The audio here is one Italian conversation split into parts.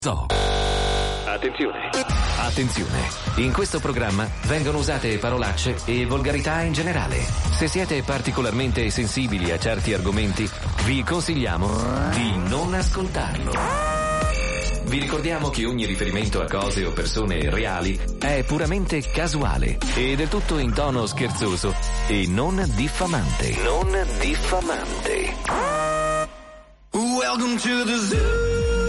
Zoo. Attenzione, in questo programma vengono usate parolacce e volgarità in generale. Se siete particolarmente sensibili a certi argomenti, vi consigliamo di non ascoltarlo. Vi ricordiamo che ogni riferimento a cose o persone reali è puramente casuale e del tutto in tono scherzoso e non diffamante. Welcome to the zoo.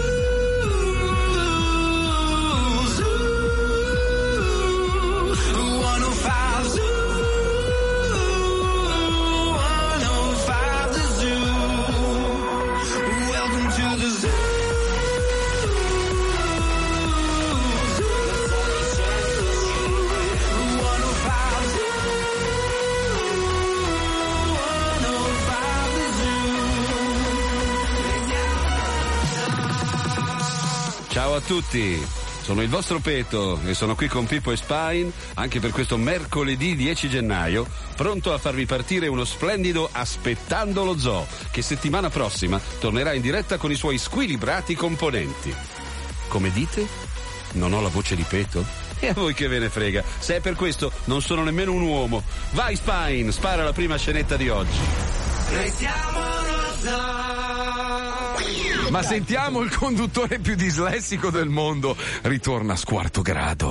Ciao a tutti, sono il vostro Peto e sono qui con Pippo e Spine anche per questo mercoledì 10 gennaio, pronto a farvi partire uno splendido Aspettando lo Zoo, che settimana prossima tornerà in diretta con i suoi squilibrati componenti. Come dite? Non ho la voce di Peto? E a voi che ve ne frega, se è per questo non sono nemmeno un uomo. Vai Spine, spara la prima scenetta di oggi. Siamo lo zoo. Ma sentiamo il conduttore più dislessico del mondo. Ritorna a Quarto Grado.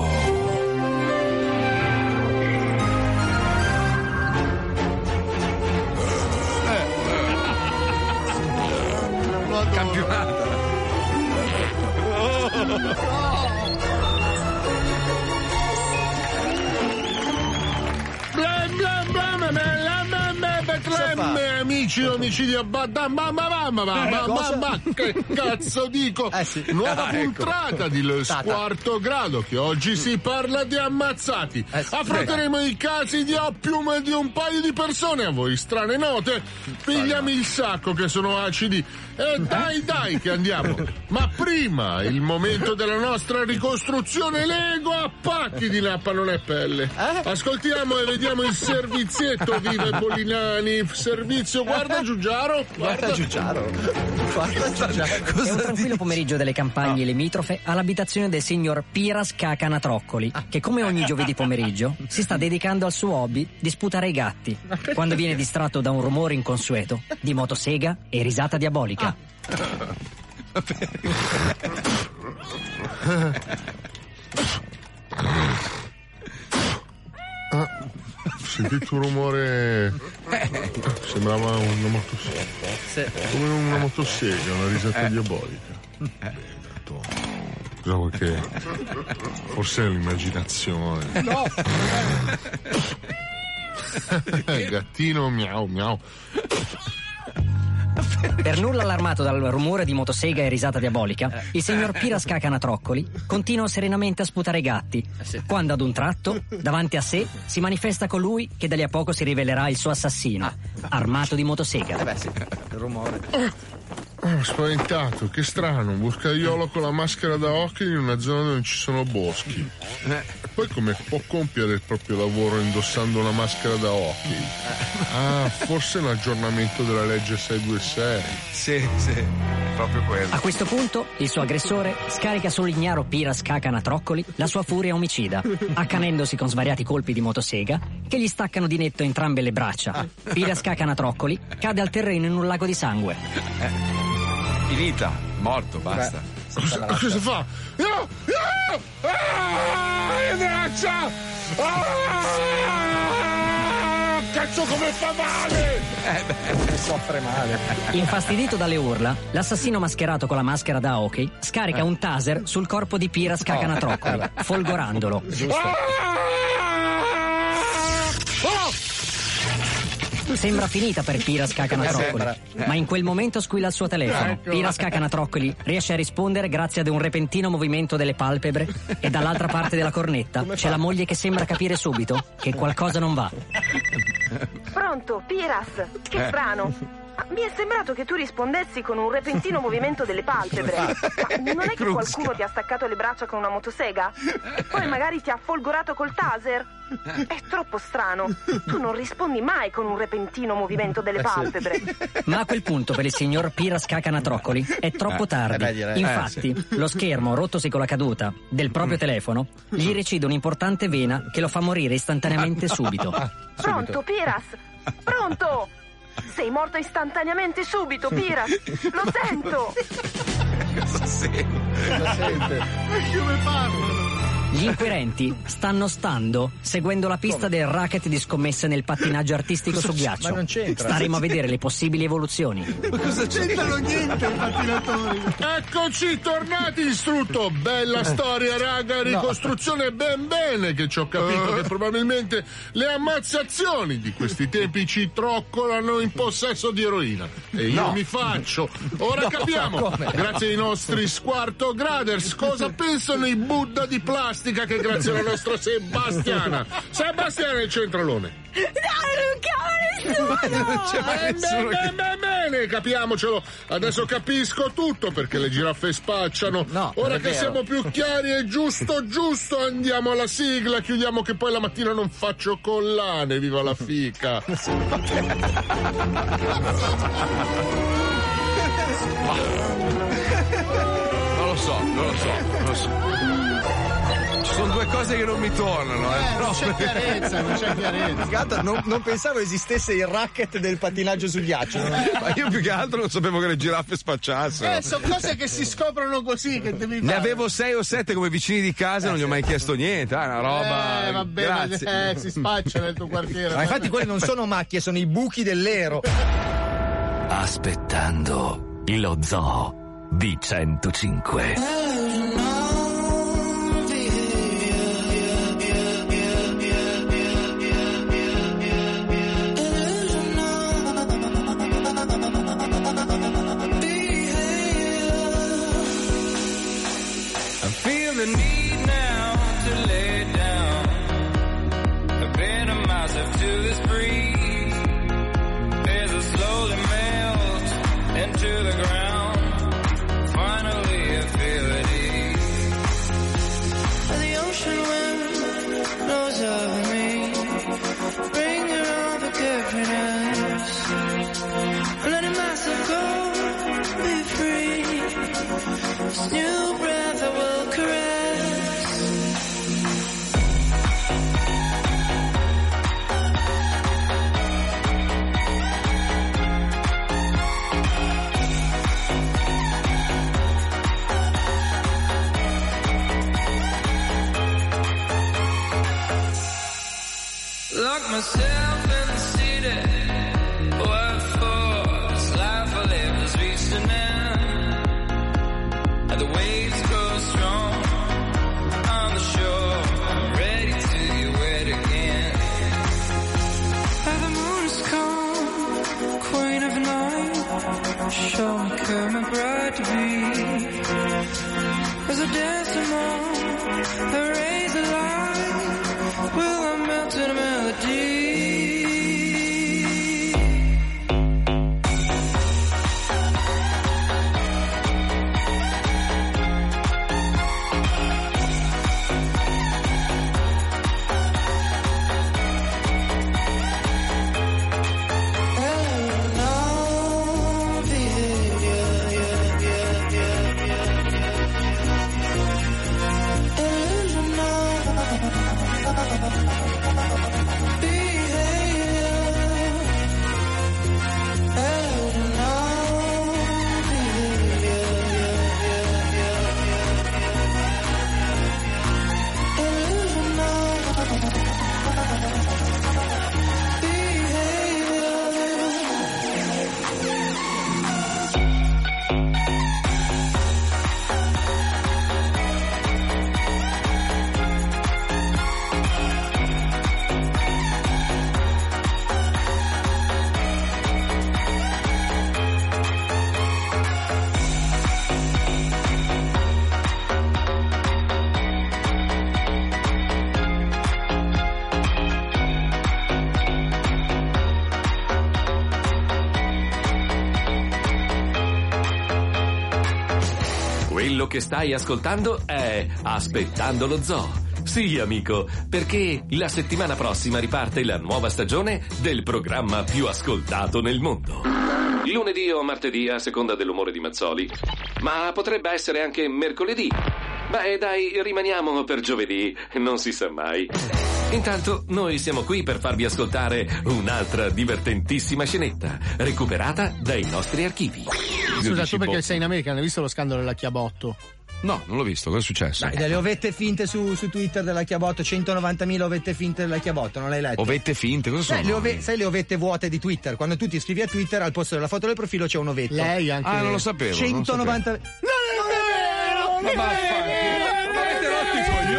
Campionato. Amici, omicidi a che cazzo dico? Sì. Nuova Ecco. puntata di Quarto Grado, che oggi si parla di ammazzati. Affronteremo i casi di oppium di un paio di persone a voi strane note. Pigliami il sacco che sono acidi e dai che andiamo. Ma prima il momento della nostra ricostruzione Lego a pacchi di nappalone e pelle. Ascoltiamo e vediamo il servizietto. Vive Polinani, servizio, guarda Giugiaro. È un tranquillo pomeriggio delle campagne limitrofe all'abitazione del signor Piras Cacanatroccoli, che come ogni giovedì pomeriggio si sta dedicando al suo hobby di sputare i gatti, quando viene distratto da un rumore inconsueto di motosega e risata diabolica. Sentito un rumore. Sembrava una motosega. Come una motosega, una risata diabolica. Cosa vuoi che. Forse è l'immaginazione. No! Gattino miau miau. Per nulla allarmato dal rumore di motosega e risata diabolica, il signor Piras Cacanatroccoli continua serenamente a sputare i gatti, quando ad un tratto, davanti a sé, si manifesta colui che da lì a poco si rivelerà il suo assassino, armato di motosega. Il rumore. Spaventato, che strano, un boscaiolo con la maschera da occhi in una zona dove non ci sono boschi. E poi come può compiere il proprio lavoro indossando una maschera da occhi? Forse un aggiornamento della legge 626. Sì, proprio quello. A questo punto, il suo aggressore scarica sull'ignaro Piras Cacanatroccoli la sua furia omicida, accanendosi con svariati colpi di motosega che gli staccano di netto entrambe le braccia. Piras Cacanatroccoli cade al terreno in un lago di sangue. Finita, morto, basta. Cosa fa? No! Le braccia! Cazzo come fa male! Soffre male. Infastidito dalle urla, l'assassino mascherato con la maschera da hockey scarica un taser sul corpo di Piras Cacanatroccoli, folgorandolo. Sembra finita per Piras Cacanatroccoli, ma in quel momento squilla il suo telefono. Piras Cacanatroccoli riesce a rispondere grazie ad un repentino movimento delle palpebre e dall'altra parte della cornetta c'è la moglie che sembra capire subito che qualcosa non va. Pronto, Piras? Che strano. Mi è sembrato che tu rispondessi con un repentino movimento delle palpebre. Ma non è che qualcuno ti ha staccato le braccia con una motosega? Poi magari ti ha folgorato col taser? È troppo strano. Tu non rispondi mai con un repentino movimento delle palpebre. Ma a quel punto per il signor Piras Cacanatroccoli è troppo tardi. Infatti, lo schermo rottosi con la caduta del proprio telefono gli recide un'importante vena che lo fa morire istantaneamente subito. Pronto, Piras? Pronto? Sei morto istantaneamente subito, Piras. Lo sento. Cosa sente? Come parlano? Gli inquirenti stanno seguendo la pista del racket di scommesse nel pattinaggio artistico su ghiaccio. Ma non c'entra. Staremo a vedere le possibili evoluzioni. Ma cosa c'entrano niente i pattinatori? Eccoci tornati, istrutto. Bella storia, raga. Ricostruzione ben bene, che ci ho capito che probabilmente le ammazzazioni di questi tempi ci troccolano in possesso di eroina. E io mi faccio. Ora capiamo, grazie ai nostri Squarto Graders, cosa pensano i Buddha di plastica che grazie alla nostra Sebastiana è il centralone. Non c'è mai nessuno. Bene, capiamocelo. Adesso capisco tutto perché le giraffe spacciano. Ora che siamo più chiari e giusto, andiamo alla sigla. Chiudiamo che poi la mattina non faccio collane. Viva la fica. Non lo so. Ci sono due cose che non mi tornano, Non c'è chiarezza. Non pensavo esistesse il racket del pattinaggio su ghiaccio. Ma io più che altro non sapevo che le giraffe spacciassero. Sono cose che si scoprono così, che devi fare. Ne avevo 6 o 7 come vicini di casa, non gli ho mai chiesto niente. È una roba. Va bene, grazie. si spaccia nel tuo quartiere. Ma infatti quelli non sono macchie, sono i buchi dell'Ero. Aspettando lo zoo di 105. New breath I will caress. Lock myself in the city. What for? This life I live has reached an end. The waves go strong on the shore, ready to get wet again. The moon is calm, queen of the night. Show me come my bride to be. As I dance among the rays of light, will I melt in a melody? Be che stai ascoltando è Aspettando lo Zoo. Sì, amico, perché la settimana prossima riparte la nuova stagione del programma più ascoltato nel mondo. Lunedì o martedì, a seconda dell'umore di Mazzoli. Ma potrebbe essere anche mercoledì. Beh, dai, rimaniamo per giovedì, non si sa mai. Intanto, noi siamo qui per farvi ascoltare un'altra divertentissima scenetta, recuperata dai nostri archivi. Scusa, tu perché sei in America, non hai visto lo scandalo dell'Acchiabotto? No, non l'ho visto, cosa è successo? Dai, delle ovette finte su Twitter della Chiabotto, 190.000 ovette finte della Chiabotto, non l'hai letto? Ovette finte? Cosa sono? Sai le ovette vuote di Twitter? Quando tu ti iscrivi a Twitter, al posto della foto del profilo c'è un ovetto. Lei anche. Ah, non lo sapevo. 190. Non è vero! Ma vaffanculo! Ma avete rotto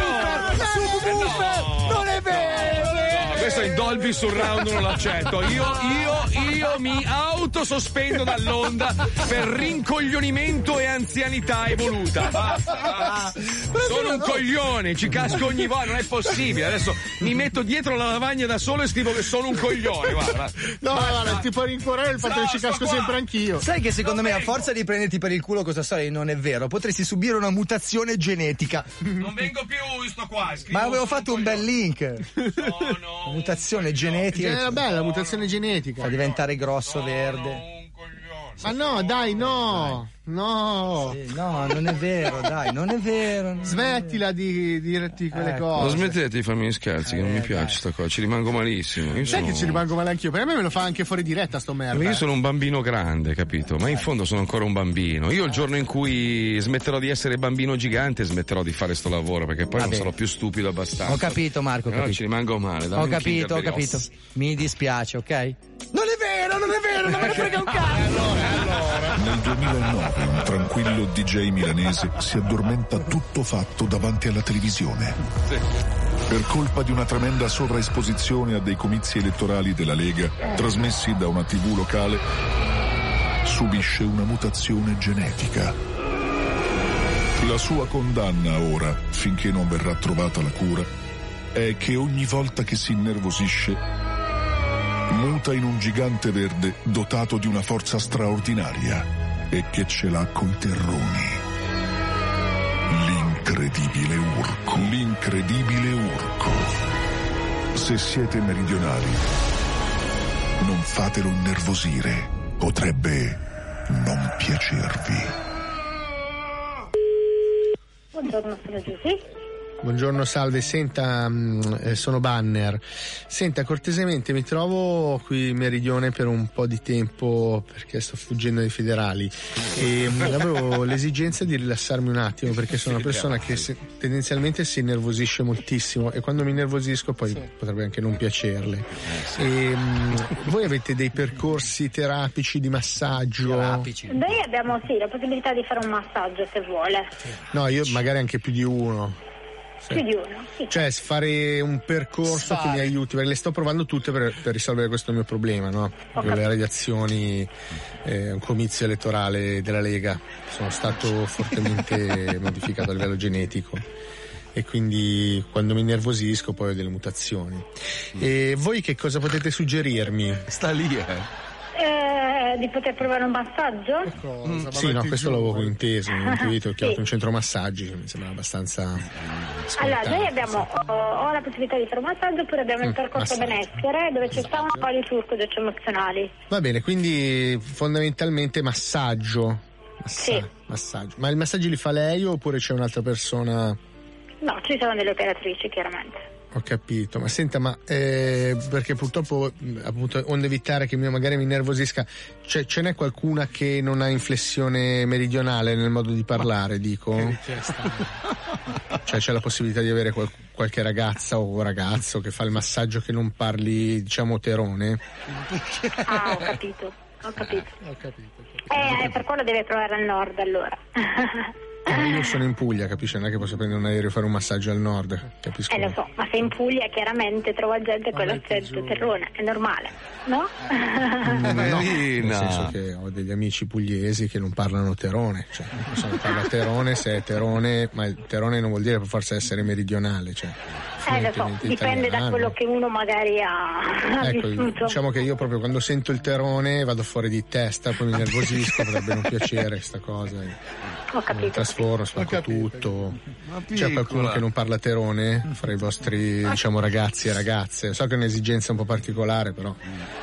i coglioni! Non è vero! Questo è il Dolby Surround, non l'accetto. Io mi autosospendo dall'onda per rincoglionimento e anzianità evoluta. Sono un coglione, ci casco ogni volta, non è possibile. Adesso mi metto dietro la lavagna da solo e scrivo che sono un coglione. Guarda. No, guarda, ti può rincuorare il fatto che ci casco sempre anch'io. Sai che secondo me, a forza di prenderti per il culo questa storia non è vero, potresti subire una mutazione genetica. Non vengo più, sto qua. Ma avevo fatto un bel link. No. Mutazione genetica. Era bella, mutazione genetica. Fa diventare grosso, verde. Ma no, dai, no. No. Sì, no, non è vero, dai, non è vero. Smettila di dirti quelle Ma cose. smettete di farmi gli scherzi, che non mi piace sta cosa, ci rimango malissimo. Sai che ci rimango male anch'io? Perché a me lo fa anche fuori diretta sto merda. Io sono un bambino grande, capito? Ma in fondo sono ancora un bambino. Io il giorno in cui smetterò di essere bambino gigante smetterò di fare sto lavoro, perché poi non sarò più stupido abbastanza. Ho capito, Marco, ho Allora capito. ci rimango male. Ho capito. Mi dispiace, ok? Non è vero, non me ne frega un cazzo. Nel 2009 un tranquillo DJ milanese si addormenta tutto fatto davanti alla televisione. Per colpa di una tremenda sovraesposizione a dei comizi elettorali della Lega, trasmessi da una TV locale, subisce una mutazione genetica. La sua condanna ora, finché non verrà trovata la cura, è che ogni volta che si innervosisce muta in un gigante verde dotato di una forza straordinaria e che ce l'ha coi terroni. L'incredibile Urco. L'incredibile Urco. Se siete meridionali, non fatelo innervosire. Potrebbe non piacervi. Buongiorno, sono Giusy. Buongiorno, salve, senta, sono Banner. Senta, cortesemente mi trovo qui in Meridione per un po' di tempo perché sto fuggendo dai federali e avevo l'esigenza di rilassarmi un attimo perché sono una persona che tendenzialmente si innervosisce moltissimo e quando mi innervosisco poi potrebbe anche non piacerle. E, voi avete dei percorsi terapici di massaggio? Noi abbiamo la possibilità di fare un massaggio se vuole. No, io magari anche più di uno. Più di uno, sì. Cioè fare un percorso che mi aiuti, perché le sto provando tutte per risolvere questo mio problema, no? Le radiazioni, un comizio elettorale della Lega, sono stato fortemente modificato a livello genetico e quindi quando mi innervosisco poi ho delle mutazioni. E voi che cosa potete suggerirmi? Sta lì, Di poter provare un massaggio? Sì, no, questo l'avevo intuito, ho chiamato un centro massaggi che mi sembra abbastanza Allora, noi abbiamo o la possibilità di fare un massaggio oppure abbiamo il percorso benessere dove c'è sta un po' di turco emozionali. Va bene, quindi fondamentalmente massaggio. Sì. Massaggio. Ma i massaggi li fa lei oppure c'è un'altra persona? No, ci sono delle operatrici chiaramente. Ho capito, ma senta, perché purtroppo appunto onde evitare che magari mi innervosisca, ce n'è qualcuna che non ha inflessione meridionale nel modo di parlare, dico? Cioè c'è la possibilità di avere qualche ragazza o ragazzo che fa il massaggio che non parli, diciamo, terone? Ah, ho capito. Per quello deve provare al nord allora. Io sono in Puglia, capisci? Non è che posso prendere un aereo e fare un massaggio al nord, capisco. Lo so, ma se in Puglia chiaramente trova gente con l'accento terrone, è normale, no? No, nel senso che ho degli amici pugliesi che non parlano terone, cioè non possono parlare terone se è terone, ma il terone non vuol dire per forza essere meridionale, cioè. Lo so, dipende da quello che uno magari ha vissuto. Diciamo che io proprio quando sento il terone vado fuori di testa, poi mi nervosisco, potrebbe non piacere sta cosa. Ho capito. trasformo, spacco tutto. Ma C'è qualcuno che non parla terone fra i vostri, diciamo, ragazzi e ragazze? So che è un'esigenza un po' particolare, però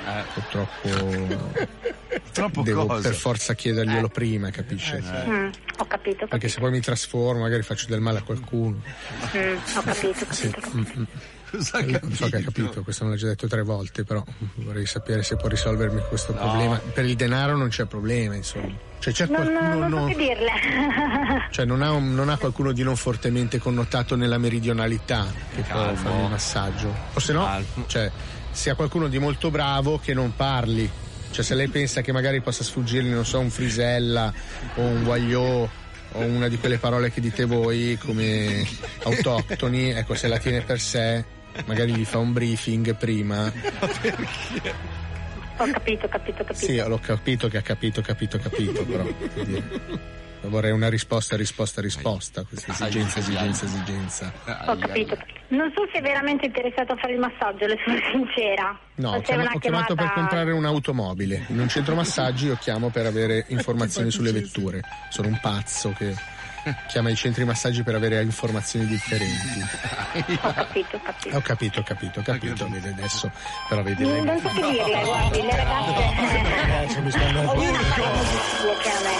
purtroppo devo per forza chiederglielo prima, capisci? Ho capito. Perché se poi mi trasformo magari faccio del male a qualcuno. Ho capito. Sì. So che hai capito, questo me l'ho già detto 3 volte, però vorrei sapere se può risolvermi questo problema. Per il denaro non c'è problema, insomma. Cioè c'è qualcuno non so che dirle. Cioè non ha qualcuno di non fortemente connotato nella meridionalità che può farmi un massaggio. O se no, cioè se ha qualcuno di molto bravo che non parli. Cioè se lei pensa che magari possa sfuggirgli, non so, un frisella o un voyou o una di quelle parole che dite voi come autoctoni, ecco, se la tiene per sé magari gli fa un briefing prima. Perché? Ho capito. Sì, l'ho capito che ha capito, però vorrei una risposta, questa esigenza. Ho capito. Non so se è veramente interessato a fare il massaggio, le sono sincera. No, ho chiamato per comprare un'automobile. In un centro massaggi io chiamo per avere informazioni sulle vetture. Sono un pazzo che chiama i centri massaggi per avere informazioni differenti. Ho capito. Vedi adesso, però vedi lei. Non so che dirle, guardi, le ragazze. Ognuna parla di suo che a me.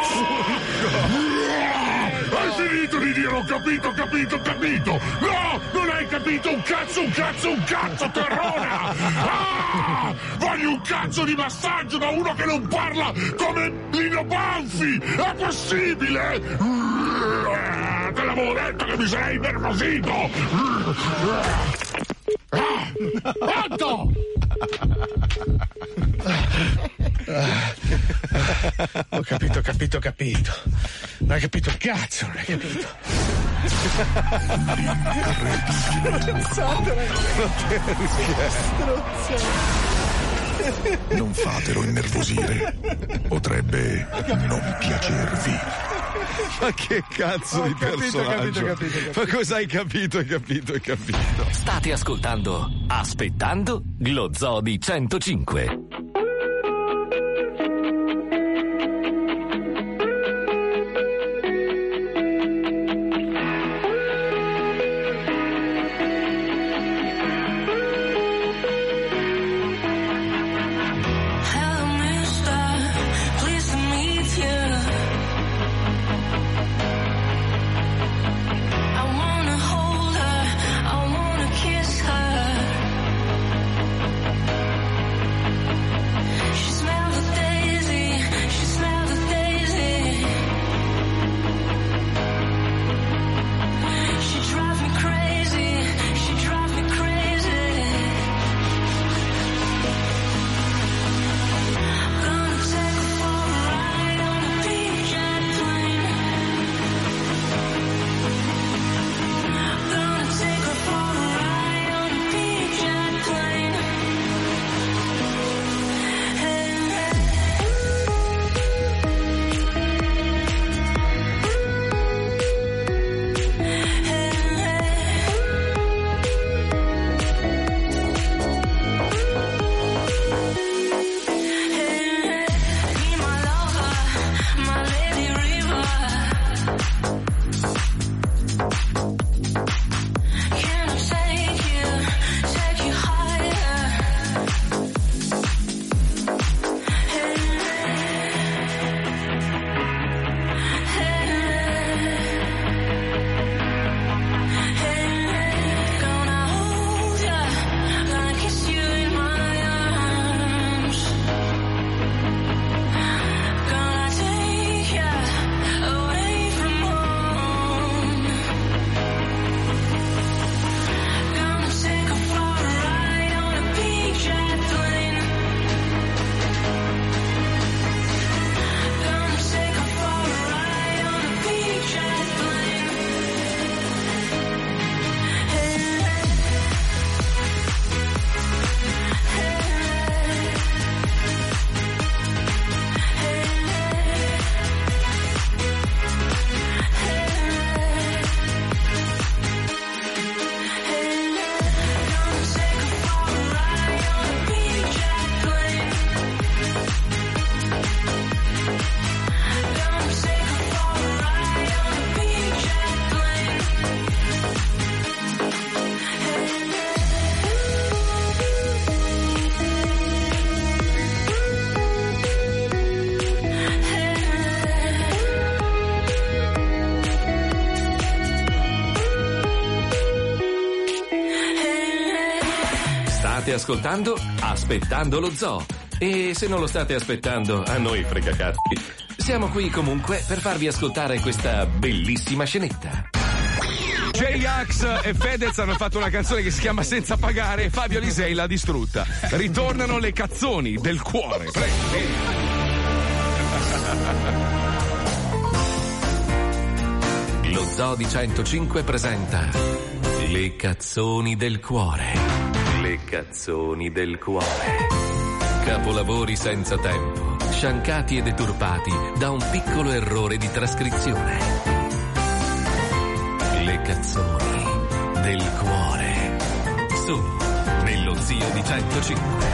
Hai finito di dire ho capito! No! Non hai capito un cazzo, terrona! Voglio un cazzo di massaggio da uno che non parla come Lino Banfi! È possibile? Te l'avevo detto che mi sarei innervosito! Pronto! Ho capito. Non hai capito il cazzo, non hai capito. Non fatelo innervosire. Potrebbe non piacervi. Ma che cazzo di personaggio? Capito. Ma cosa hai capito? State ascoltando Aspettando lo Zoo di 105. I wanna kiss her. State ascoltando Aspettando lo Zoo. E se non lo state aspettando, a noi frega cazzi. Siamo qui comunque per farvi ascoltare questa bellissima scenetta. J-Ax e Fedez hanno fatto una canzone che si chiama Senza pagare e Fabio Lisei l'ha distrutta. Ritornano le cazzoni del cuore. Lo Zoo di 105 presenta Le cazzoni del cuore. Le cazzoni del cuore. Capolavori senza tempo, sciancati e deturpati da un piccolo errore di trascrizione. Le cazzoni del cuore. Solo nello Zio di 105.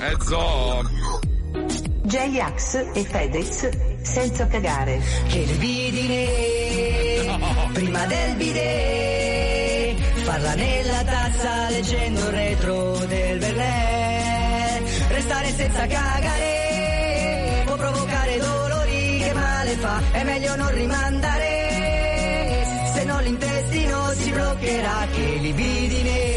J-Ax e Fedez senza cagare. Che libidine, prima del bidet, farla nella tazza leggendo il retro del Verlet. Restare senza cagare può provocare dolori, che male fa, è meglio non rimandare, se no l'intestino si bloccherà. Che libidine.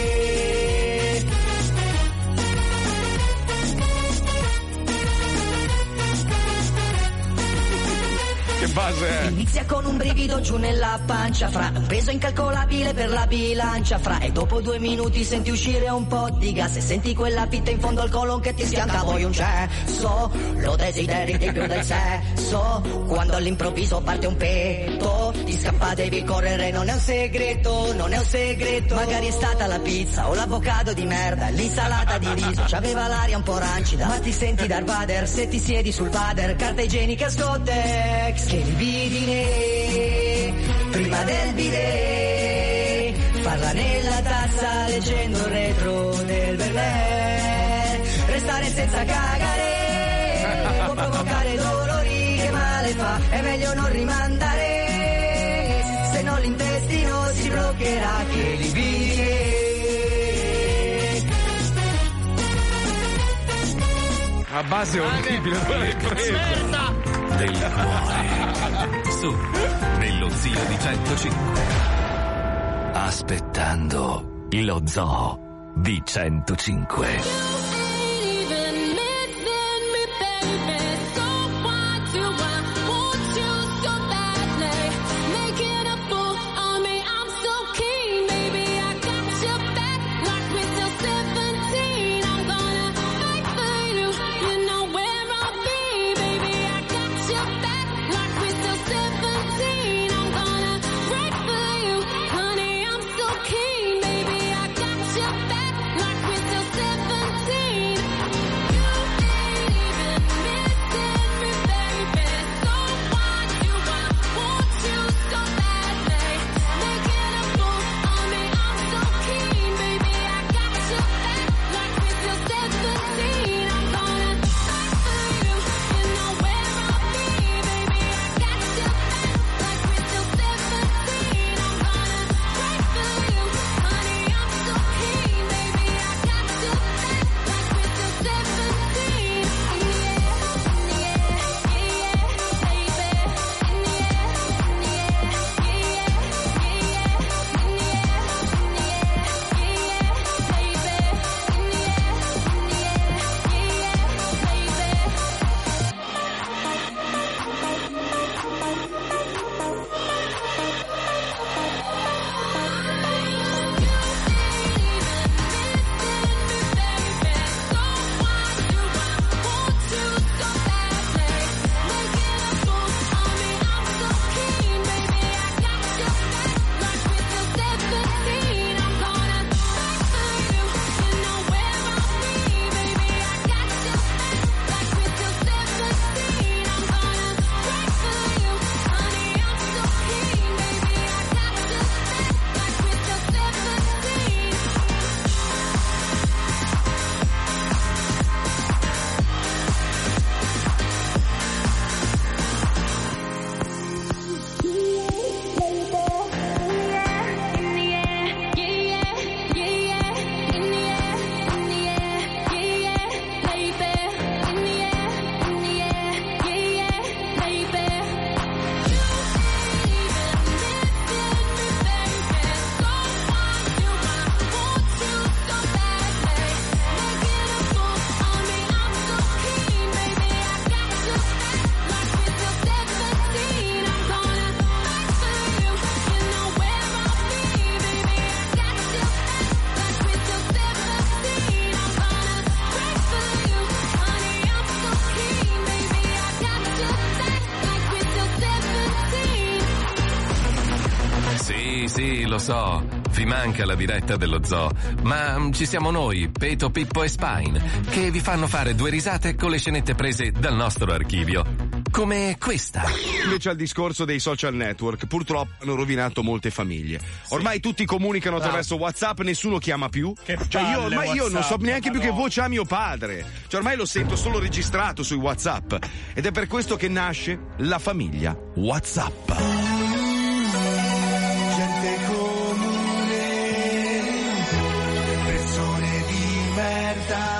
Che base è? Inizia con un brivido giù nella pancia, fra un peso incalcolabile per la bilancia, fra, e dopo 2 minuti senti uscire un po' di gas e senti quella fitta in fondo al colon che ti schianta. Poi un cesso, lo desideri di più del sesso, quando all'improvviso parte un petto, ti scappa, devi correre, non è un segreto, non è un segreto. Magari è stata la pizza o l'avocado di merda, l'insalata di riso, c'aveva l'aria un po' rancida, ma ti senti Darth Vader se ti siedi sul Vader. Carta igienica Scottex. Che libidine, prima del bidet, farla nella tazza leggendo il retro del Verlet. Restare senza cagare può provocare dolori, che male fa, è meglio non rimandare, se no l'intestino si bloccherà. Che libidine. A base orribile, del cuore. Su, nello Zio di 105. Aspettando lo Zoo di 105. Honey, I'm so keen, baby. I got your back like we're still 17. Sì, lo so. Vi manca la diretta dello zoo. Ma ci siamo noi, Peto, Pippo e Spine, che vi fanno fare 2 risate con le scenette prese dal nostro archivio. Come questa. Invece al discorso dei social network, purtroppo hanno rovinato molte famiglie. Ormai tutti comunicano attraverso WhatsApp, nessuno chiama più. Io non so neanche più che voce ha mio padre. Cioè ormai lo sento solo registrato sui WhatsApp. Ed è per questo che nasce la famiglia WhatsApp. Gente comune, persone di merda.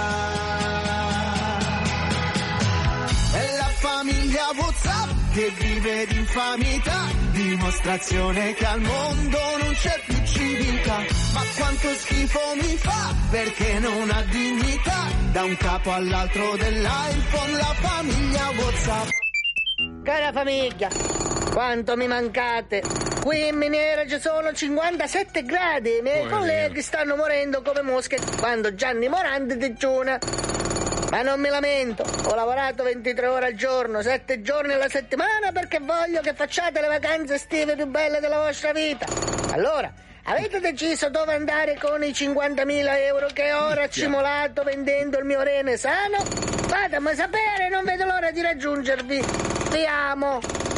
È la famiglia WhatsApp che vive di infamità, dimostrazione che al mondo non c'è più civiltà. Ma quanto schifo mi fa, perché non ha dignità, da un capo all'altro dell'iPhone la famiglia WhatsApp. Cara famiglia, quanto mi mancate. Qui in miniera ci sono 57 gradi, i miei colleghi stanno morendo come mosche quando Gianni Morandi digiuna. Ma non mi lamento, ho lavorato 23 ore al giorno, 7 giorni alla settimana, perché voglio che facciate le vacanze estive più belle della vostra vita. Allora, avete deciso dove andare con i 50.000 euro che ho raccimolato vendendo il mio rene sano? Fatemi sapere, non vedo l'ora di raggiungervi. Vi amo.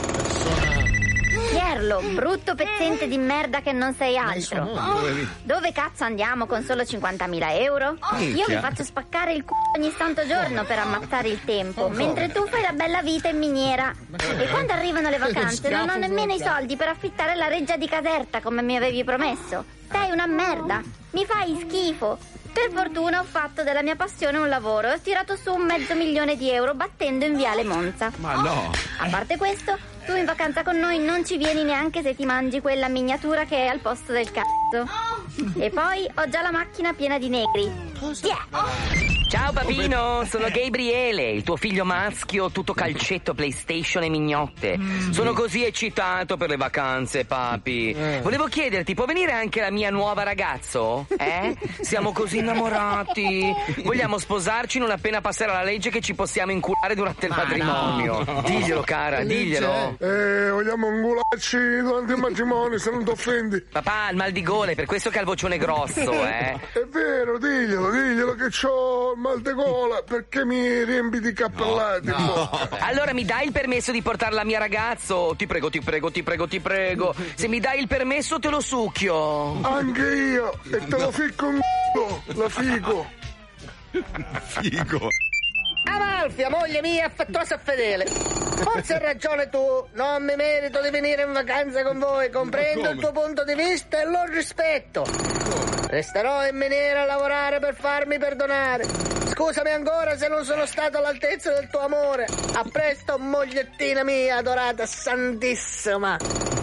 Pierlo, brutto pezzente di merda che non sei altro. Dove cazzo andiamo con solo 50.000 euro? Io mi faccio spaccare il culo ogni santo giorno per ammazzare il tempo, mentre tu fai la bella vita in miniera. E quando arrivano le vacanze non ho nemmeno i soldi per affittare la reggia di Caserta come mi avevi promesso. Sei una merda, mi fai schifo. Per fortuna ho fatto della mia passione un lavoro e ho tirato su 500.000 euro battendo in Viale Monza. Ma no! A parte questo, tu in vacanza con noi non ci vieni neanche se ti mangi quella miniatura che è al posto del cazzo. E poi ho già la macchina piena di negri. Ciao papino, sono Gabriele, il tuo figlio maschio tutto calcetto, PlayStation e mignotte. Sono così eccitato per le vacanze, papi. Volevo chiederti, può venire anche la mia nuova ragazzo? Siamo così innamorati. Vogliamo sposarci non appena passerà la legge che ci possiamo inculare durante il matrimonio. No. Diglielo, cara, diglielo. Vogliamo incularci durante il matrimonio, se non ti offendi. Papà, il mal di gola, è per questo che ha il vocione grosso, È vero, diglielo che c'ho il mal di gola, perché mi riempi di cappellati. No. Allora mi dai il permesso di portare la mia ragazzo? Ti prego. Se mi dai il permesso te lo succhio. Anche io, e te lo ficco in culo, la fico. Figo. Amalfia, moglie mia affettuosa e fedele. Forse hai ragione tu, non mi merito di venire in vacanza con voi, comprendo il tuo punto di vista e lo rispetto. Resterò in miniera a lavorare per farmi perdonare. Scusami ancora se non sono stato all'altezza del tuo amore. A presto, mogliettina mia adorata santissima.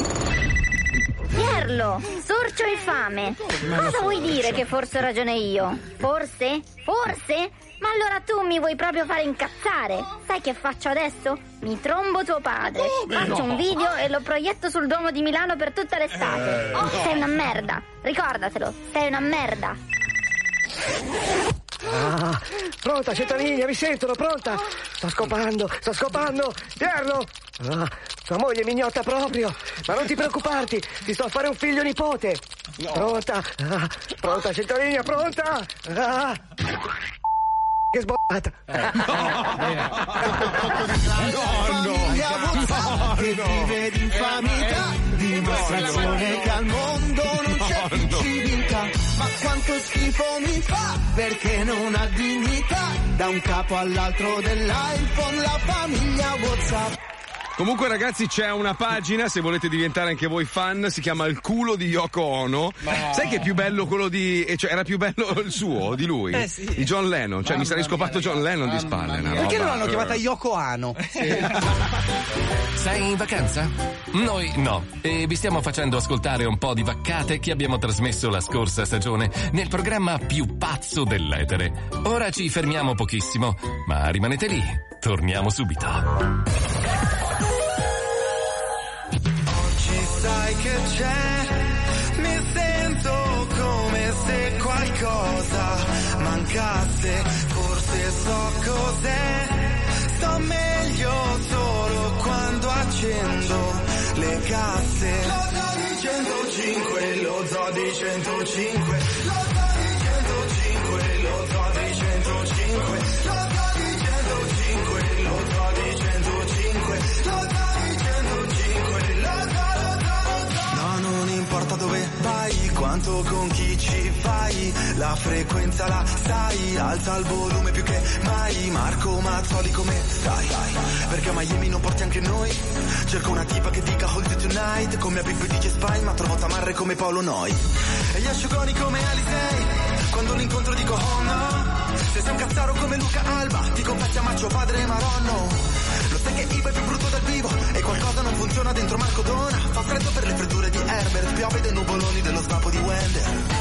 Pierlo, sorcio infame. Cosa vuoi dire che forse ho ragione io? Forse? Ma allora tu mi vuoi proprio fare incazzare? Sai che faccio adesso? Mi trombo tuo padre. Faccio un video e lo proietto sul Duomo di Milano per tutta l'estate. Sei una merda. Ricordatelo, sei una merda. Pronta, Centralinea, mi sentono, pronta? Sto scopando. Pierlo! Tua moglie mi ignotta proprio. Ma non ti preoccuparti, ti sto a fare un figlio nipote. No. Pronta, Centralinea, pronta? Che sboccata! Che vive di infamità, dimostrazione che al mondo non c'è più civiltà. Ma quanto schifo mi fa, perché non ha dignità, da un capo all'altro dell'iPhone la famiglia WhatsApp. Comunque ragazzi c'è una pagina, se volete diventare anche voi fan, si chiama Il culo di Yoko Ono. Sai che è più bello quello di... cioè era più bello il suo, di lui? Sì. Di John Lennon, cioè mi sarei scopato John Lennon di spalle. Perché non l'hanno chiamata Yoko Ano? Sei in vacanza? Noi no, e vi stiamo facendo ascoltare un po' di vaccate che abbiamo trasmesso la scorsa stagione nel programma più pazzo dell'etere. Ora ci fermiamo pochissimo, ma rimanete lì, torniamo subito. Sai che c'è, mi sento come se qualcosa mancasse, forse so cos'è, sto meglio solo quando accendo le casse. Lo sto dicendo 105, lo zoo di 105, lo zoo di 105, lo zoo di 105, lo zoo di 105, lo zoo di 105, lo zoo di 105, lo zoo. No, non importa dove vai, quanto con chi ci fai, la frequenza la sai, alza il volume più che mai. Marco Mazzoli come stai? Perché a Miami non porti anche noi? Cerco una tipa che dica hold you tonight, come a Pippo dice Spine, ma trovo tamarre come Paolo Noi. E gli asciugoni come Alisei, quando l'incontro dico oh no. Se sei un cazzaro come Luca Alba, ti confessi a Maccio padre Maronno. Lo sai che Ivo è più brutto dal vivo, e qualcosa non funziona dentro Marco Dona. Fa freddo per le freddure di Herbert, piove dei nuvoloni dello snappo di Wender.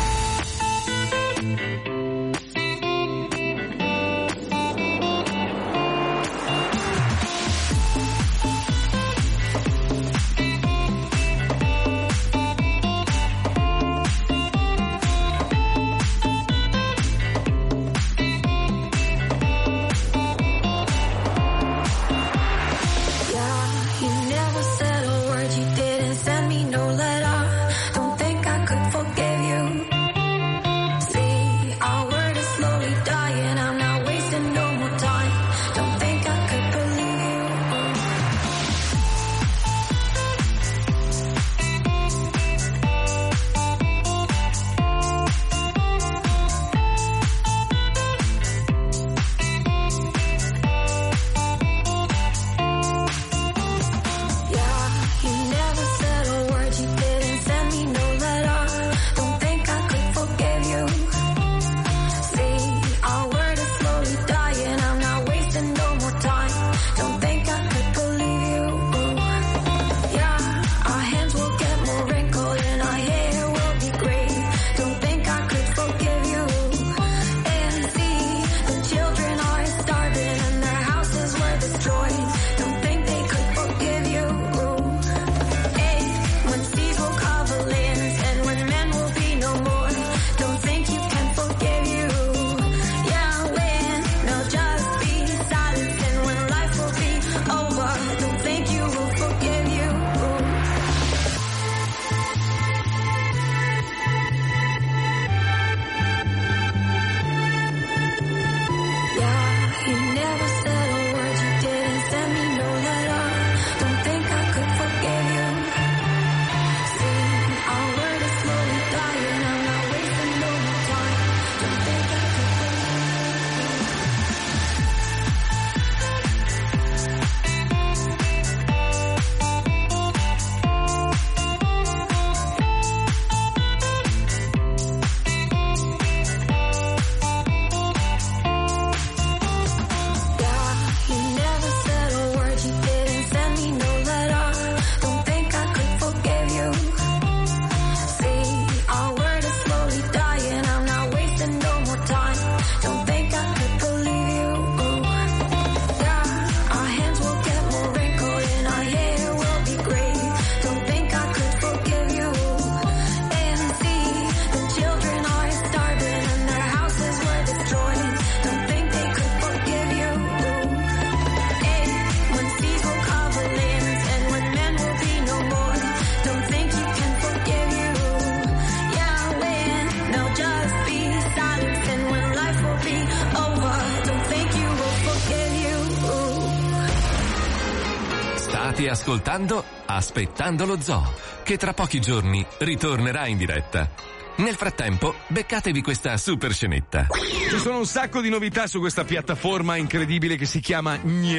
Ascoltando Aspettando lo Zoo, che tra pochi giorni ritornerà in diretta. Nel frattempo, beccatevi questa super scenetta. Ci sono un sacco di novità su questa piattaforma incredibile che si chiama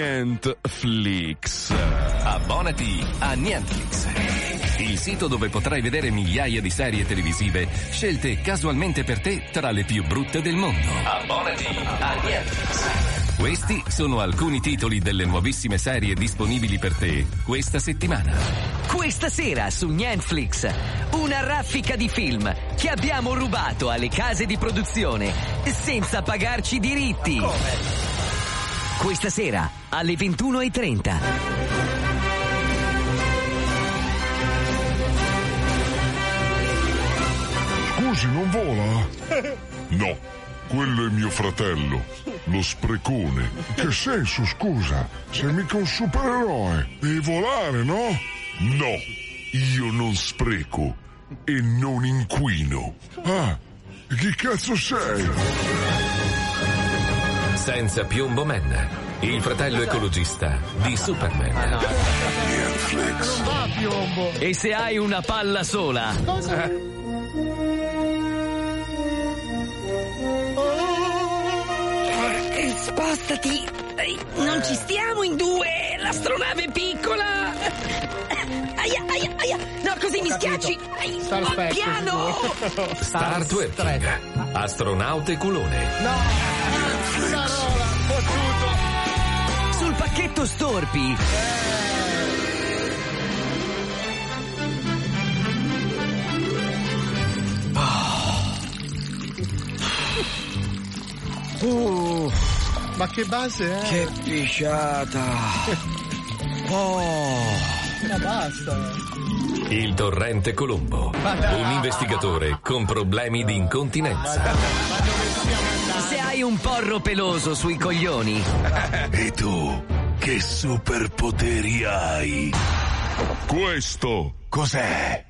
Nientflix. Abbonati a Nientflix, il sito dove potrai vedere migliaia di serie televisive scelte casualmente per te tra le più brutte del mondo. Abbonati a Nientflix. Questi sono alcuni titoli delle nuovissime serie disponibili per te questa settimana. Questa sera su Netflix, una raffica di film che abbiamo rubato alle case di produzione senza pagarci diritti. Come? Questa sera alle 21:30. Scusi, non vola? No. Quello è mio fratello, lo sprecone. Che senso, scusa? Sei mica un supereroe. Devi volare, no? No, io non spreco. e non inquino. Ah, chi cazzo sei? Senza Piombo Man, il fratello ecologista di Superman. Non va piombo. E se hai una palla sola? Cosa? Spostati! Non ci stiamo in due! L'astronave è piccola! Aia, aia, aia! No, così mi schiacci! Piano! Star Twerking, astronaute culone. Sul pacchetto Storpi. Ma che base è? Che pisciata! Ma basta! Il torrente Colombo, un investigatore con problemi di incontinenza. Se hai un porro peloso sui coglioni. E tu, che superpoteri hai? Questo cos'è?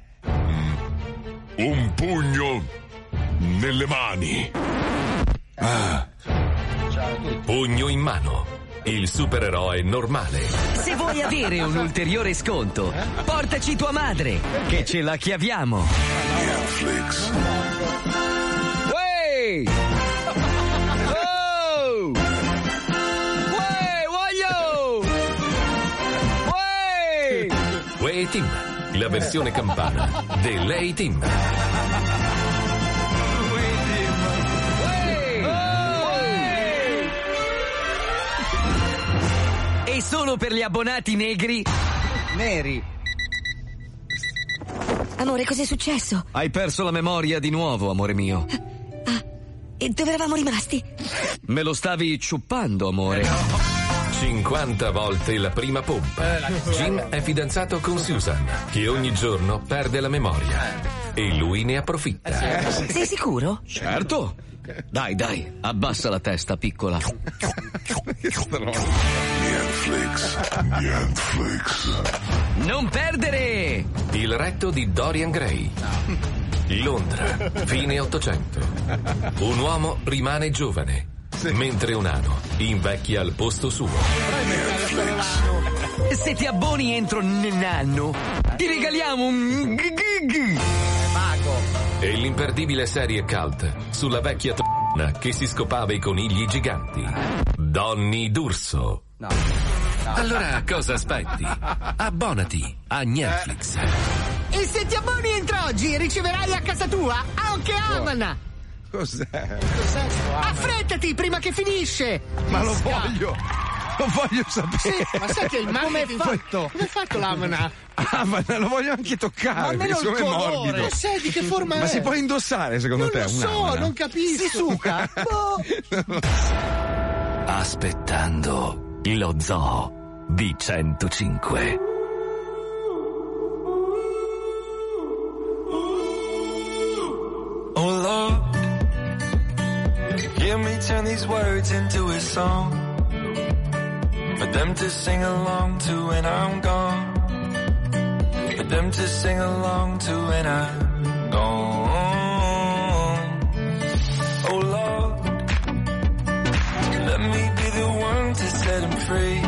Un pugno nelle mani. Ah. Pugno in mano, il supereroe normale. Se vuoi avere un ulteriore sconto, portaci tua madre, che ce la chiaviamo. Netflix. Uè! Oh! Uè, voglio! Uè! Uè Team, la versione campana dell'A-Team. E solo per gli abbonati negri. Neri. Amore, cos'è successo? Hai perso la memoria di nuovo, amore mio. E dove eravamo rimasti? Me lo stavi ciuppando, amore. 50 volte la prima pompa. Jim è fidanzato con Susan, che ogni giorno perde la memoria. E lui ne approfitta. Sei sicuro? Certo. Dai, dai, abbassa la testa, piccola. Netflix. Non perdere! Il retto di Dorian Gray. Londra, fine 800. Un uomo rimane giovane, mentre un nano invecchia al posto suo. Se ti abboni entro un anno, ti regaliamo un mago. E l'imperdibile serie cult sulla vecchia che si scopava i conigli giganti. Donny D'Urso. No. Allora cosa aspetti? Abbonati a Netflix. E se ti abboni entro oggi riceverai a casa tua anche Amana. Cos'è? Affrettati prima che finisce. Ma lo voglio. Lo voglio sapere. Sì, ma sai che il marketing come è fatto? Come è fatto l'Amana? Ah, ma lo voglio anche toccare. Ma almeno il perché colore. È morbido. Ma sai di che forma ma è? si può indossare secondo te? Non lo so, non capisco. Si suca? Aspettando lo zoo di 105. Oh Lord, hear me turn these words into a song for them to sing along to when I'm gone, for them to sing along to when I'm gone. Oh Lord, let me be the one to set them free.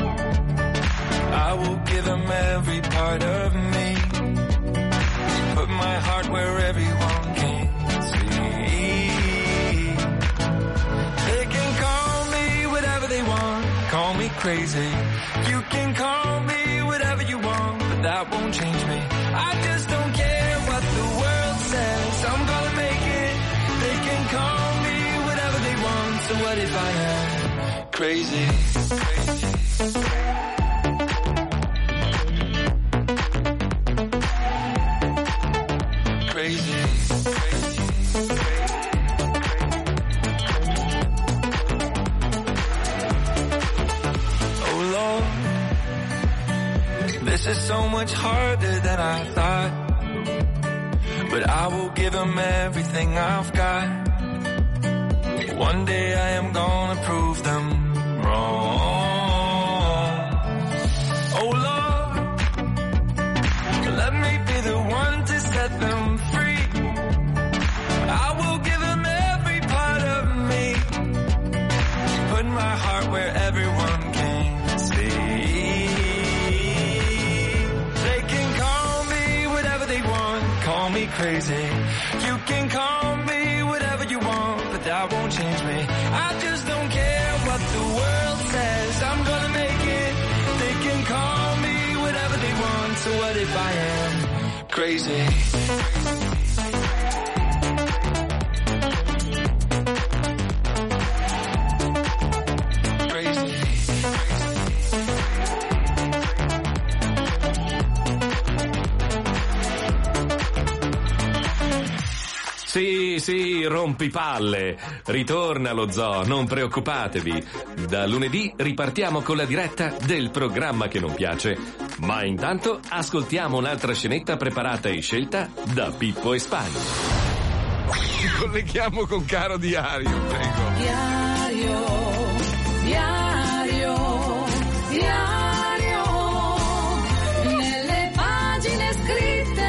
I will give them every part of me, put my heart where everyone can see. They can call me whatever they want, call me crazy. You can call me whatever you want, but that won't change me. I just don't care what the world says, I'm gonna make it. They can call me whatever they want, so what if I am crazy? This is so much harder than I thought, but I will give them everything I've got. One day I am gonna prove them wrong. Oh Lord, let me be the one to set them crazy. You can call me whatever you want, but that won't change me. I just don't care what the world says. I'm gonna make it. They can call me whatever they want. So what if I am crazy? Sì, rompipalle. Ritorna lo zoo, non preoccupatevi. Da lunedì ripartiamo con la diretta del programma che non piace. Ma intanto ascoltiamo un'altra scenetta preparata e scelta da Pippo e Spagna. Ci colleghiamo con caro Diario, prego. Diario, nelle pagine scritte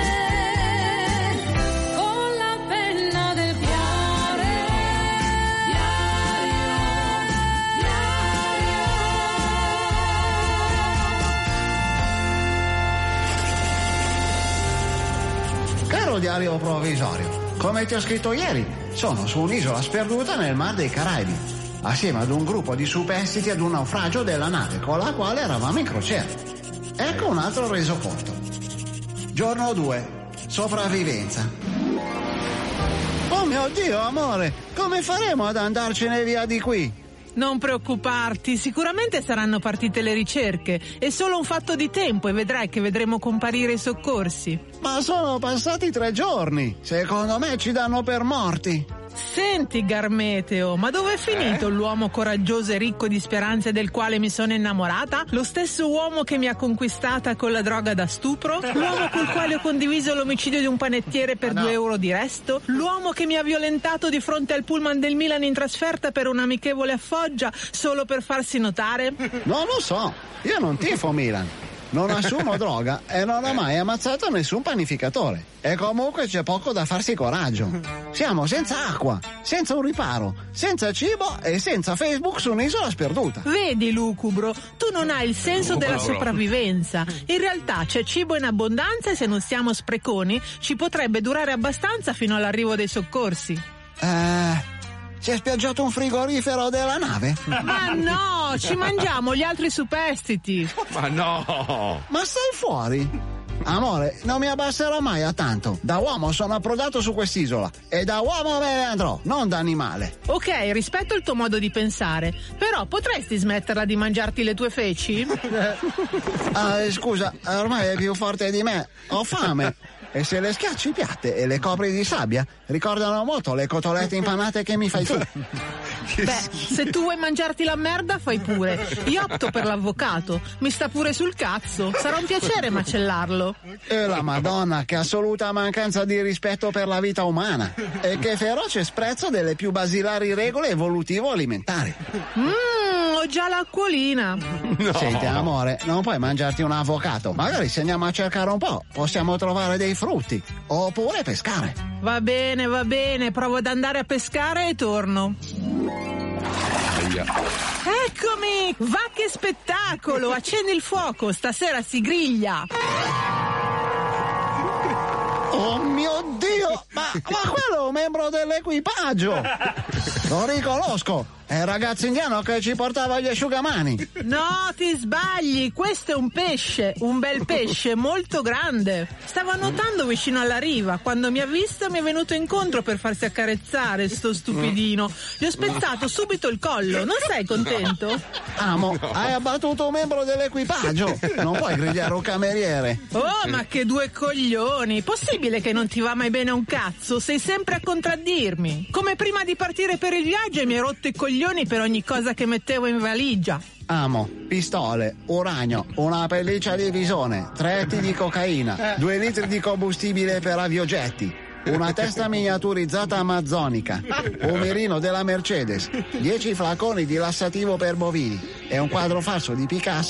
con la penna del fiore. Caro diario provvisorio, come ti ho scritto ieri, sono su un'isola sperduta nel Mar dei Caraibi, assieme ad un gruppo di superstiti ad un naufragio della nave con la quale eravamo in crociera. Ecco un altro resoconto. Giorno 2. Sopravvivenza. Oh mio Dio, amore, come faremo ad andarcene via di qui? Non preoccuparti, sicuramente saranno partite le ricerche. È solo un fatto di tempo e vedrai che vedremo comparire i soccorsi. Ma sono passati 3 giorni. Secondo me ci danno per morti. Senti, Garmeteo, ma dove è finito l'uomo coraggioso e ricco di speranze del quale mi sono innamorata? Lo stesso uomo che mi ha conquistata con la droga da stupro? L'uomo col quale ho condiviso l'omicidio di un panettiere per 2 euro di resto? L'uomo che mi ha violentato di fronte al pullman del Milan in trasferta per un amichevole a Foggia solo per farsi notare? Non lo so, io non tifo Milan. Non assumo droga e non ho mai ammazzato nessun panificatore. E comunque c'è poco da farsi coraggio. Siamo senza acqua, senza un riparo, senza cibo e senza Facebook su un'isola sperduta. Vedi, lucubro, tu non hai il senso della sopravvivenza. In realtà c'è cibo in abbondanza e se non siamo spreconi ci potrebbe durare abbastanza fino all'arrivo dei soccorsi. Si è spiaggiato un frigorifero della nave? Ma no, ci mangiamo gli altri superstiti. Ma no! Ma stai fuori? Amore, non mi abbasserò mai a tanto. Da uomo sono approdato su quest'isola e da uomo me ne andrò, non da animale. Ok, rispetto il tuo modo di pensare, però potresti smetterla di mangiarti le tue feci? Scusa, ormai è più forte di me. Ho fame. E se le schiacci piatte e le copri di sabbia, ricordano molto le cotolette impanate che mi fai tu. Beh, se tu vuoi mangiarti la merda, fai pure. Io opto per l'avvocato. Mi sta pure sul cazzo. Sarà un piacere macellarlo. E la Madonna, che assoluta mancanza di rispetto per la vita umana. E che feroce sprezzo delle più basilari regole evolutivo-alimentari. Ho già l'acquolina. No. Senti, amore, non puoi mangiarti un avvocato. Magari se andiamo a cercare un po', possiamo trovare dei frutti. Oppure pescare. Va bene, provo ad andare a pescare e torno. Eccomi! Va che spettacolo! Accendi il fuoco, stasera si griglia! Oh mio Dio! Ma quello è un membro dell'equipaggio! Lo riconosco! È il ragazzo indiano che ci portava gli asciugamani. No, ti sbagli, questo è un pesce, un bel pesce molto grande. Stava nuotando vicino alla riva, quando mi ha visto mi è venuto incontro per farsi accarezzare, sto stupidino. Gli ho spezzato subito il collo, non sei contento? Amo, hai abbattuto un membro dell'equipaggio, non puoi grigliare un cameriere. Oh, ma che 2 coglioni, possibile che non ti va mai bene un cazzo? Sei sempre a contraddirmi. Come prima di partire per il viaggio e mi hai rotto i coglioni per ogni cosa che mettevo in valigia. Amo, pistole, uranio, una pelliccia di visone, 3 etti di cocaina, 2 litri di combustibile per aviogetti, una testa miniaturizzata amazzonica, un mirino della Mercedes, 10 flaconi di lassativo per bovini e un quadro falso di Picasso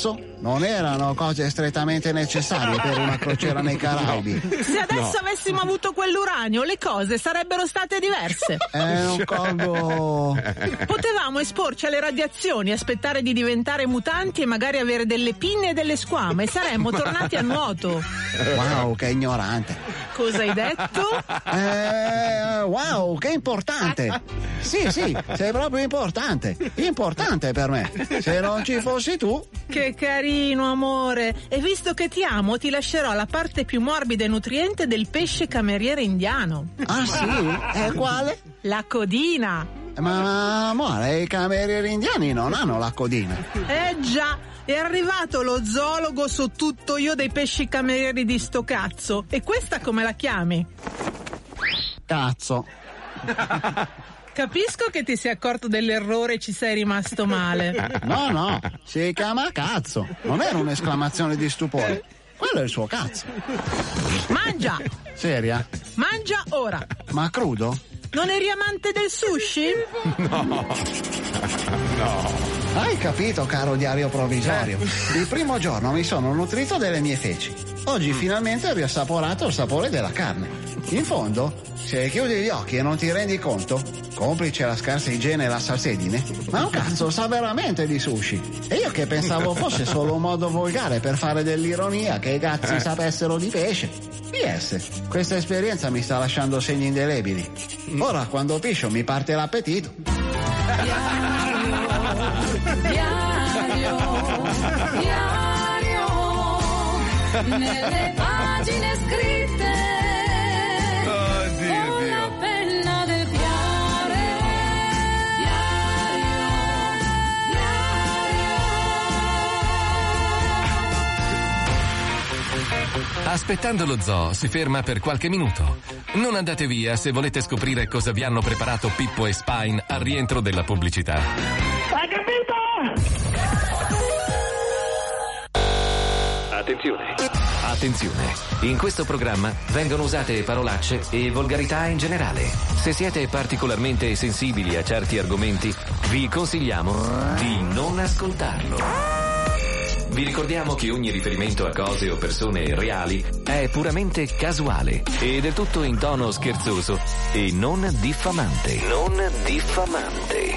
non erano cose strettamente necessarie per una crociera nei Caraibi. Se adesso avessimo avuto quell'uranio, le cose sarebbero state diverse. Non colgo. Potevamo esporci alle radiazioni, aspettare di diventare mutanti e magari avere delle pinne e delle squame e saremmo tornati a nuoto. Wow, che ignorante. Cosa hai detto? Wow, che importante. Sì, sei proprio importante. Importante per me. Se non ci fossi tu. Che carino, amore. E visto che ti amo, ti lascerò la parte più morbida e nutriente del pesce cameriere indiano. Ah sì? E quale? La codina. Ma amore, i camerieri indiani non hanno la codina. Già, è arrivato lo zoologo su tutto io dei pesci camerieri di sto cazzo. E questa come la chiami? Cazzo. Capisco che ti sei accorto dell'errore e ci sei rimasto male. No, si chiama cazzo. Non era un'esclamazione di stupore. Quello è il suo cazzo. Mangia! Seria? Mangia ora! Ma crudo? Non eri amante del sushi? No. Hai capito, caro diario provvisorio? Il primo giorno mi sono nutrito delle mie feci. Oggi finalmente ho riassaporato il sapore della carne. In fondo, se chiudi gli occhi e non ti rendi conto, complice la scarsa igiene e la salsedine, ma un cazzo sa veramente di sushi. E io che pensavo fosse solo un modo volgare per fare dell'ironia che i cazzi sapessero di pesce. PS, questa esperienza mi sta lasciando segni indelebili. Ora quando piscio mi parte l'appetito. Diario, nelle pagine scritte con la penna del cuore. Aspettando lo zoo si ferma per qualche minuto. Non andate via se volete scoprire cosa vi hanno preparato Pippo e Spine al rientro della pubblicità. Hai capito? Attenzione, in questo programma vengono usate parolacce e volgarità in generale. Se siete particolarmente sensibili a certi argomenti, vi consigliamo di non ascoltarlo. Vi ricordiamo che ogni riferimento a cose o persone reali è puramente casuale e del tutto in tono scherzoso e non diffamante. Non diffamante.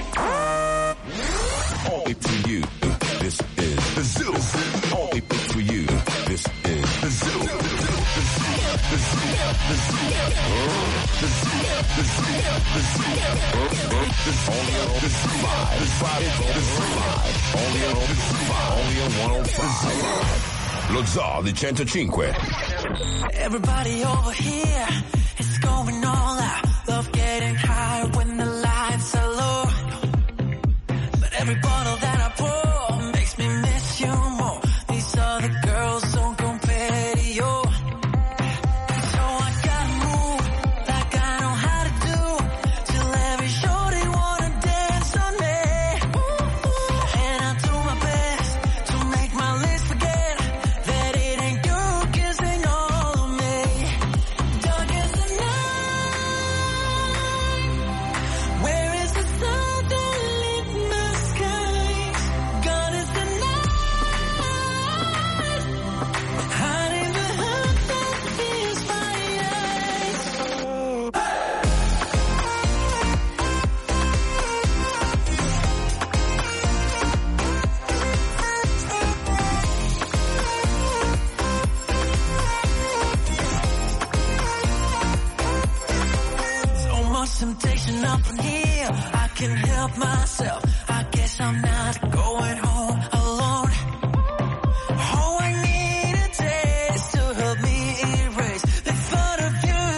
Only for you, this is the zoo. Only for you, this is the zoo. The zoo. Lo Zoo di 105. Everybody over here, it's going all out. Love getting high when the lights are low. But every bottle that I pour makes me miss you more. These other girls don't compare to you. So I gotta move like I know how to do. Till every shorty wanna dance on me. And I do my best to make my lips forget that it ain't you kissing all of me. Dark as the night. Where is the sun that lit my skies? Gone is the night. Hiding behind that fears my eyes. So much temptation up in here, I can't help myself. I guess I'm not going home alone. All I need a taste to help me erase the thought of you.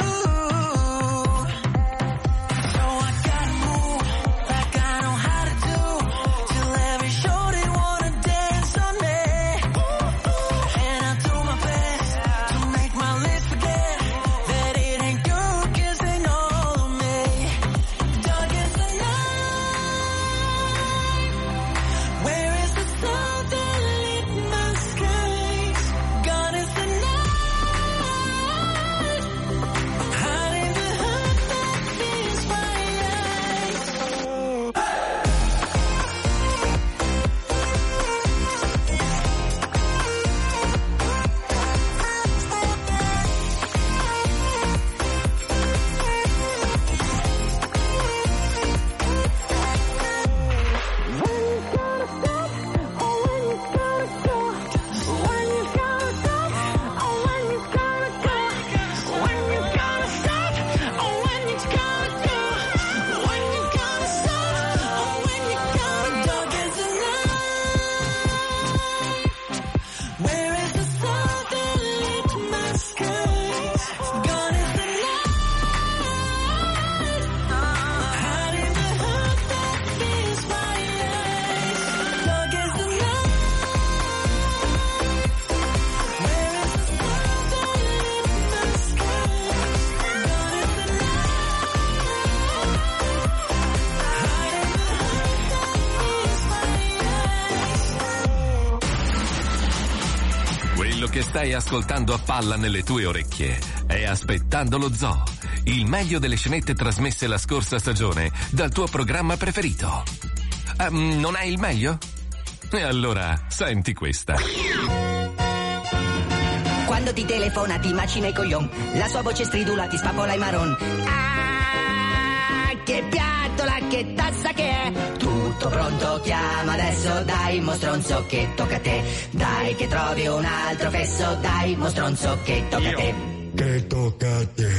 So I gotta move like I know how to do. Till every shorty wanna dance on me. And I do my best to make my lips forget that it ain't you kissing all of me. Dark as the night. Where is stai ascoltando a palla nelle tue orecchie è Aspettando lo Zoo, il meglio delle scenette trasmesse la scorsa stagione dal tuo programma preferito. Non è il meglio? E allora senti questa. Quando ti telefona ti macina i coglion, la sua voce stridula ti spapola i marron. Ah, che piattola, che tazza che è! Tutto pronto, chiama adesso, dai mostronzo che tocca a te. Dai che trovi un altro fesso, dai mostronzo che tocca a te. Che tocca a te.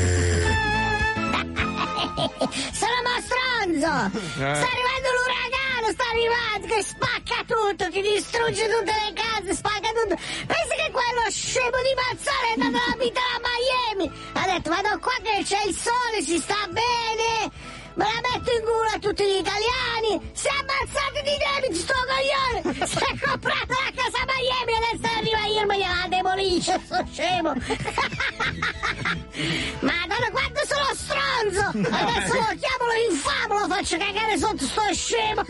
Sono mostronzo! Sta arrivando l'uragano, sta arrivando, che spacca tutto, ti distrugge tutte le case, spacca tutto. Pensi che quello scemo di Mazzara è andato ad abitare a Miami? Ha detto, vado qua che c'è il sole, si sta bene, me la metto in culo a tutti gli italiani. Si è ammazzato di debiti sto coglione, si è comprato la casa a Miami, adesso arriva Irma e gliela demolisce, sto scemo. Madonna quanto sono stronzo, adesso lo chiamo, lo infamo, lo faccio cagare sotto sto scemo.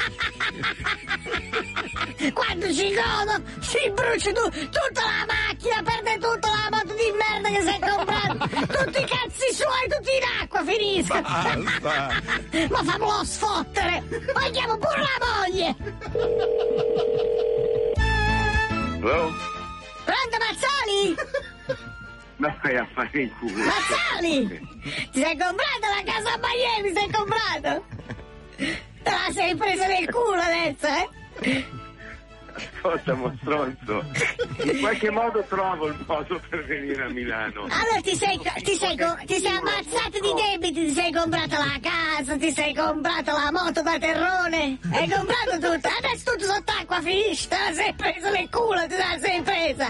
Quando ci godo si brucia tutta la macchina, perde tutta la moto di merda che si è comprato, tutti i cazzi suoi tutti in acqua finiscono. Ma fammelo sfottere, poi chiamo pure la moglie. Hello? Pronto Mazzoli? Ma stai a fare in culo. Mazzoli, ti sei comprato la casa a Miami, sei comprato? Te la sei presa nel culo adesso, eh? Ascolta, mostronzo, in qualche modo trovo il modo per venire a Milano. Allora ti sei ammazzato di debiti, ti sei comprato la casa, ti sei comprato la moto da terrone, hai comprato tutto, adesso tutto sott'acqua finisce, te la sei presa nel culo, te la sei presa.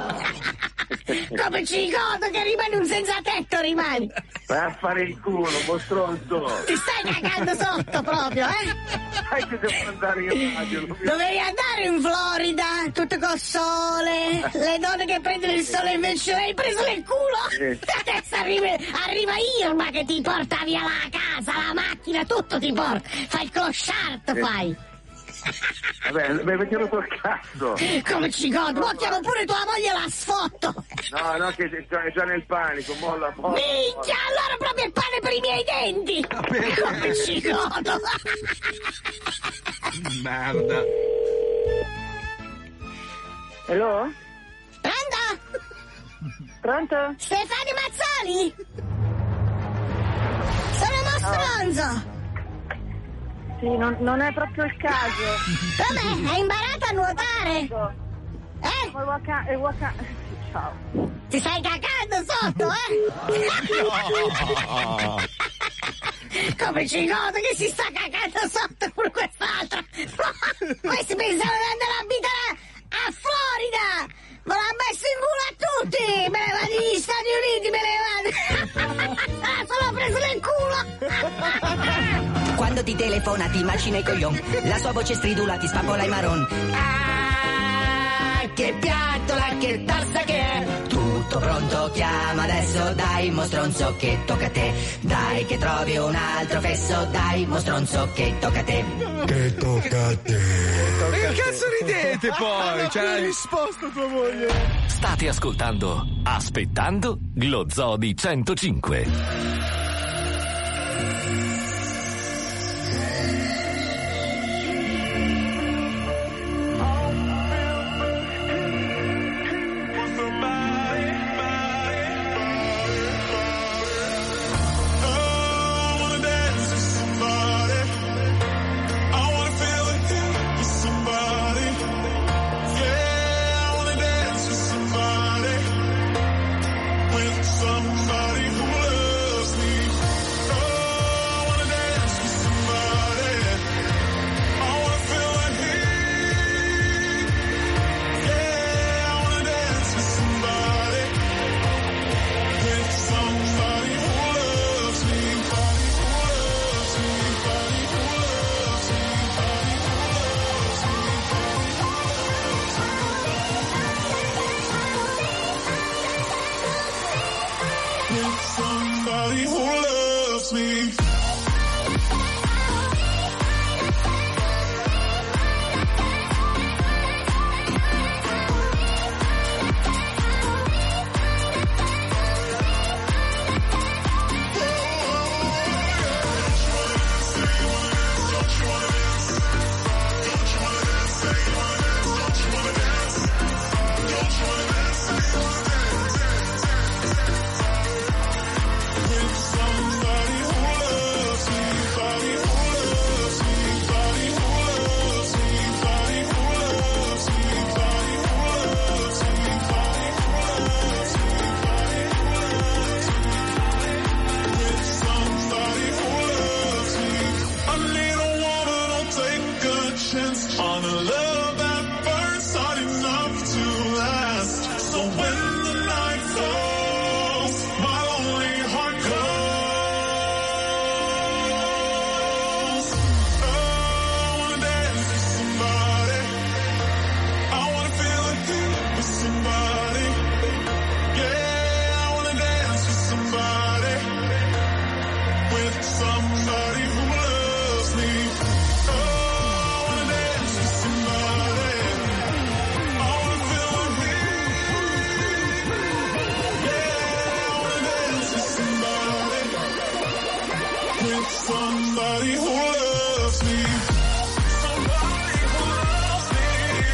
Come ci godo che rimani un senza tetto, rimani. Vai a fare il culo, mostronzo. Ti stai cagando sotto proprio, eh? Sai che devo andare in radio. Dovevi andare in Florida, tutto col sole, le donne che prendono il sole invece l'hai preso nel culo. Adesso arriva Irma che ti porta via la casa, la macchina, tutto ti porta. Fai il clochard, fai. Vabbè, mi mettiamo col cazzo. Come ci godo, mo chiamo pure tua moglie e la sfotto. No, che è già nel panico, molla. Minchia, allora proprio il pane per i miei denti. Come ci godo. Merda. Hello? Pronto? Pronto? Stefano Mazzoli? Sono mostronzo. Sì, non è proprio il caso. Come? Hai imparato a nuotare? Ciao. Ti stai cagando sotto, Come ci godo che si sta cagando sotto con quest'altra. Questi pensano di andare a abitare a Florida. Me l'ha messo in culo a tutti. Me ne vado negli Stati Uniti, me ne vado. Sono preso nel culo. Quando ti telefona ti macina i coglion, la sua voce stridula ti spapola i marron. Ah, che piattola, che tazza che è! Tutto pronto, chiama adesso, dai mostronzo che tocca a te. Dai che trovi un altro fesso, dai mostronzo che tocca a te. Che tocca a te. Che cazzo ridete poi? Hai risposto tua moglie. State ascoltando Aspettando lo Zoo di 105. Somebody who loves me. a love at first sight enough to last. So when the night falls, my lonely heart calls. Oh, I wanna dance with somebody. I wanna feel a hit with somebody. Yeah, I wanna dance with somebody. With somebody who loves me. Oh, I wanna dance with somebody. I wanna feel a hit. Yeah, I wanna dance with somebody. With somebody who loves me. Somebody who loves me.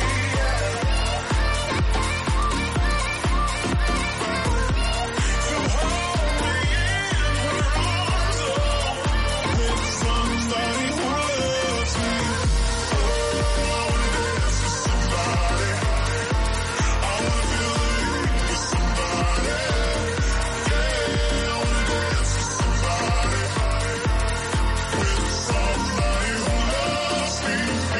To hold me in her arms, oh, with somebody who loves me. Oh, I wanna dance with somebody. I wanna feel the heat with somebody. Yeah, I wanna dance with somebody. With somebody who loves me.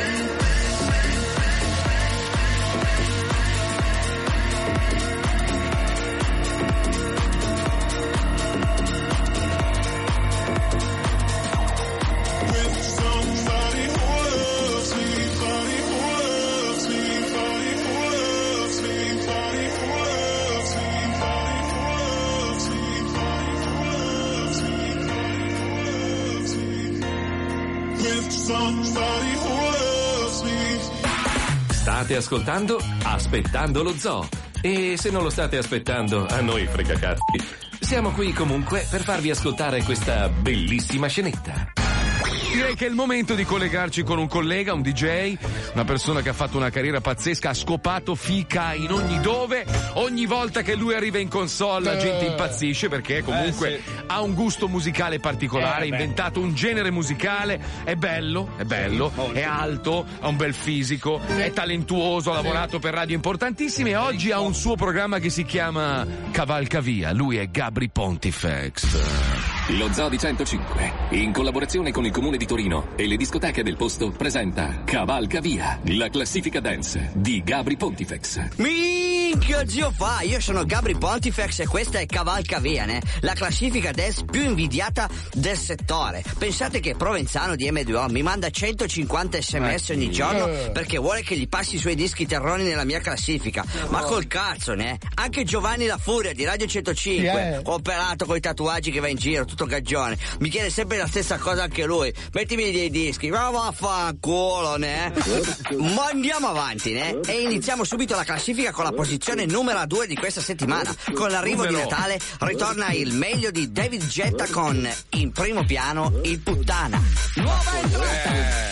With somebody who loves me, body who loves me, body who loves me, body who loves me, body who loves me, body who loves me, body who loves me. With somebody who loves me. State ascoltando Aspettando lo Zoo. E se non lo state aspettando, a noi frega cazzi. Siamo qui comunque per farvi ascoltare questa bellissima scenetta. Direi che è il momento di collegarci con un collega, un DJ, una persona che ha fatto una carriera pazzesca, ha scopato fica in ogni dove. Ogni volta che lui arriva in console la gente impazzisce perché comunque ha un gusto musicale particolare, ha inventato un genere musicale, è bello, è alto, ha un bel fisico, è talentuoso, ha lavorato per radio importantissime e oggi ha un suo programma che si chiama Cavalcavia. Lui è Gabry Pontifex. Lo Zoo di 105, in collaborazione con il Comune di Torino e le discoteche del posto, presenta Cavalca Via, la classifica dance di Gabry Pontifex. Minchia zio fa, io sono Gabry Pontifex e questa è Cavalca Via, né? La classifica dance più invidiata del settore. Pensate che Provenzano di M2O mi manda 150 sms ogni giorno perché vuole che gli passi i suoi dischi terroni nella mia classifica. Ma col cazzo, né? Anche Giovanni La Furia di Radio 105, operato coi tatuaggi che va in giro, tutto gagione, mi chiede sempre la stessa cosa anche lui. Mettimi dei dischi, ma vaffanculo, né? Ma andiamo avanti, né? E iniziamo subito la classifica con la posizione numero 2 di questa settimana. Con l'arrivo di Natale ritorna il meglio di David Guetta con In primo piano il Puttana. Nuova entrata.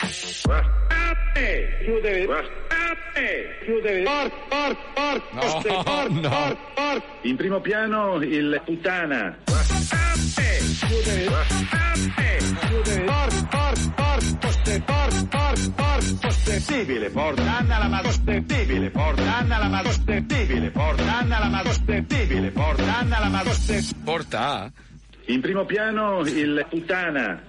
Chiudevi. In primo piano il Puttana. Possibile, portanna la magospetibile, portanna la magospetibile, portanna la magospetibile, portanna la magospetibile. Porta? In primo piano il Puttana.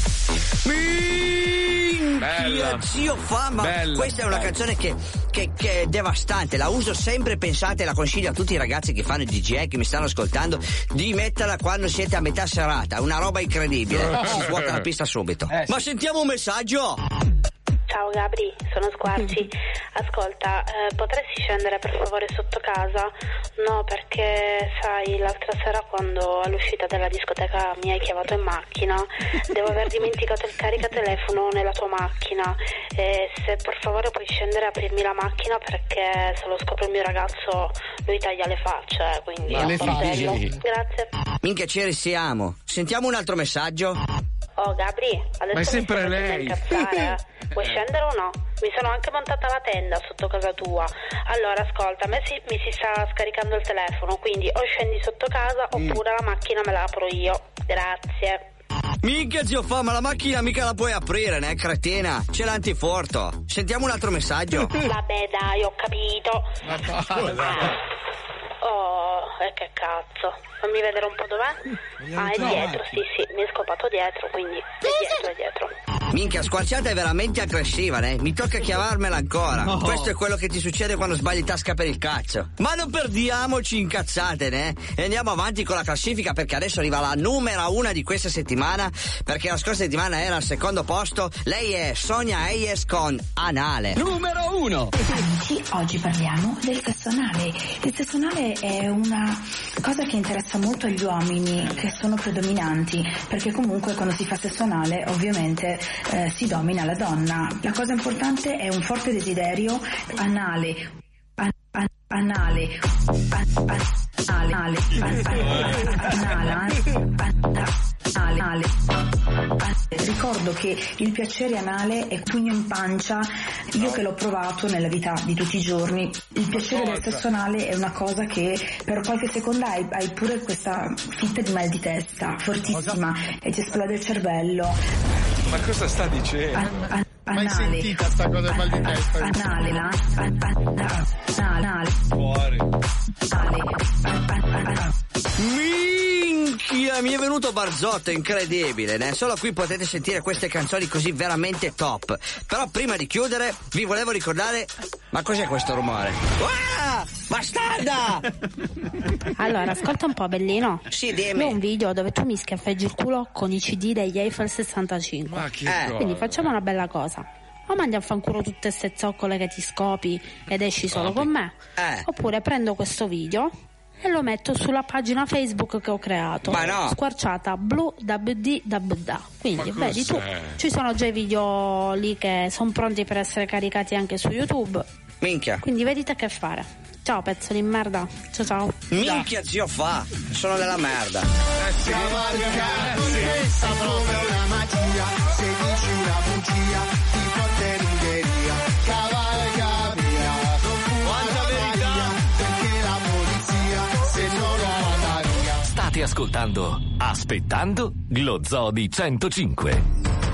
Minchia zio fa, ma questa è una canzone che è devastante, la uso sempre, pensate, la consiglio a tutti i ragazzi che fanno il DJ, che mi stanno ascoltando, di metterla quando siete a metà serata, una roba incredibile, si svuota la pista subito. Ma sentiamo un messaggio. Ciao Gabry, sono Squarci. Ascolta, potresti scendere per favore sotto casa? No, perché sai, l'altra sera quando all'uscita della discoteca mi hai chiamato in macchina, devo aver dimenticato il caricatelefono nella tua macchina. E se per favore puoi scendere a aprirmi la macchina, perché se lo scopre il mio ragazzo lui taglia le facce, quindi è un portello. Grazie. Minchia, ci risiamo. Sentiamo un altro messaggio. Oh Gabry, adesso ma è sempre lei. Incazzare. Vuoi scendere o no? Mi sono anche montata la tenda sotto casa tua. Allora ascolta, a me mi si sta scaricando il telefono, quindi o scendi sotto casa oppure la macchina me la apro io. Grazie. Minchia zio fa, ma la macchina mica la puoi aprire, né, cretina? C'è l'antiforto. Sentiamo un altro messaggio. Vabbè dai, ho capito. Ma Oh, e che cazzo. Fammi vedere un po' dov'è. Ah, è dietro, sì, mi è scopato dietro, quindi è dietro. Minchia, squarciata è veramente aggressiva, né? Mi tocca chiamarmela ancora. Oh. Questo è quello che ti succede quando sbagli tasca per il cazzo. Ma non perdiamoci incazzate, né? E andiamo avanti con la classifica, perché adesso arriva la numero 1 di questa settimana, perché la scorsa settimana era al secondo posto. Lei è Sonia Hayes con Anale. Numero 1. Sì, oggi parliamo del sesso anale. Il sesso anale è una cosa che interessa molto agli uomini, che sono predominanti, perché comunque quando si fa sesso anale ovviamente si domina la donna. La cosa importante è un forte desiderio anale. Ricordo che il piacere anale è pugno in pancia. Io che l'ho provato nella vita di tutti i giorni, il piacere del sesso anale è una cosa che per qualche secondo hai pure questa fitta di mal di testa fortissima e ti esplode il cervello. Ma cosa sta dicendo? Mai sentita sta cosa mal di testa? Anale. Fuori. Minchia, mi è venuto Barzotto, incredibile, né? Solo qui potete sentire queste canzoni così veramente top. Però prima di chiudere vi volevo ricordare... Ma cos'è questo rumore? Ah! Bastarda! Allora, ascolta un po', bellino. Sì, dimmi. Io ho un video dove tu mi schiaffeggi il culo con i CD degli Eiffel 65. Ma che Quindi facciamo una bella cosa. O mandi a fanculo tutte ste zoccole che ti scopi ed esci solo con me. Oppure prendo questo video e lo metto sulla pagina Facebook che ho creato. Ma no! Squarciata blu WD. Quindi Ma vedi tu, cos'è? ci sono già i video lì che sono pronti per essere caricati anche su YouTube. Minchia. Quindi vedi te che fare. Ciao pezzo di merda. Ciao. Minchia, zio fa. Sono della merda. Questa proprio una magia, se dici una bugia ti porta in ungheria. Cavalca via, quanta verità, perché la polizia se non la vada via. State ascoltando Aspettando lo Zoo di 105.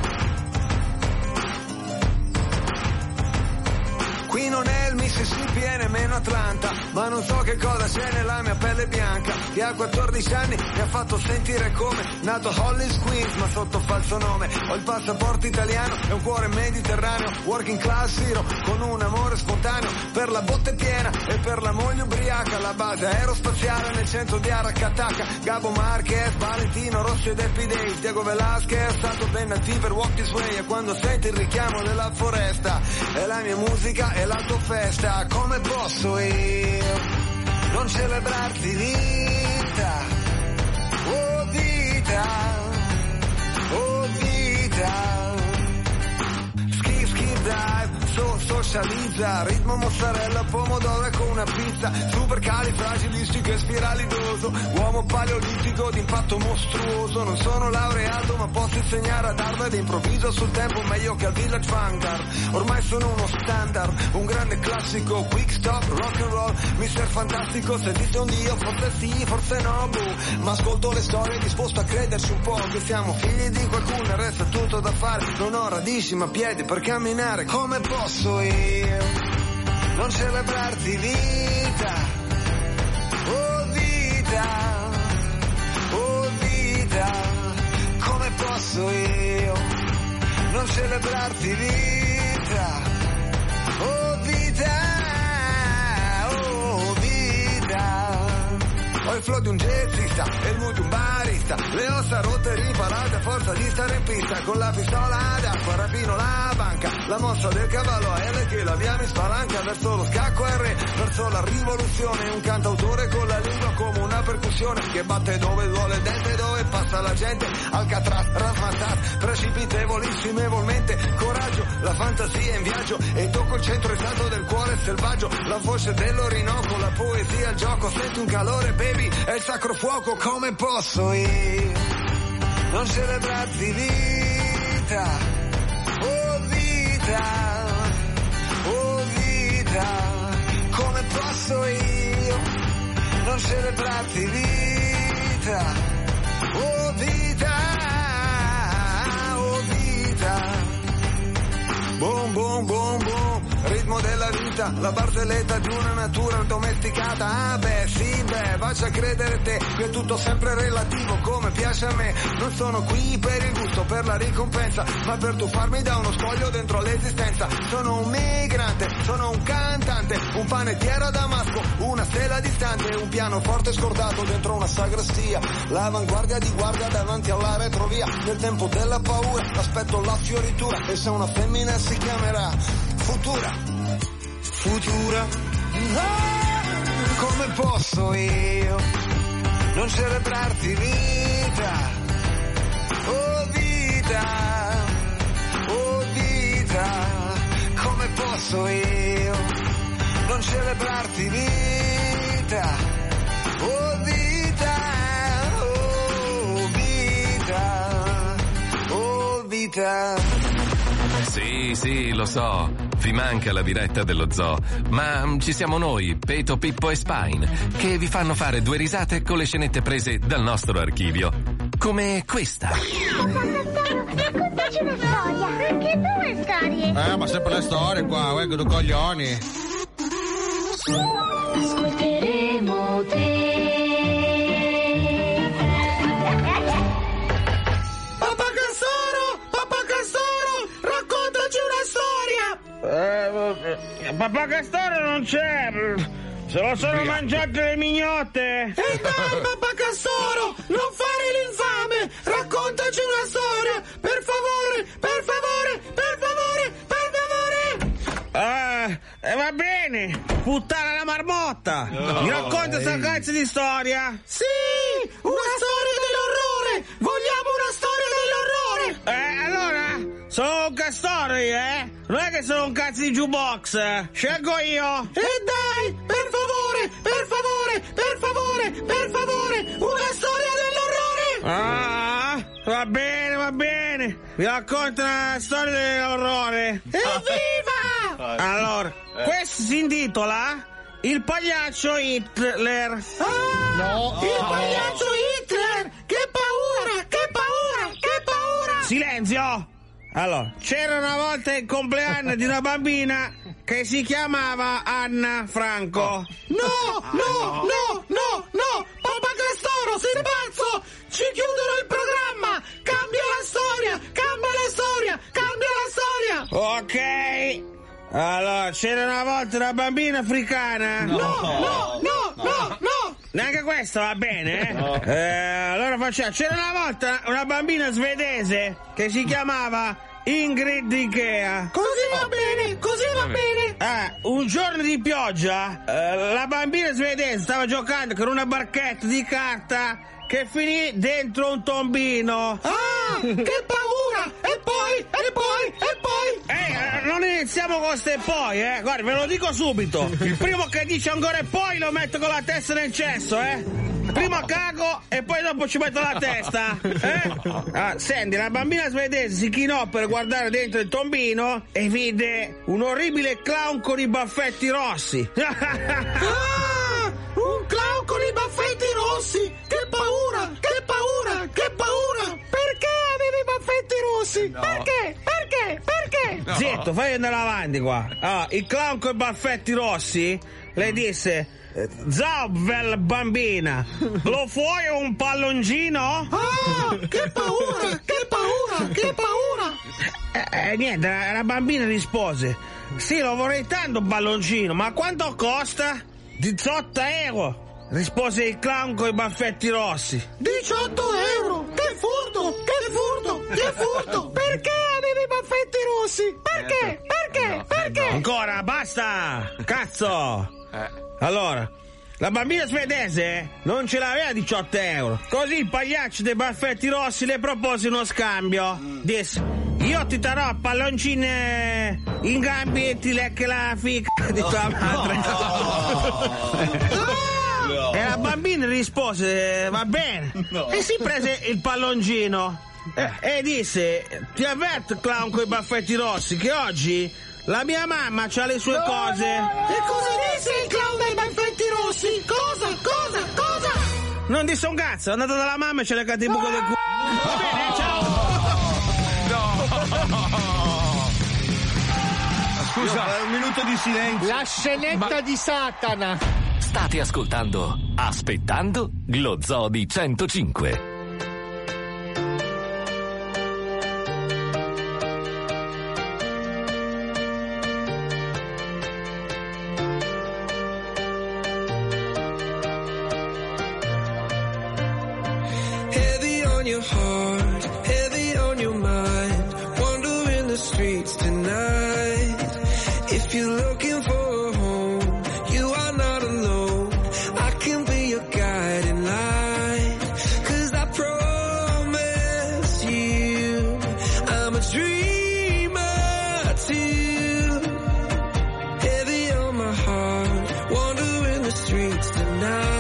Qui non è il Mississippi e nemmeno Atlanta, ma non so che cosa c'è nella mia pelle bianca, che a 14 anni mi ha fatto sentire come nato Hollis Queens, ma sotto falso nome. Ho il passaporto italiano e un cuore mediterraneo, working class hero, con un amore spontaneo per la botte piena e per la moglie ubriaca. La base aerospaziale nel centro di Aracataca, Gabo Marquez, Valentino Rossi ed Happy Days, Diego Velasquez, Santo Bennati per Walk This Way. E quando senti il richiamo della foresta, è la mia musica e la tua festa. Come posso io non celebrarti vita? Oh vita, oh vita. Skip dive, socializza, ritmo mozzarella, pomodoro e con una pizza, super califragilistico e spiralidoso, uomo paleolitico d'impatto mostruoso. Non sono laureato ma posso insegnare ad Harvard, improvviso sul tempo meglio che al Village Vanguard. Ormai sono uno standard, un grande classico, quick stop, rock and roll, mister fantastico. Se dite un dio, forse sì, forse no, ma ascolto le storie disposto a crederci un po', che siamo figli di qualcuno e resta tutto da fare. Non ho radici ma piedi per camminare. Come posso io non celebrarti vita? Oh vita, oh vita. Come posso io non celebrarti vita? Oh vita, oh vita. Ho il flow di un jazzista e il mood di un barista, le ossa rotte e riparate a forza di stare in pista. Con la pistola d'acqua rapino la banca, la mossa del cavallo a L che la via mi spalanca. Verso lo scacco R, verso la rivoluzione, un cantautore con la lingua come una percussione, che batte dove duole il dente, dove passa la gente. Alcatraz, razzmataz, precipitevolissimamente, coraggio, la fantasia in viaggio, e tocco il centro esatto del cuore selvaggio, la voce dell'Orinoco, la poesia al gioco. Senti un calore, baby, è il sacro fuoco. Come posso io non celebrarti vita? Oh vita, oh vita. Come posso io non celebrarti vita? Oh vita, oh vita. Boom, boom, boom, boom, ritmo della vita. tutta la barzelletta di una natura domesticata. Ah beh, sì, beh, faccia credere te che è tutto sempre relativo come piace a me. Non sono qui per il gusto, per la ricompensa, ma per tuffarmi da uno scoglio dentro l'esistenza. Sono un migrante, sono un cantante, un panettiere a Damasco, una stella distante, un pianoforte scordato dentro una sagrestia, l'avanguardia di guardia davanti alla retrovia. Nel tempo della paura aspetto la fioritura, e se una femmina si chiamerà Futura. Futura. Come posso io non celebrarti vita? Oh vita, oh vita. Come posso io non celebrarti vita? Oh vita, oh vita, oh vita. Sì, lo so, vi manca la diretta dello zoo, ma ci siamo noi, Peto, Pippo e Spine, che vi fanno fare 2 risate con le scenette prese dal nostro archivio. Come questa. Raccontaci una storia. Anche 2 storie. Ma sempre le storie qua, che due coglioni. Ascolteremo te. Papà Castoro non c'è, se lo sono mangiate le mignotte. E dai, papà Castoro, non fare l'infame, raccontaci una storia, per favore, per favore, per favore, per favore. Va bene, puttana la marmotta. Mi racconta sta cazzo di storia? Sì, una storia dell'orrore, vogliamo una storia dell'orrore. Allora, sono un castoro io, non è che sono un cazzo di jukebox, scelgo io. E dai, per favore, per favore, per favore, per favore, una storia dell'orrore. Va bene, vi racconto una storia dell'orrore. Evviva! Allora, questo si intitola Il pagliaccio Hitler. No, il pagliaccio Hitler! Che paura, che paura, che paura! Silenzio! Allora, c'era una volta il compleanno di una bambina che si chiamava Anna Franco. No! Papà Castoro, sei pazzo! Ci chiudono il programma! Cambia la storia! Ok. Allora, c'era una volta una bambina africana. No! Neanche questo va bene, No. Allora facciamo. C'era una volta una bambina svedese che si chiamava Ingrid Ikea. Così va bene. Un giorno di pioggia, la bambina svedese stava giocando con una barchetta di carta che finì dentro un tombino. Che paura! E poi? Non iniziamo con ste poi, Guarda, ve lo dico subito. Il primo che dice ancora e poi lo metto con la testa nel cesso, Prima cago e poi dopo ci metto la testa, senti, la bambina svedese si chinò per guardare dentro il tombino e vide un orribile clown con i baffetti rossi. Un clown con i baffetti rossi! Che paura! Perché avevi i baffetti rossi? No. Perché? No. Zitto, fai andare avanti qua. Il clown con i baffetti rossi le disse: Zaubel bambina, lo vuoi un palloncino? Che paura! Niente, la bambina rispose: sì, lo vorrei tanto un palloncino, ma quanto costa? 18 euro, rispose il clown con i baffetti rossi. 18 euro? Che furto! Perché avevi i baffetti rossi? Perché? Ancora, basta! Cazzo! Allora, la bambina svedese non ce l'aveva 18 euro. Così il pagliaccio dei baffetti rossi le propose uno scambio. Disse: io ti darò palloncine in gambi e ti lecchi la fica di tua madre. E la bambina rispose: va bene. E si prese il palloncino e disse: ti avverto, clown con i baffetti rossi, che oggi la mia mamma c'ha le sue cose. E cosa disse il clown dei baffetti rossi? Cosa? Non disse un cazzo, è andato dalla mamma e ce l'ha cagato il buco del culo. Va bene, ciao. scusa. Un minuto di silenzio. La scenetta di Satana. State ascoltando Aspettando lo Zoo di 105. Heavy on your heart, heavy on your mind. Wandering the streets tonight. If you're looking for a home, you are not alone. I can be your guiding light. 'Cause I promise you, I'm a dreamer too. Heavy on my heart, wandering the streets tonight.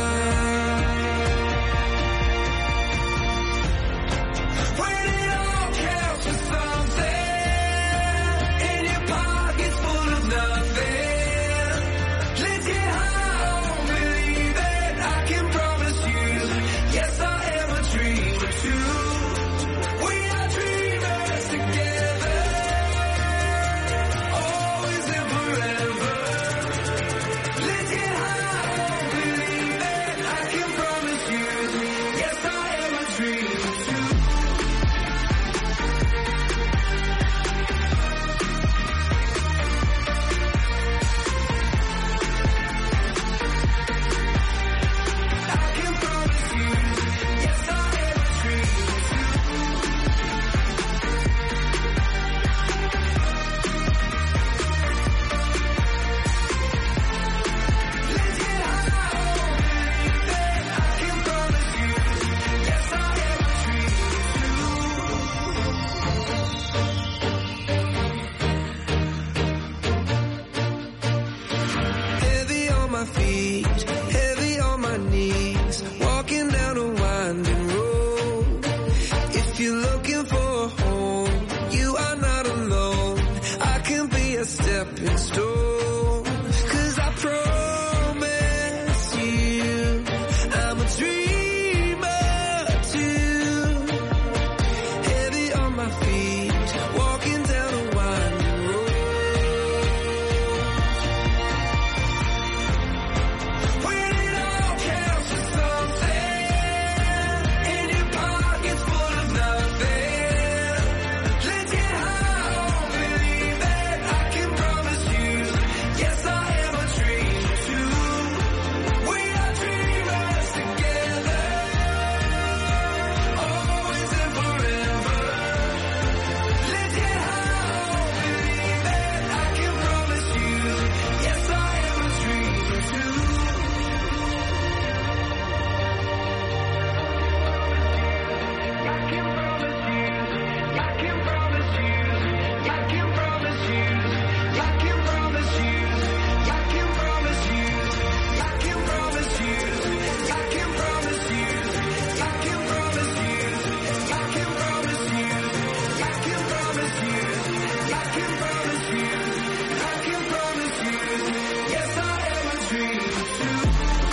Stepping stone, 'cause I promise you, I'm a dreamer too. Heavy on my feet, walking down a winding road. When it all counts for something, and your pocket's full of nothing, let's get high on believe that I can promise you. Yes, I am a dreamer too. We are dreamers together, always and forever. Let's get high on believe that I can promise you. Yes, I am a dreamer too. I can promise you. I can promise you. I can promise you. I can promise you. I can promise you. I can promise you. I can promise you. I can promise you. I can promise you. I can promise you. I can promise you. I can promise you. Yes, I am a dreamer too.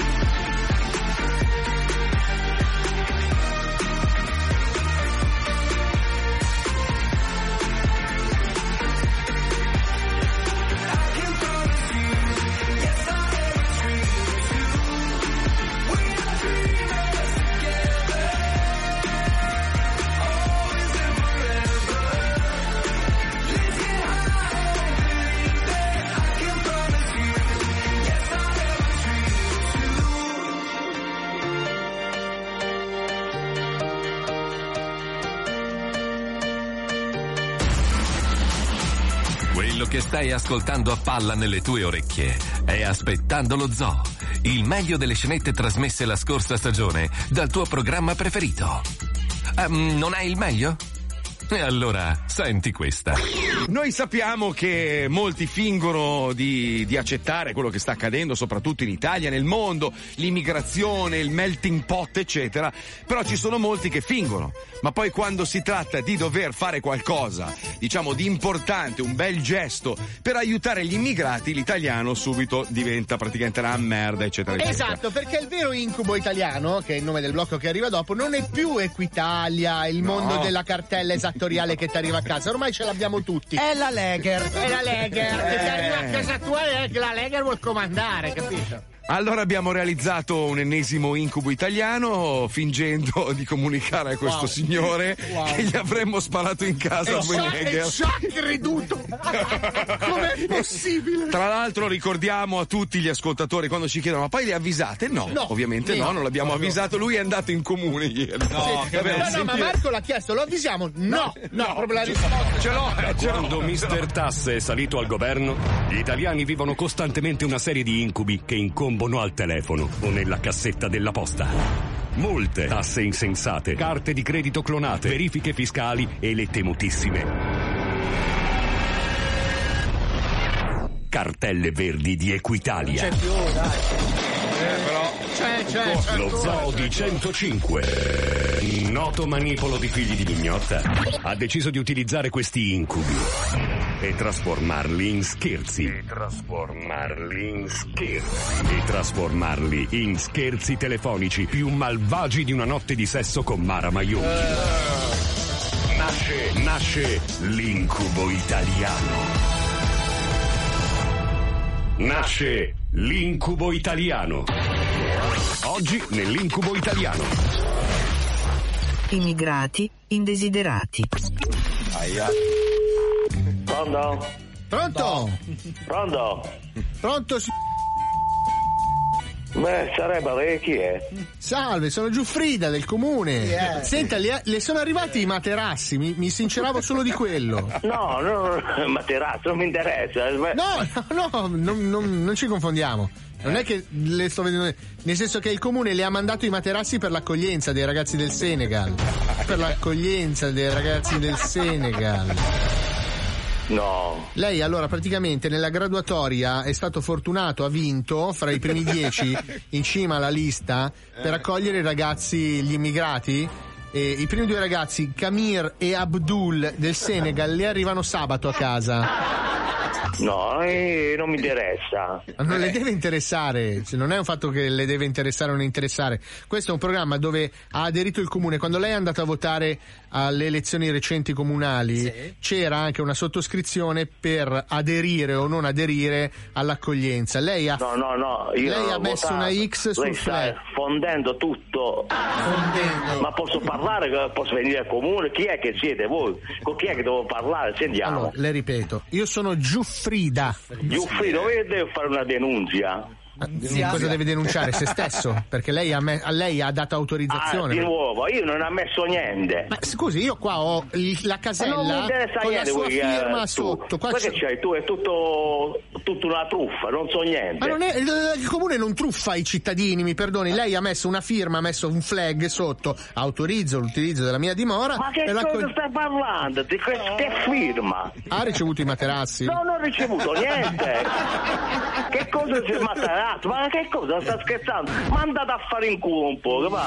Quello che stai ascoltando a palla nelle tue orecchie è Aspettando lo Zoo, il meglio delle scenette trasmesse la scorsa stagione dal tuo programma preferito. Non è il meglio? E allora senti questa. Noi sappiamo che molti fingono di accettare quello che sta accadendo, soprattutto in Italia, nel mondo, l'immigrazione, il melting pot, eccetera. Però ci sono molti che fingono. Ma poi quando si tratta di dover fare qualcosa, diciamo, di importante, un bel gesto per aiutare gli immigrati, l'italiano subito diventa praticamente una merda, eccetera, eccetera. Esatto, perché il vero incubo italiano, che è il nome del blocco che arriva dopo, non è più Equitalia, il mondo della cartella esattoriale che ti arriva a casa. Ormai ce l'abbiamo tutti. tutti. È la Legher. È la Legher. Che ti arriva a casa tua e che la Legher vuol comandare, capisci? Allora abbiamo realizzato un ennesimo incubo italiano fingendo di comunicare a questo signore che gli avremmo sparato in casa a Boineger. È già creduto! Com'è possibile? Tra l'altro ricordiamo a tutti gli ascoltatori quando ci chiedono ma poi li avvisate? No, ovviamente no, non l'abbiamo avvisato, lui è andato in comune ieri. No, ma Marco l'ha chiesto, lo avvisiamo? No, proprio la risposta. Ce l'ho. Quando Mr. Tasse è salito al governo, gli italiani vivono costantemente una serie di incubi che incombono al telefono o nella cassetta della posta. Multe, tasse insensate, carte di credito clonate, verifiche fiscali e le temutissime cartelle verdi di Equitalia. C'è più, dai. Però c'è. Lo zoo di 105, noto manipolo di figli di mignotta, ha deciso di utilizzare questi incubi e trasformarli in scherzi. Trasformarli in scherzi telefonici più malvagi di una notte di sesso con Mara Maionchi. Nasce l'incubo italiano. Nasce l'incubo italiano. Oggi nell'incubo italiano. Immigrati indesiderati. Pronto? Pronto? Pronto? Beh, sarebbe lei chi è? Salve, sono Giuffrida del comune. Senta, le sono arrivati i materassi, mi sinceravo solo di quello. No, materasso, non mi interessa. No, non ci confondiamo. Non è che le sto vedendo, nel senso che il comune le ha mandato i materassi per l'accoglienza dei ragazzi del Senegal. No. Lei allora praticamente nella graduatoria è stato fortunato, ha vinto fra i primi 10 in cima alla lista per accogliere i ragazzi, gli immigrati. E i primi 2 ragazzi, Kamir e Abdul del Senegal, le arrivano sabato a casa. No, non mi interessa. Non le deve interessare, non è un fatto che le deve interessare o non interessare. Questo è un programma dove ha aderito il comune. Quando lei è andata a votare alle elezioni recenti comunali, c'era anche una sottoscrizione per aderire o non aderire all'accoglienza. Lei ha io ha messo una X sul lei sta flag. fondendo tutto. Ma posso parlare? Posso venire al comune? Chi è che siete voi? Con chi è che devo parlare? Sentiamo. Allora, le ripeto, io sono Giuffrida. Giuffrida, devo fare una denuncia. Cosa deve denunciare? Se stesso? Perché lei ha dato autorizzazione. Di nuovo, io non ho messo niente. Ma scusi, io qua ho la casella non mi interessa con la niente, sua firma tu. sotto. Qua che c'hai tu? È tutto una truffa, non so niente. Ma non è, il comune non truffa i cittadini, mi perdoni. Lei ha messo una firma, ha messo un flag sotto. Autorizzo l'utilizzo della mia dimora. Ma che cosa stai parlando? Di che firma? Ha ricevuto i materassi? No, non ho ricevuto niente. Che cosa c'è materassi? Ma che cosa? Sta scherzando? Ma andate a fare in culo un po', che va?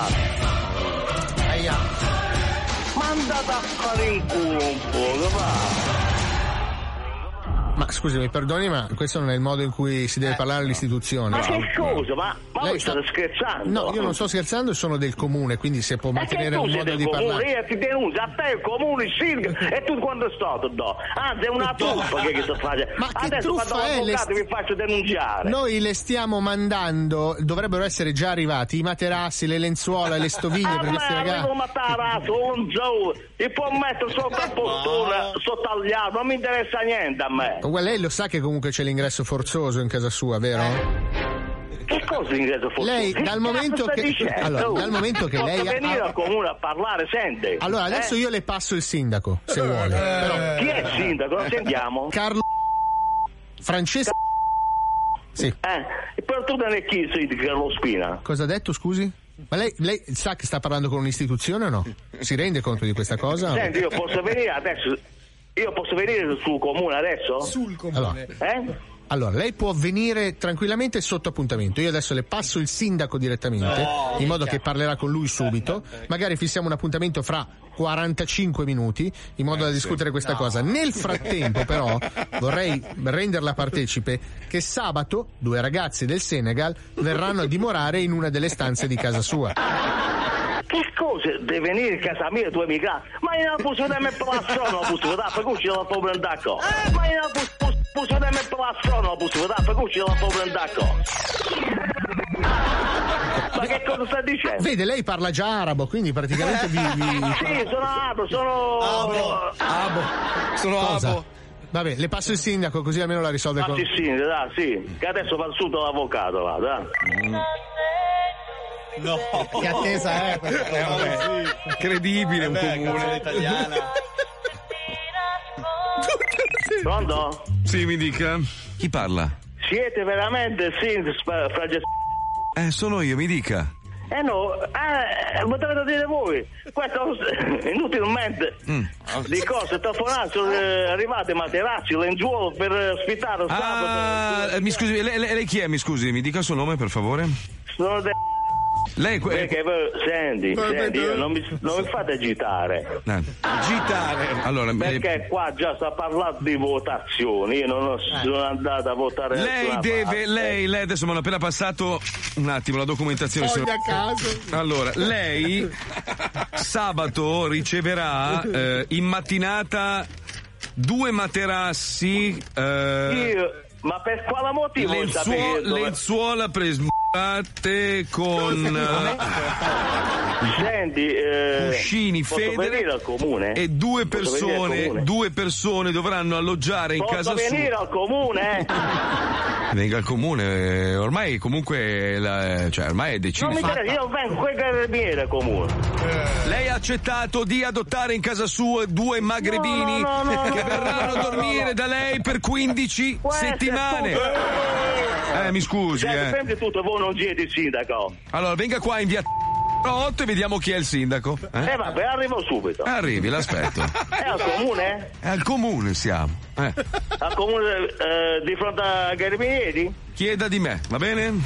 Ma andate a fare in culo un po', che va? Ma scusi, mi perdoni, ma questo non è il modo in cui si deve parlare all'istituzione. Ma che cosa? Ma voi state scherzando? No, io non sto scherzando, sono del comune, quindi se può mantenere un modo di parlare. Io ti denuncio, a te il comune, il sindaco, e tu quando è stato? Anzi, è una truffa che sto facendo. Ma che adesso truffa quando è? l'avvocato vi faccio denunciare. Noi le stiamo mandando, dovrebbero essere già arrivati i materassi, le lenzuola, le stoviglie per questi ragazzi. Ma materasso, un zoo, e può mettere sotto a postura, sotto al diavolo, non mi interessa niente a me. Guarda, lei lo sa che comunque c'è l'ingresso forzoso in casa sua, vero? Che cosa l'ingresso forzoso? Lei dal momento che lei venire al comune a parlare, sente. Allora adesso io le passo il sindaco, se vuole. Però... Chi è il sindaco? Lo sentiamo. Carlo Francesco. Sì. Però tu non è chi sei di Carlo Spina. Cosa ha detto, scusi? Ma lei sa che sta parlando con un'istituzione o no? Si rende conto di questa cosa? Senti, io posso venire adesso. Io posso venire sul comune adesso? Sul comune. Allora, lei può venire tranquillamente sotto appuntamento. Io adesso le passo il sindaco direttamente, in modo che parlerà con lui subito. Magari fissiamo un appuntamento fra 45 minuti, in modo da discutere questa cosa. Nel frattempo, però, vorrei renderla partecipe che sabato 2 ragazzi del Senegal verranno a dimorare in una delle stanze di casa sua. Che cosa devi venire in casa mia tu emigrati? Ma io non posso dare per la strada, non posso dare, per cui ce la può prendere qua. Ma io non posso dare per la strada, non posso dare, per cui ce la può prendere qua. Ma che cosa sta dicendo? Vede, lei parla già arabo, quindi praticamente Sì, sono arabo, sono Cosa? arabo. Vabbè, le passo il sindaco così almeno la risolve con... Sì, dai, sì, che adesso fa il suo l'avvocato, va, dai. No. Che attesa è? Incredibile, un comune. Italiana. Pronto? Sì, mi dica. Chi parla? Siete veramente Francesco? Sono io, mi dica. No, lo dovete dire voi. Questo inutilmente di cose telefonate sono arrivate materassi, lenzuolo per ospitare sabato. Mi scusi, lei chi è? Mi scusi, mi dica il suo nome per favore. Sono Lei senti, io non mi fate agitare. Agitare? Allora, perché qua già sta parlando di votazioni, io non sono andato a votare. Lei adesso mi hanno appena passato un attimo la documentazione. Fogli a caso. Allora, lei sabato riceverà in mattinata 2 materassi. Ma per quale motivo? Lenzuola con senti, cuscini venire al comune? E 2 persone dovranno alloggiare in casa sua. Posso venire al comune? Venga al comune, ormai comunque ormai è deciso. Non mi interessa, io vengo quel carabiniere comune. Lei ha accettato di adottare in casa sua 2 magrebini che verranno a dormire da lei per 15 settimane. Mi scusi. Sempre tutto, voi non siete il sindaco. Allora, venga qua in via 8 e vediamo chi è il sindaco. Vabbè, arrivo subito. Arrivi, l'aspetto. È al comune? È al comune siamo. Al comune di fronte a Carabinieri? Chieda di me, va bene? No!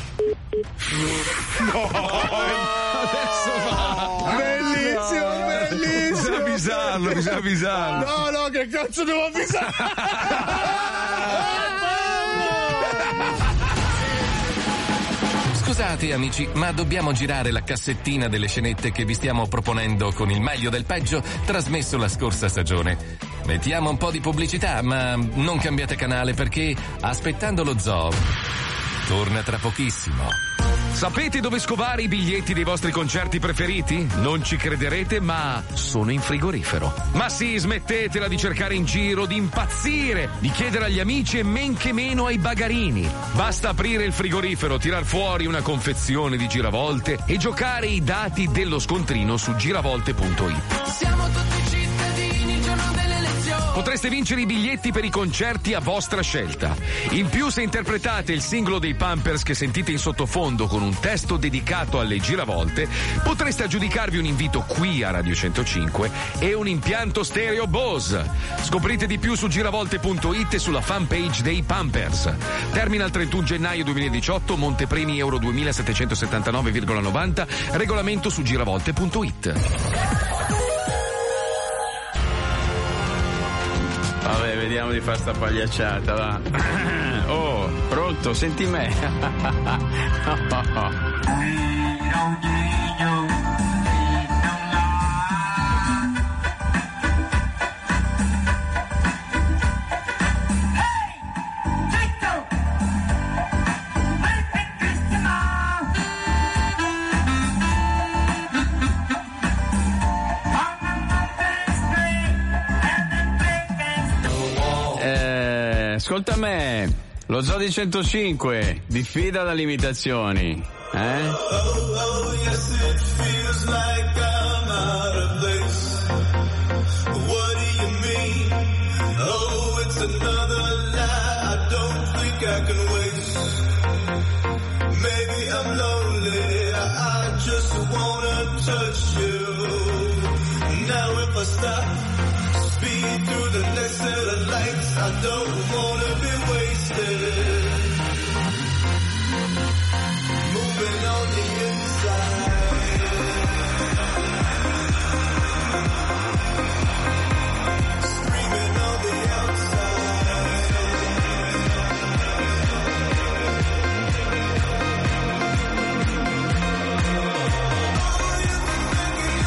Adesso va! Bellissimo! Bisogna avvisarlo. No, che cazzo devo avvisare? Scusate amici, ma dobbiamo girare la cassettina delle scenette che vi stiamo proponendo con il meglio del peggio trasmesso la scorsa stagione. Mettiamo un po' di pubblicità, ma non cambiate canale perché Aspettando lo Zoo torna tra pochissimo. Sapete dove scovare i biglietti dei vostri concerti preferiti? Non ci crederete, ma sono in frigorifero. Ma sì, smettetela di cercare in giro, di impazzire, di chiedere agli amici e men che meno ai bagarini. Basta aprire il frigorifero, tirar fuori una confezione di giravolte e giocare i dati dello scontrino su giravolte.it. Siamo tutti cittadini, il giorno delle elezioni. Potreste vincere i biglietti per i concerti a vostra scelta. In più, se interpretate il singolo dei Pampers che sentite in sottofondo con un testo dedicato alle giravolte, potreste aggiudicarvi un invito qui a Radio 105 e un impianto stereo Bose. Scoprite di più su giravolte.it e sulla fanpage dei Pampers. Termina il 31 gennaio 2018, montepremi euro 2779,90, regolamento su giravolte.it. Vabbè, vediamo di fare sta pagliacciata, va. Oh, pronto, senti me. Ascolta me, lo Zoo di 105 diffida da limitazioni, eh? Oh, yes, it feels like I'm out of place. What do you mean? Oh, it's another lie I don't think I can waste. Maybe I'm lonely, I just wanna touch you. Now if I stop, speed through the next set of lights, I don't wanna be wasted. Moving on the inside. Screaming on the outside.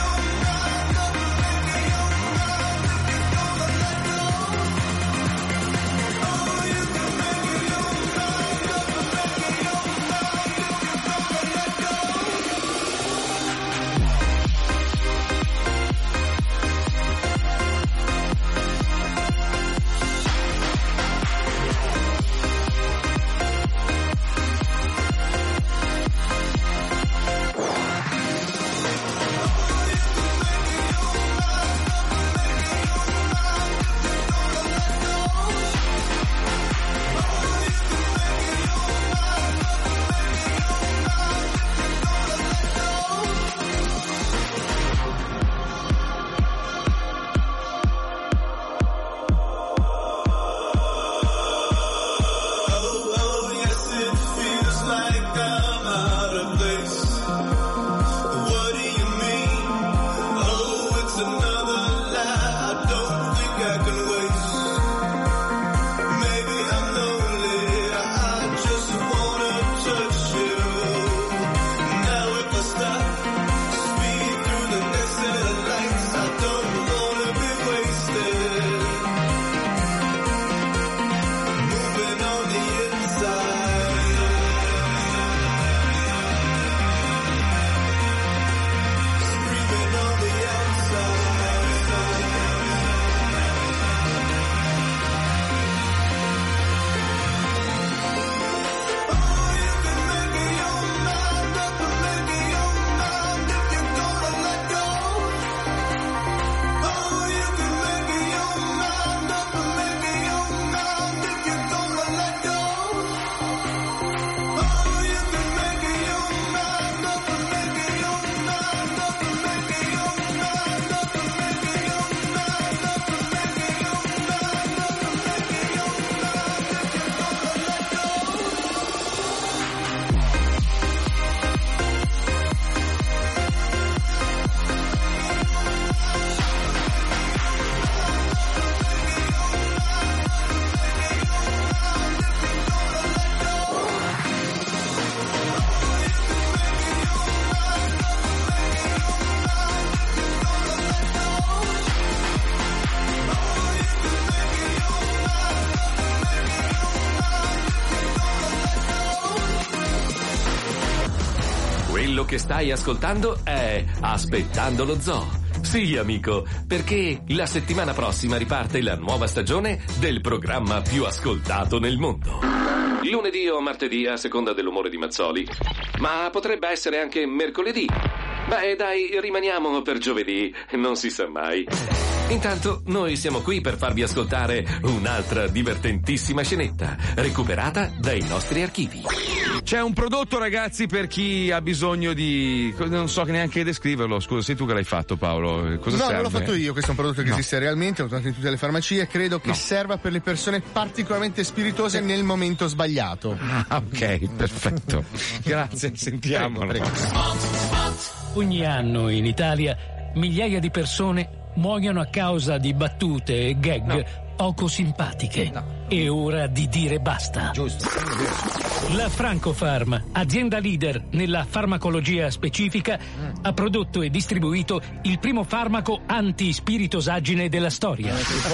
che stai ascoltando è Aspettando lo Zoo. Sì, amico, perché la settimana prossima riparte la nuova stagione del programma più ascoltato nel mondo. Lunedì o martedì, a seconda dell'umore di Mazzoli. Ma potrebbe essere anche mercoledì. Beh, dai, rimaniamo per giovedì, non si sa mai. Intanto, noi siamo qui per farvi ascoltare un'altra divertentissima scenetta, recuperata dai nostri archivi. C'è un prodotto, ragazzi, per chi ha bisogno di... non so neanche descriverlo, scusa, sei tu che l'hai fatto, Paolo. Cosa serve? No, non l'ho fatto io, questo è un prodotto che esiste realmente, l'ho trovato in tutte le farmacie, credo che serva per le persone particolarmente spiritose nel momento sbagliato. Ah, ok, perfetto. Grazie, sentiamolo. Ogni anno in Italia migliaia di persone muoiono a causa di battute e gag poco simpatiche. È ora di dire basta. Giusto. La Francofarm, azienda leader nella farmacologia specifica, ha prodotto e distribuito il primo farmaco anti-spiritosagine della storia.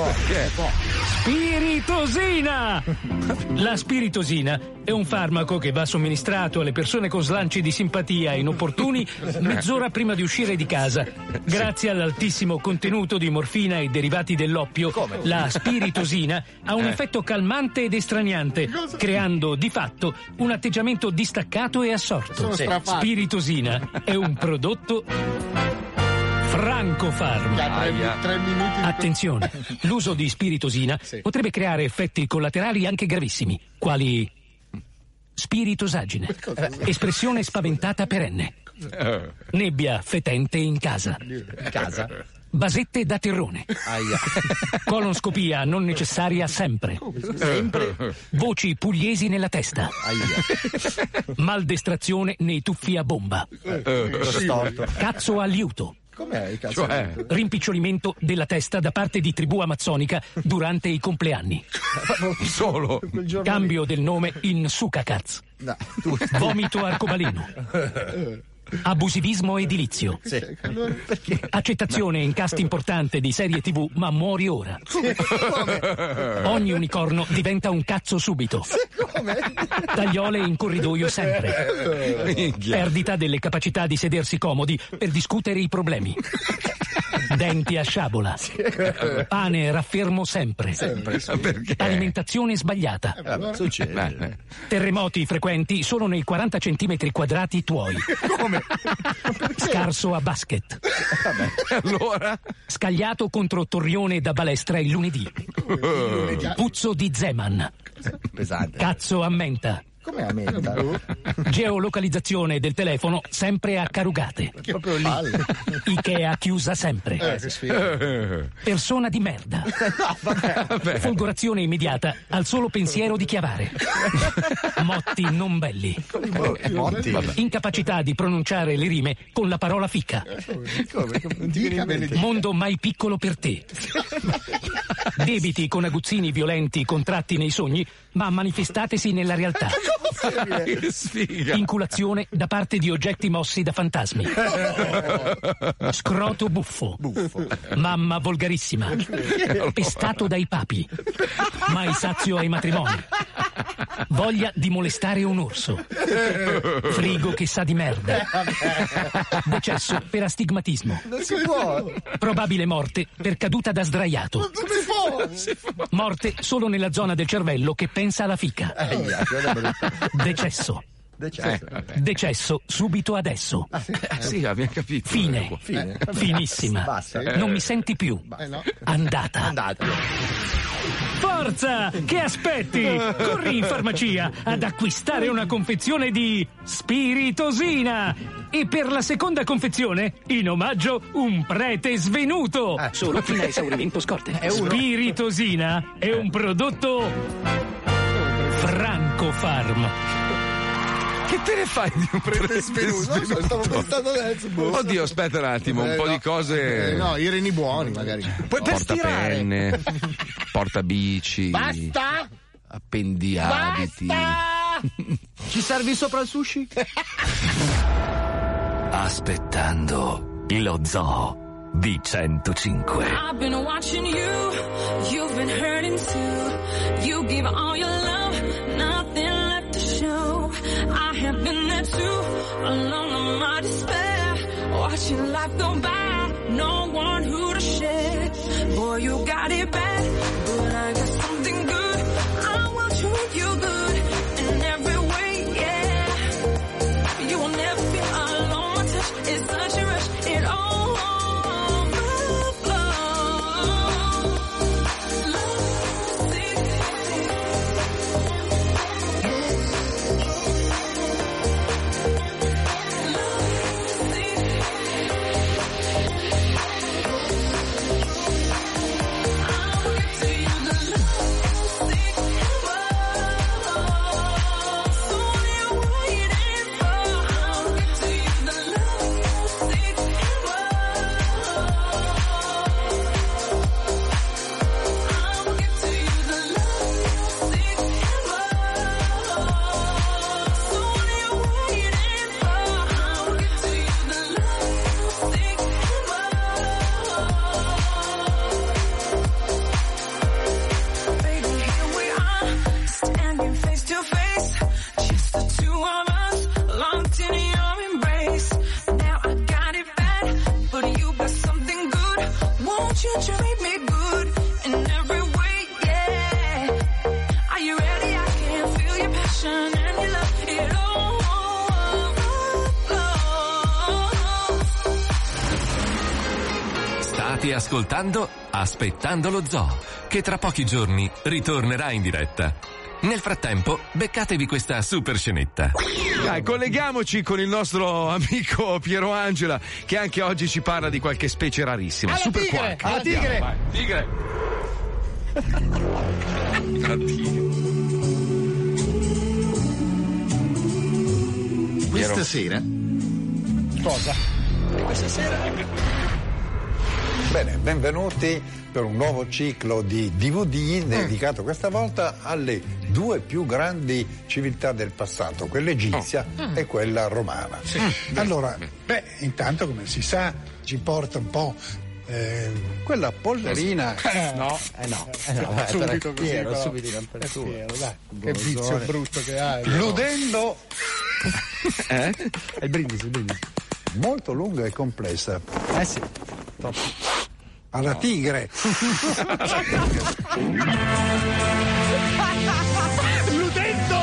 Spiritosina! La spiritosina è un farmaco che va somministrato alle persone con slanci di simpatia inopportuni mezz'ora prima di uscire di casa. Grazie all'altissimo contenuto di morfina e derivati dell'oppio, la spiritosina ha un effetto calmante ed estraniante, creando di fatto un atteggiamento distaccato e assorto. Spiritosina è un prodotto Francofarm. Attenzione, l'uso di spiritosina potrebbe creare effetti collaterali anche gravissimi, quali spiritosagine, espressione spaventata perenne, nebbia fetente in casa, basette da terrone, colonscopia non necessaria sempre, voci pugliesi nella testa, maldestrazione nei tuffi a bomba, cazzo a liuto. Com'è il cazzo? Rimpicciolimento della testa da parte di tribù amazzonica durante i compleanni. Solo. Cambio del nome in Sukakaz. Vomito arcobaleno. Abusivismo edilizio. Accettazione in cast importante di serie TV, ma muori ora. Ogni unicorno diventa un cazzo subito. Tagliole in corridoio sempre. Perdita delle capacità di sedersi comodi per discutere i problemi. Denti a sciabola. Pane raffermo sempre. Alimentazione sbagliata. Terremoti frequenti solo nei 40 centimetri quadrati tuoi. Scarso a basket. Allora? Scagliato contro torrione da balestra il lunedì. Puzzo di Zeman. Pesante. Cazzo a menta. Come a menta? Geolocalizzazione del telefono sempre a carugate. Proprio lì. Ikea chiusa sempre. Persona di merda. Folgorazione immediata al solo pensiero di chiavare. Motti non belli. Incapacità di pronunciare le rime con la parola ficca. Mondo mai piccolo per te. Debiti con aguzzini violenti contratti nei sogni, ma manifestatesi nella realtà. Che sfiga. Inculazione da parte di oggetti mossi da fantasmi. Scroto buffo. Mamma volgarissima. Pestato dai papi. Mai sazio ai matrimoni. Voglia di molestare un orso. Frigo che sa di merda. Decesso per astigmatismo. Non si può. Probabile morte per caduta da sdraiato. Morte solo nella zona del cervello che pensa alla fica. Decesso. Decesso subito adesso. Sì, abbiamo capito. Fine. Finissima. Basta. Non mi senti più. Andata. Forza! Che aspetti? Corri in farmacia ad acquistare una confezione di Spiritosina. E per la seconda confezione, in omaggio, un prete svenuto. Solo fino a esaurimento scorte. Spiritosina è un prodotto Francofarm. Che te ne fai di un prete svenuto? Non so, stavo pensando adesso. Oddio, aspetta un attimo, un po' di cose. No, i reni buoni magari. Poi per Portapenne, portabici. Basta! Appendiabiti. Ci servi sopra il sushi? Aspettando lo zoo di 105. I've been watching you, you've been hurting too. You give all your love, nothing left to show. I have been there too, alone in my despair, watching life go by, no one who to share. Boy, you got it bad, but I got something good. I will treat you good in every way, yeah. You will never feel alone. My touch is such a rush, it all. Ascoltando Aspettando lo Zoo, che tra pochi giorni ritornerà in diretta. Nel frattempo, beccatevi questa super scenetta. Dai, colleghiamoci con il nostro amico Piero Angela, che anche oggi ci parla di qualche specie rarissima. Alla super tigre, quark. alla tigre. Vai, tigre. Questa sera? Cosa? Questa sera? Bene, benvenuti per un nuovo ciclo di DVD dedicato questa volta alle due più grandi civiltà del passato, quella egizia e quella romana. Sì. Allora, intanto come si sa ci porta un po'. Quella polverina. No. Subito così. Piero, Subito Piero, dai. Che vizio brutto che hai. Ludendo. È il brindisi. Molto lunga e complessa. Sì. Top. Alla tigre. Ludendo.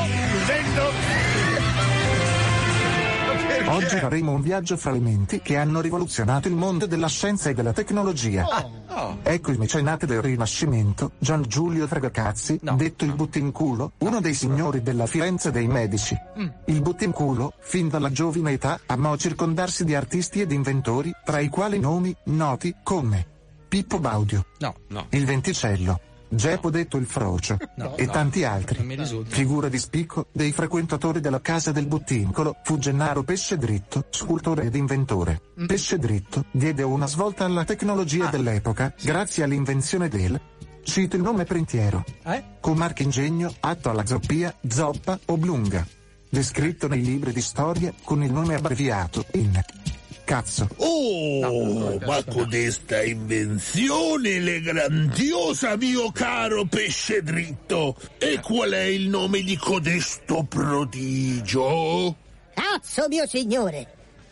Oggi faremo un viaggio fra elementi che hanno rivoluzionato il mondo della scienza e della tecnologia. Ecco il mecenate del Rinascimento, Gian Giulio Fregacazzi, detto il Buttinculo, uno dei signori della Firenze dei Medici. Il Buttinculo, fin dalla giovine età, amò circondarsi di artisti ed inventori, tra i quali nomi noti come Pippo Baudio, il Venticello, Geppo detto il Frocio e tanti altri. Figura di spicco dei frequentatori della casa del Buttincolo fu Gennaro Pesce Dritto, scultore ed inventore. Pesce Dritto diede una svolta alla tecnologia dell'epoca grazie all'invenzione del, cito il nome prentiero, con marchingegno atto alla zoppia, zoppa o blunga, descritto nei libri di storia con il nome abbreviato in cazzo. Ma codesta invenzione è grandiosa, mio caro Pesce Dritto. E qual è il nome di codesto prodigio? Cazzo, mio signore.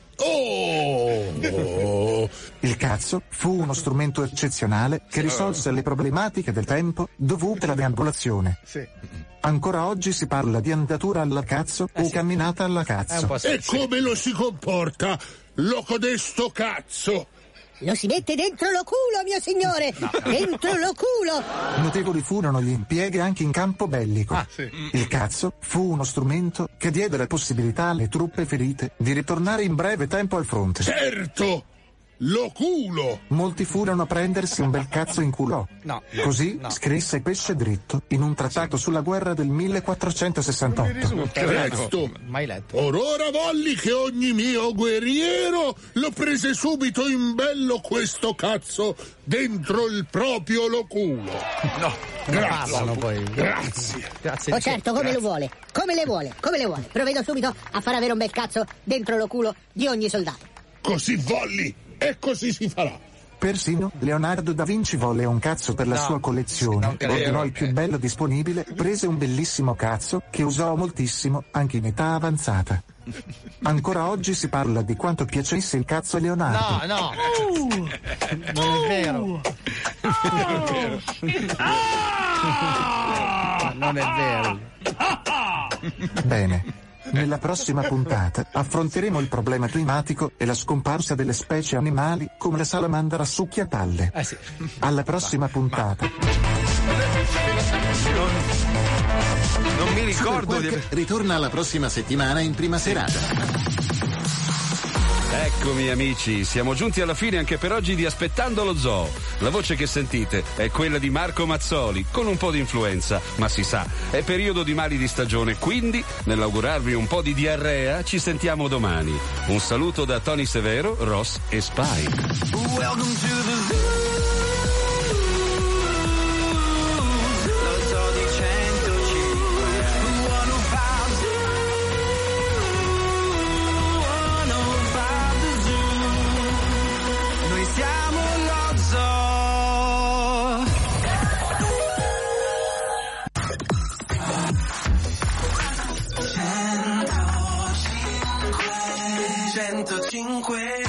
Il cazzo fu uno strumento eccezionale che risolse le problematiche del tempo dovute alla deambulazione. Ancora oggi si parla di andatura alla cazzo o camminata alla cazzo. E come lo si comporta? Lo codesto cazzo? Lo si mette dentro lo culo, mio signore! Dentro lo culo! Notevoli furono gli impieghi anche in campo bellico. Il cazzo fu uno strumento che diede la possibilità alle truppe ferite di ritornare in breve tempo al fronte. Certo! Lo culo! Molti furono a prendersi un bel cazzo in culo. Così scrisse Pesce Dritto in un trattato sulla guerra del 1468. Presto! Mai letto. Orora volli che ogni mio guerriero lo prese subito in bello questo cazzo dentro il proprio lo culo. Grazie. Oh certo, come lo vuole. Come le vuole. Provvedo subito a far avere un bel cazzo dentro lo culo di ogni soldato. Così volli! E così si farà. Persino Leonardo da Vinci volle un cazzo per la sua collezione, ordinò il più bello disponibile, prese un bellissimo cazzo che usò moltissimo anche in età avanzata. Ancora oggi si parla di quanto piacesse il cazzo a Leonardo. No. Non è vero. Non è vero. Bene. Nella prossima puntata affronteremo il problema climatico e la scomparsa delle specie animali come la salamandra succhiatalle. Sì. Alla prossima puntata. Non mi ricordo di ritorna la prossima settimana in prima serata. Eccomi amici, siamo giunti alla fine anche per oggi di Aspettando lo Zoo. La voce che sentite è quella di Marco Mazzoli, con un po' di influenza, ma si sa, è periodo di mali di stagione, quindi nell'augurarvi un po' di diarrea ci sentiamo domani. Un saluto da Tony Severo, Ross e Spy. Welcome to the zoo. Lo zoo di 105. Noi siamo lo zoo. 105.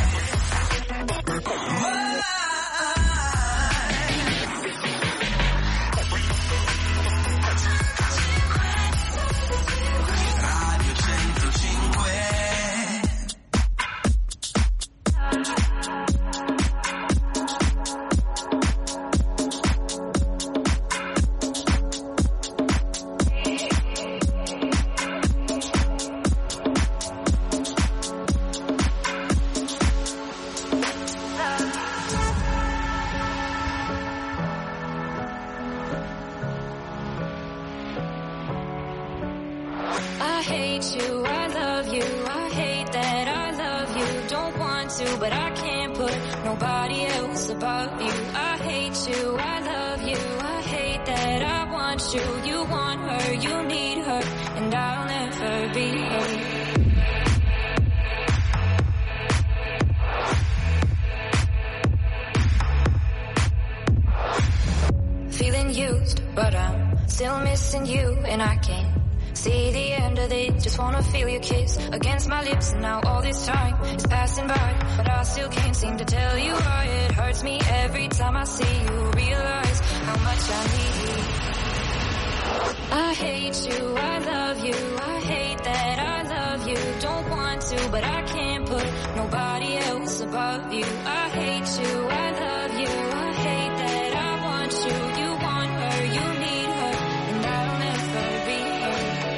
I hate you, I love you, I hate that I love you. Don't want to, but I can't put nobody else above you. I hate you, I love you, I hate that I want you. You want her, you need her, and I'll never be her. Feeling used, but I'm still missing you, and I can't see the end of it, just wanna feel your kiss against my lips. And now all this time is passing by, but I still can't seem to tell you why. It hurts me every time I see you, realize how much I need. I hate you, I love you, I hate that I love you. Don't want to, but I can't put nobody else above you. I hate you, I love you, I hate that I want you. You want her, you need her, and I'll never be her.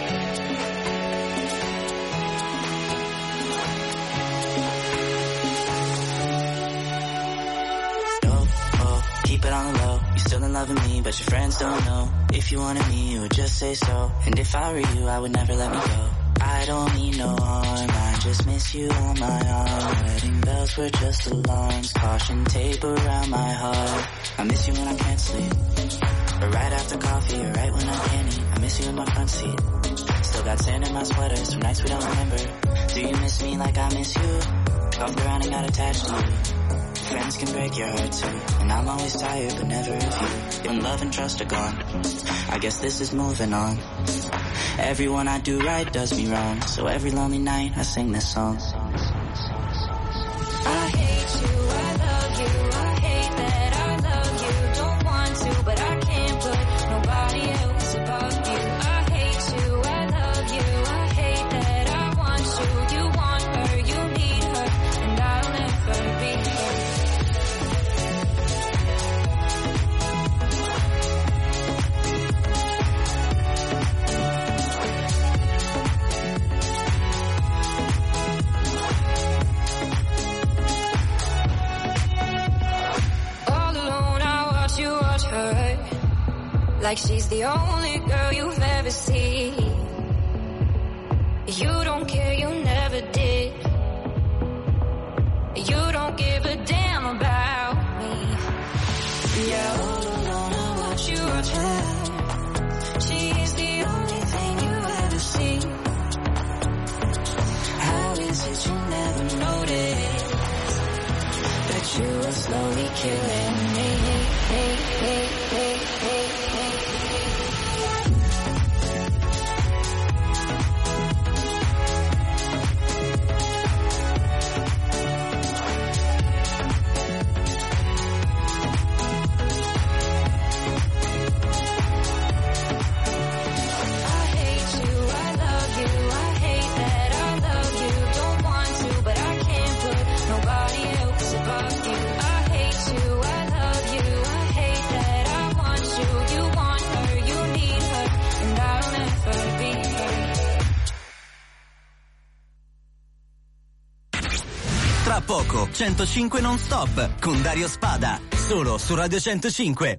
Keep it on the low, you're still in love with me, but your friends don't know. If you wanted me, you would just say so. And if I were you, I would never let me go. I don't mean no harm, I just miss you on my arm. Wedding bells were just alarms, caution tape around my heart. I miss you when I can't sleep, or right after coffee, or right when I can't eat. I miss you in my front seat, still got sand in my sweaters from nights we don't remember. Do you miss me like I miss you? Bumped around and got attached to you. Friends can break your heart too, and I'm always tired but never of you. When love and trust are gone, I guess this is moving on. Everyone I do right does me wrong, so every lonely night I sing this song. I hate you, I love you, I hate that I love you. Don't want to, but I can't put nobody else above you. I hate you, I love you, I hate that I want you. You want her, you need her, and I'll never be her. Like she's the only girl you've ever seen. You don't care, you never did. You don't give a damn about me. Yeah, all alone I watch you watch her. She is the only thing you ever see. How is it you never noticed that you were slowly killing me. Tra poco 105 non stop con Dario Spada, solo su Radio 105.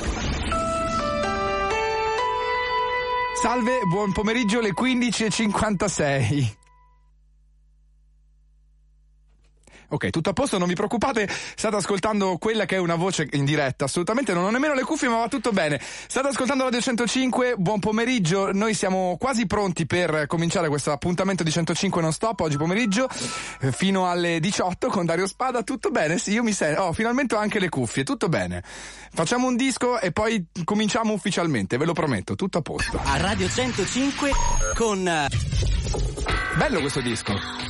Salve, buon pomeriggio, le 15:56. Ok, tutto a posto, non vi preoccupate, state ascoltando quella che è una voce in diretta, assolutamente, non ho nemmeno le cuffie ma va tutto bene. State ascoltando Radio 105, buon pomeriggio, noi siamo quasi pronti per cominciare questo appuntamento di 105 non stop oggi pomeriggio, fino alle 18 con Dario Spada, tutto bene? Sì, io mi sento, finalmente ho anche le cuffie, tutto bene. Facciamo un disco e poi cominciamo ufficialmente, ve lo prometto, tutto a posto. A Radio 105 con... Bello questo disco.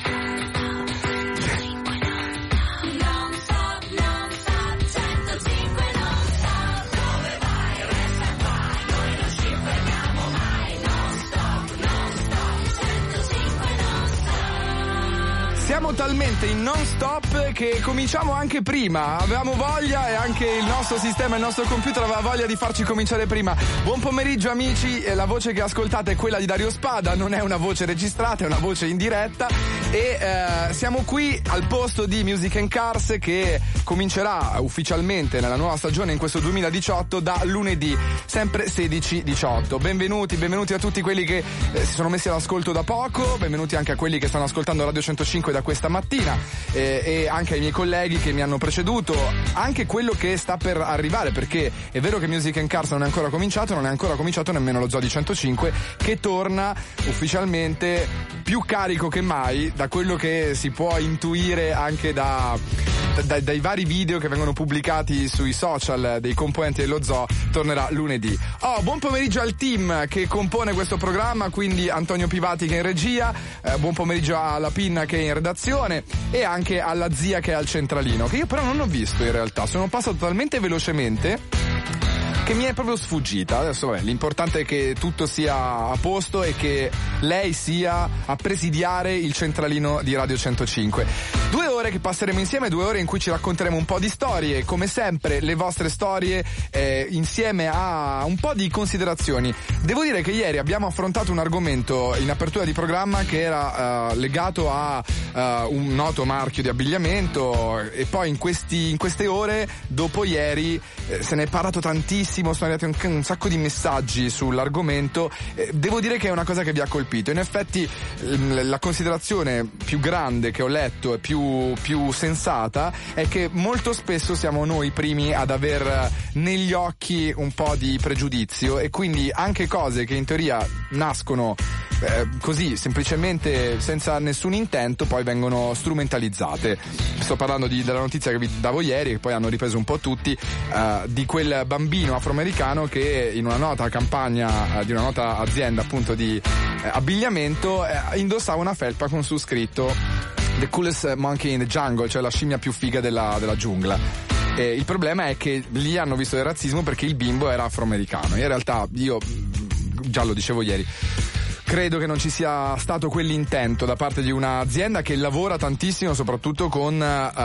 Siamo talmente in non stop che cominciamo anche prima, avevamo voglia e anche il nostro sistema, il nostro computer aveva voglia di farci cominciare prima. Buon pomeriggio amici, la voce che ascoltate è quella di Dario Spada, non è una voce registrata, è una voce in diretta e siamo qui al posto di Music and Cars che comincerà ufficialmente nella nuova stagione in questo 2018 da lunedì, sempre 16-18. Benvenuti a tutti quelli che si sono messi all'ascolto da poco, benvenuti anche a quelli che stanno ascoltando Radio 105 da questa mattina e anche ai miei colleghi che mi hanno preceduto, anche quello che sta per arrivare, perché è vero che Music and Cars non è ancora cominciato, non è ancora cominciato nemmeno lo Zoo di 105 che torna ufficialmente più carico che mai, da quello che si può intuire anche dai vari video che vengono pubblicati sui social dei componenti dello Zoo. Tornerà lunedì. Buon pomeriggio al team che compone questo programma, quindi Antonio Pivati che è in regia, buon pomeriggio alla Pinna che è in redazione e anche alla zia che è al centralino, che io però non ho visto in realtà, sono passato talmente velocemente che mi è proprio sfuggita. Adesso l'importante è che tutto sia a posto e che lei sia a presidiare il centralino di Radio 105. 2 ore che passeremo insieme, 2 ore in cui ci racconteremo un po' di storie, come sempre le vostre storie insieme a un po' di considerazioni. Devo dire che ieri abbiamo affrontato un argomento in apertura di programma che era legato a un noto marchio di abbigliamento e poi in queste ore dopo ieri se ne è parlato tantissimo, sono arrivati un sacco di messaggi sull'argomento. Devo dire che è una cosa che vi ha colpito. In effetti la considerazione più grande che ho letto e più sensata è che molto spesso siamo noi i primi ad aver negli occhi un po' di pregiudizio e quindi anche cose che in teoria nascono così semplicemente senza nessun intento poi vengono strumentalizzate. Sto parlando della notizia che vi davo ieri, che poi hanno ripreso un po' tutti, di quel bambino afroamericano che in una nota campagna di una nota azienda appunto di abbigliamento indossava una felpa con su scritto "The coolest monkey in the jungle", cioè la scimmia più figa della giungla. Il problema è che lì hanno visto del razzismo perché il bimbo era afroamericano. In realtà io già lo dicevo ieri, credo che non ci sia stato quell'intento da parte di un'azienda che lavora tantissimo soprattutto con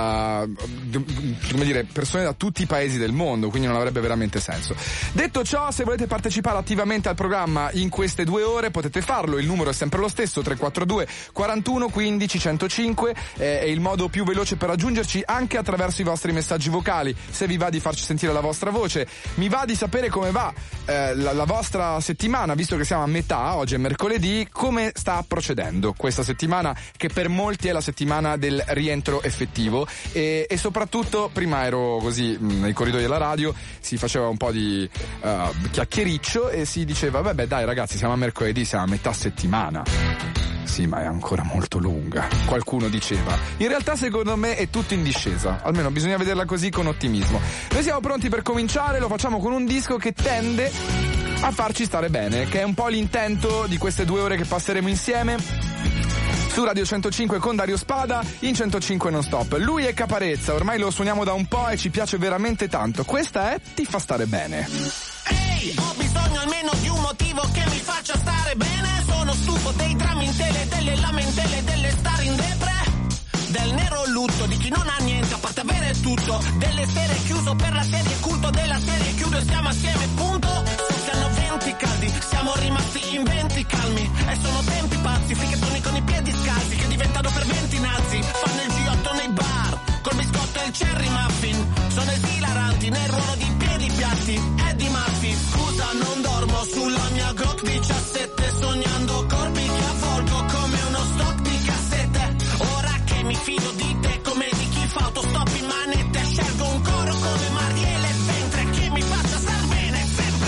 come dire, persone da tutti i paesi del mondo, quindi non avrebbe veramente senso. Detto ciò, se volete partecipare attivamente al programma in queste 2 ore potete farlo, il numero è sempre lo stesso, 342 41 15 105, è il modo più veloce per raggiungerci anche attraverso i vostri messaggi vocali. Se vi va di farci sentire la vostra voce, mi va di sapere come va la vostra settimana, visto che siamo a metà, oggi è mercoledì, come sta procedendo questa settimana che per molti è la settimana del rientro effettivo e soprattutto prima ero così nei corridoi della radio, si faceva un po' di chiacchiericcio e si diceva vabbè dai ragazzi, siamo a mercoledì, siamo a metà settimana. Sì, ma è ancora molto lunga, qualcuno diceva. In realtà secondo me è tutto in discesa, almeno bisogna vederla così con ottimismo. Noi siamo pronti per cominciare, lo facciamo con un disco che tende a farci stare bene, che è un po' l'intento di queste 2 ore che passeremo insieme su Radio 105 con Dario Spada in 105 non stop. Lui è Caparezza, ormai lo suoniamo da un po' e ci piace veramente tanto. Questa è Ti fa stare bene. Ehi, ho bisogno almeno di un motivo che mi faccia stare bene. Sono stufo dei drammi in tele, delle lamentele, delle star in depre, del nero lutto di chi non ha niente a parte avere tutto, delle sere chiuso per la serie culto della serie chiudo e stiamo assieme punto. Soffiano venti caldi, siamo rimasti in 20 calmi e sono tempi pazzi, fricchettoni con i piedi scalzi che diventano ferventi nazi, fanno il G8 nei bar col biscotto e il cherry muffin, sono esilaranti nel ruolo di piedi piatti e di Murphy. Scusa, non dormo sulla mia Glock 17 sognando corpi che avvolgo come uno stock di cassette. Ora che mi fido di te come di chi fa autostop in manette, scelgo un coro come Marielle Ventre che mi faccia star bene sempre.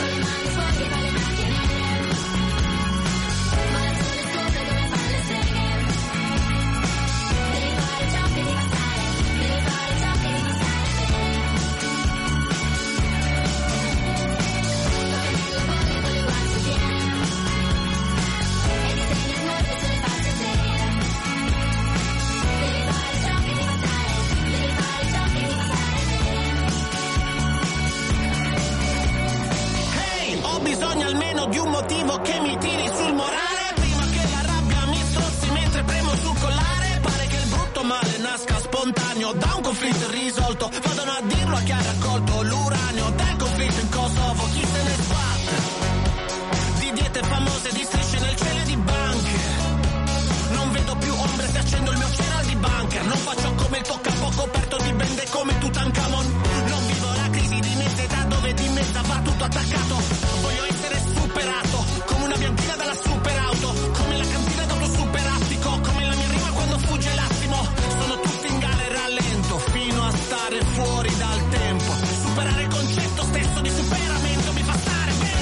Di un motivo che mi tiri sul morale prima che la rabbia mi strozzi mentre premo sul collare. Pare che il brutto male nasca spontaneo da un conflitto irrisolto, vadano a dirlo a chi ha raccolto l'uranio del conflitto in Kosovo. Chi se ne sbatte di diete famose, di strisce nel cielo e di banche. Non vedo più ombre se accendo il mio cereal di bunker. Non faccio come il toccapo coperto di bende come Tutankhamon. Non vivo la crisi di mezza età dove di mezza va tutto attaccato. Voglio essere superato come una bianchina dalla superauto, come la cantina d'auto superattico, come la mia rima quando fugge l'attimo. Sono tutti in gara e rallento fino a stare fuori dal tempo. Superare il concetto stesso di superamento mi fa stare bene.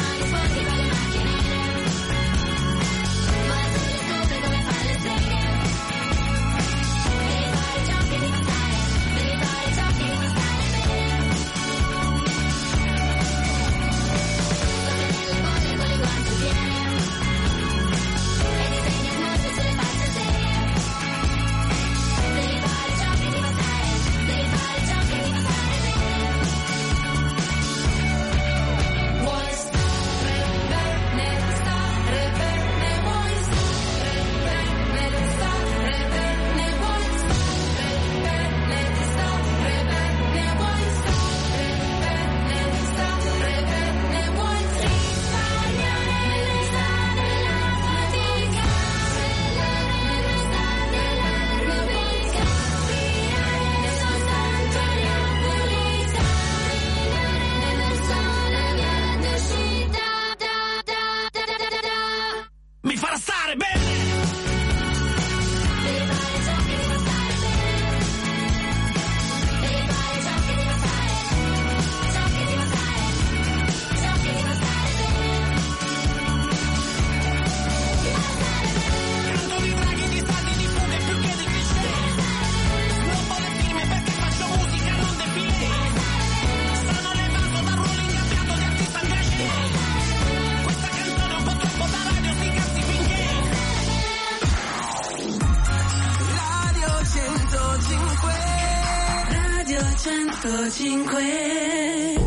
Radio 105.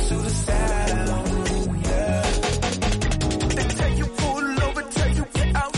They tell you pull over, tell you get out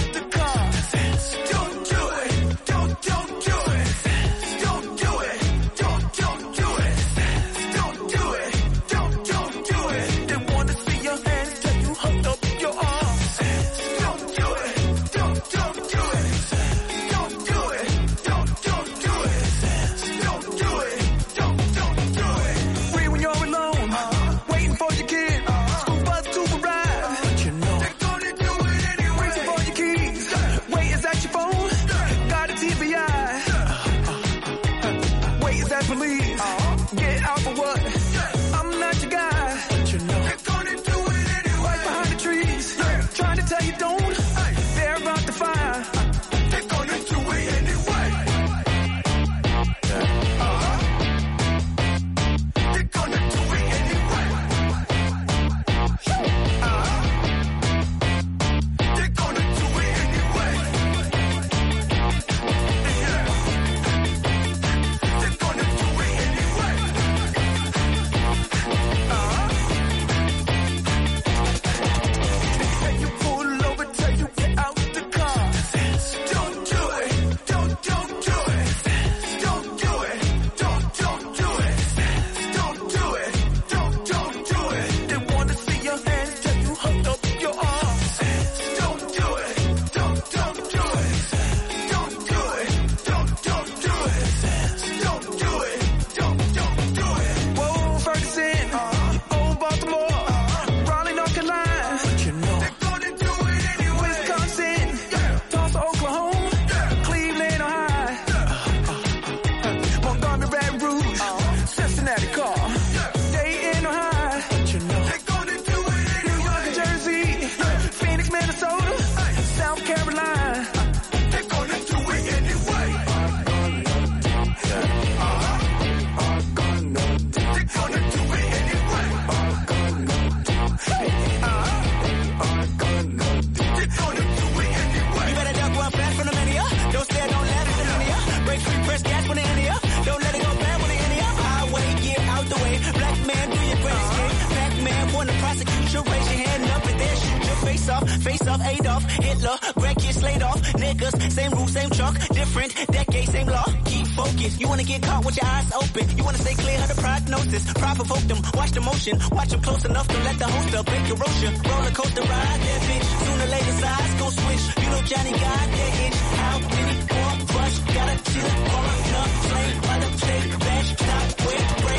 face off, Adolf, Hitler, Greg get slayed off, niggas, same roof, same truck, different decade, same law, keep focused, you wanna get caught with your eyes open, you wanna stay clear of the prognosis, provoke them, watch the motion, watch them close enough to let the host up, make Hiroshima, roller coaster ride, that bitch, sooner or later sides go switch, you know Johnny got that itch, how many more rush, gotta chill, roll up, play, mother, play, bash, stop, wait, break,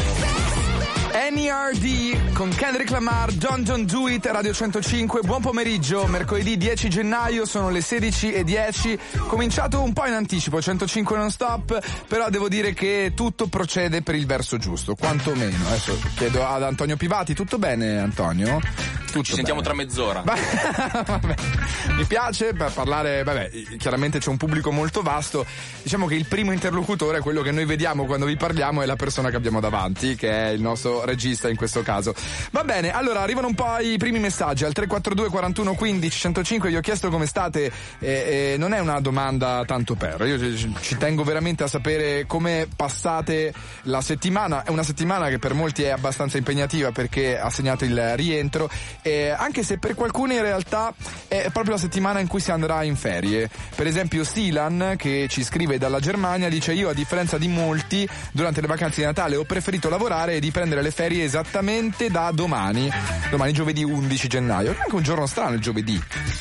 NERD con Kendrick Lamar, Don't Do It, Radio 105. Buon pomeriggio, mercoledì 10 gennaio, sono le 16:10. Cominciato un po' in anticipo, 105 non stop, però devo dire che tutto procede per il verso giusto, quantomeno. Adesso chiedo ad Antonio Pivati, tutto bene Antonio? Tutto Ci sentiamo bene. tra mezz'ora. Vabbè. Mi piace per parlare, chiaramente c'è un pubblico molto vasto, diciamo che il primo interlocutore, quello che noi vediamo quando vi parliamo, è la persona che abbiamo davanti, che è il nostro regista in questo caso. Va bene, allora arrivano un po' i primi messaggi al 342 41 15 105. Vi ho chiesto come state, non è una domanda tanto per, io ci tengo veramente a sapere come passate la settimana. È una settimana che per molti è abbastanza impegnativa perché ha segnato il rientro, anche se per qualcuno in realtà è proprio la settimana in cui si andrà in ferie. Per esempio Silan, che ci scrive dalla Germania, dice: io a differenza di molti durante le vacanze di Natale ho preferito lavorare e di prendere le ferie esattamente da domani giovedì 11 gennaio. È anche un giorno strano il giovedì,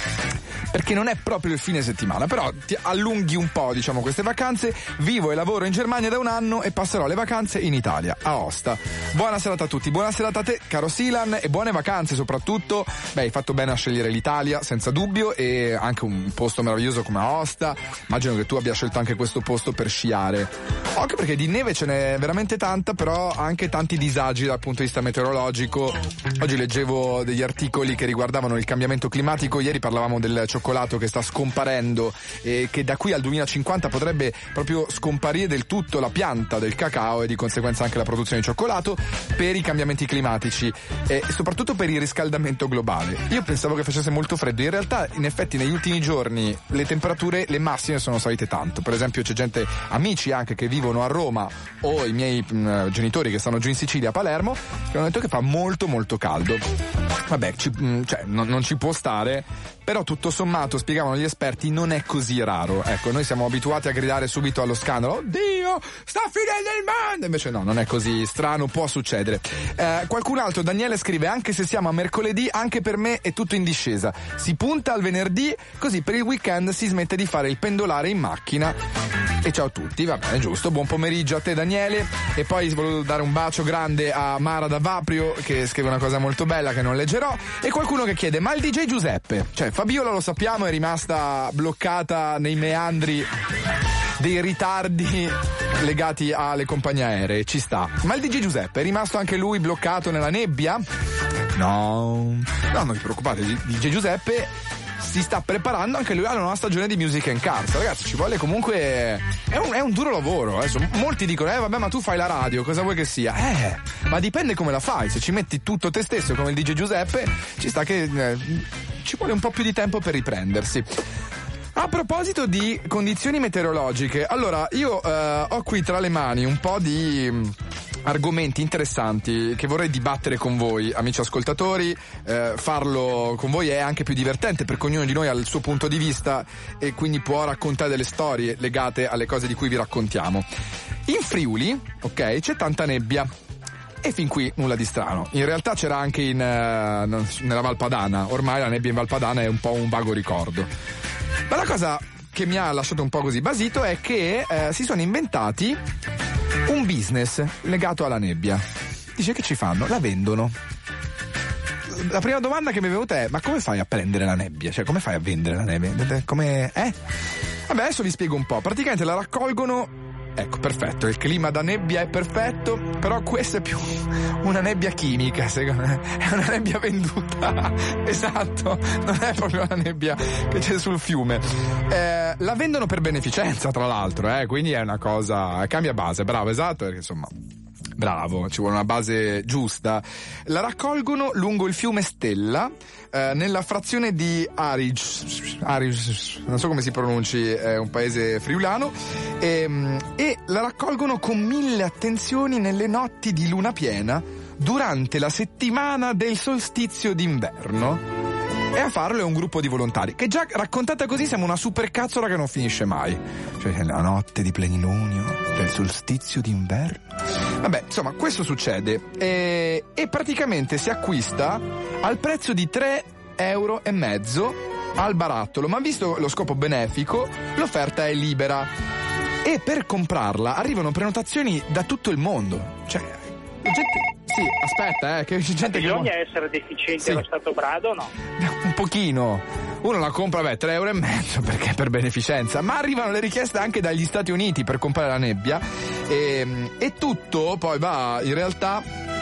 perché non è proprio il fine settimana, però ti allunghi un po', diciamo, queste vacanze. Vivo e lavoro in Germania da un anno e passerò le vacanze in Italia, a Aosta. Buona serata a tutti, buona serata a te caro Silan, e buone vacanze soprattutto. Hai fatto bene a scegliere l'Italia senza dubbio, e anche un posto meraviglioso come Aosta. Immagino che tu abbia scelto anche questo posto per sciare, anche perché di neve ce n'è veramente tanta, però anche tanti disagi dal punto di vista meteorologico. Oggi leggevo degli articoli che riguardavano il cambiamento climatico. Ieri parlavamo del cioccolato che sta scomparendo e che da qui al 2050 potrebbe proprio scomparire del tutto la pianta del cacao e di conseguenza anche la produzione di cioccolato, per i cambiamenti climatici e soprattutto per il riscaldamento globale. Io pensavo che facesse molto freddo, in realtà in effetti negli ultimi giorni le temperature, le massime, sono salite tanto. Per esempio c'è gente, amici anche che vivono a Roma, o i miei genitori che stanno giù in Sicilia, a Palermo, che hanno detto che fa molto molto caldo. Vabbè, non ci può stare, però tutto sommato, spiegavano gli esperti, non è così raro. Ecco, noi siamo abituati a gridare subito allo scandalo: oddio, sta finendo il mondo! Invece no, non è così strano, può succedere. Qualcun altro, Daniele, scrive: anche se siamo a mercoledì, anche per me è tutto in discesa. Si punta al venerdì, così per il weekend si smette di fare il pendolare in macchina. E ciao a tutti, va bene, giusto. Buon pomeriggio a te Daniele. E poi volevo dare un bacio grande a Mara da Vaprio, che scrive una cosa molto bella che non leggerò. E qualcuno che chiede: ma il DJ Giuseppe? Cioè, Fabiola, lo sappiamo, è rimasta bloccata nei meandri dei ritardi legati alle compagnie aeree, ci sta. Ma il DJ Giuseppe è rimasto anche lui bloccato nella nebbia? No, non vi preoccupate, il DJ Giuseppe si sta preparando anche lui alla nuova stagione di Music and Cars. Ragazzi, ci vuole comunque, è un duro lavoro. Adesso molti dicono: vabbè, ma tu fai la radio, cosa vuoi che sia? Ma dipende come la fai. Se ci metti tutto te stesso come il DJ Giuseppe, ci sta che ci vuole un po' più di tempo per riprendersi. A proposito di condizioni meteorologiche, allora io ho qui tra le mani un po' di argomenti interessanti che vorrei dibattere con voi, amici ascoltatori. Farlo con voi è anche più divertente perché ognuno di noi ha il suo punto di vista e quindi può raccontare delle storie legate alle cose di cui vi raccontiamo. In Friuli, ok, c'è tanta nebbia. E fin qui nulla di strano. In realtà c'era anche nella Valpadana. Ormai la nebbia in Valpadana è un po' un vago ricordo. Ma la cosa che mi ha lasciato un po' così basito è che si sono inventati un business legato alla nebbia. Dice: che ci fanno? La vendono. La prima domanda che mi è venuta è: ma come fai a prendere la nebbia? Cioè, come fai a vendere la nebbia? Come? Vabbè, adesso vi spiego un po'. Praticamente la raccolgono. Ecco, perfetto, il clima da nebbia è perfetto, però questa è più una nebbia chimica, secondo me. È una nebbia venduta. Esatto, non è proprio la nebbia che c'è sul fiume. La vendono per beneficenza, tra l'altro, quindi è una cosa, cambia base, bravo, esatto, perché insomma, bravo, ci vuole una base giusta. La raccolgono lungo il fiume Stella, nella frazione di Aric, non so come si pronunci, è un paese friulano, e la raccolgono con 1000 attenzioni nelle notti di luna piena durante la settimana del solstizio d'inverno. E a farlo è un gruppo di volontari, che già raccontata così siamo una supercazzola che non finisce mai. Cioè la notte di plenilunio, del solstizio d'inverno. Vabbè, insomma, questo succede e praticamente si acquista al prezzo di 3,50 € al barattolo, ma visto lo scopo benefico, l'offerta è libera. E per comprarla arrivano prenotazioni da tutto il mondo. Cioè, gente... Sì, aspetta, che c'è gente che... Bisogna essere deficienti allo stato brado o no? Un pochino. Uno la compra, 3,50 € perché per beneficenza, ma arrivano le richieste anche dagli Stati Uniti per comprare la nebbia e tutto poi va in realtà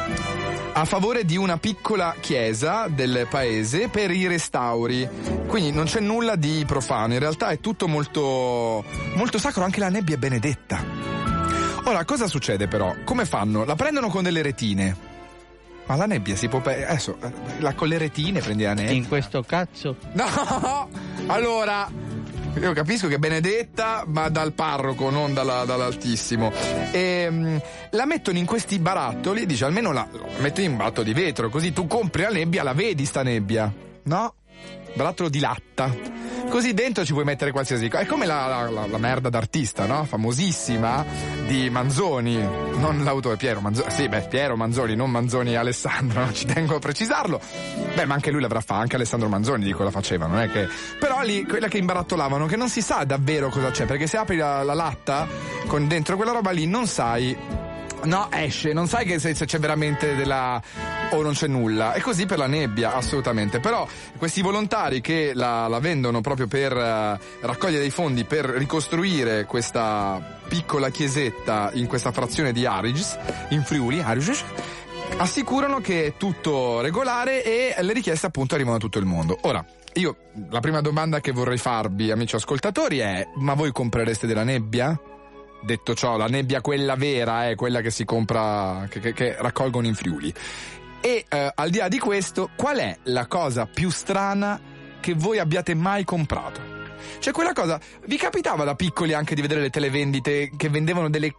a favore di una piccola chiesa del paese per i restauri. Quindi non c'è nulla di profano, in realtà è tutto molto, molto sacro, anche la nebbia è benedetta. Ora, cosa succede però? Come fanno? La prendono con delle retine. Ma la nebbia si può... Adesso, con le retine prendi la nebbia. In questo cazzo? No! Allora, io capisco che è benedetta, ma dal parroco, non dall'Altissimo. E la mettono in questi barattoli, dice, almeno la mettono in barattolo di vetro, così tu compri la nebbia, la vedi sta nebbia. No? Barattolo di latta. Così dentro ci puoi mettere qualsiasi cosa. È come la merda d'artista, no? Famosissima di Manzoni, non l'autore Piero Manzoni. Sì, Piero Manzoni, non Manzoni Alessandro, ci tengo a precisarlo. Ma anche lui l'avrà fatto, anche Alessandro Manzoni dico la faceva, non è che... Però lì, quella che imbarattolavano, che non si sa davvero cosa c'è, perché se apri la latta con dentro quella roba lì non sai... No, esce, non sai che se c'è veramente della... o non c'è nulla. E così per la nebbia, assolutamente. Però questi volontari che la vendono proprio per raccogliere dei fondi per ricostruire questa piccola chiesetta in questa frazione di Ariges, in Friuli, Ariges, assicurano che è tutto regolare e le richieste appunto arrivano da tutto il mondo. Ora, io la prima domanda che vorrei farvi, amici ascoltatori, è: ma voi comprereste della nebbia? Detto ciò, la nebbia quella vera è quella che si compra, che raccolgono in Friuli. E al di là di questo, qual è la cosa più strana che voi abbiate mai comprato? Cioè quella cosa, vi capitava da piccoli anche di vedere le televendite che vendevano delle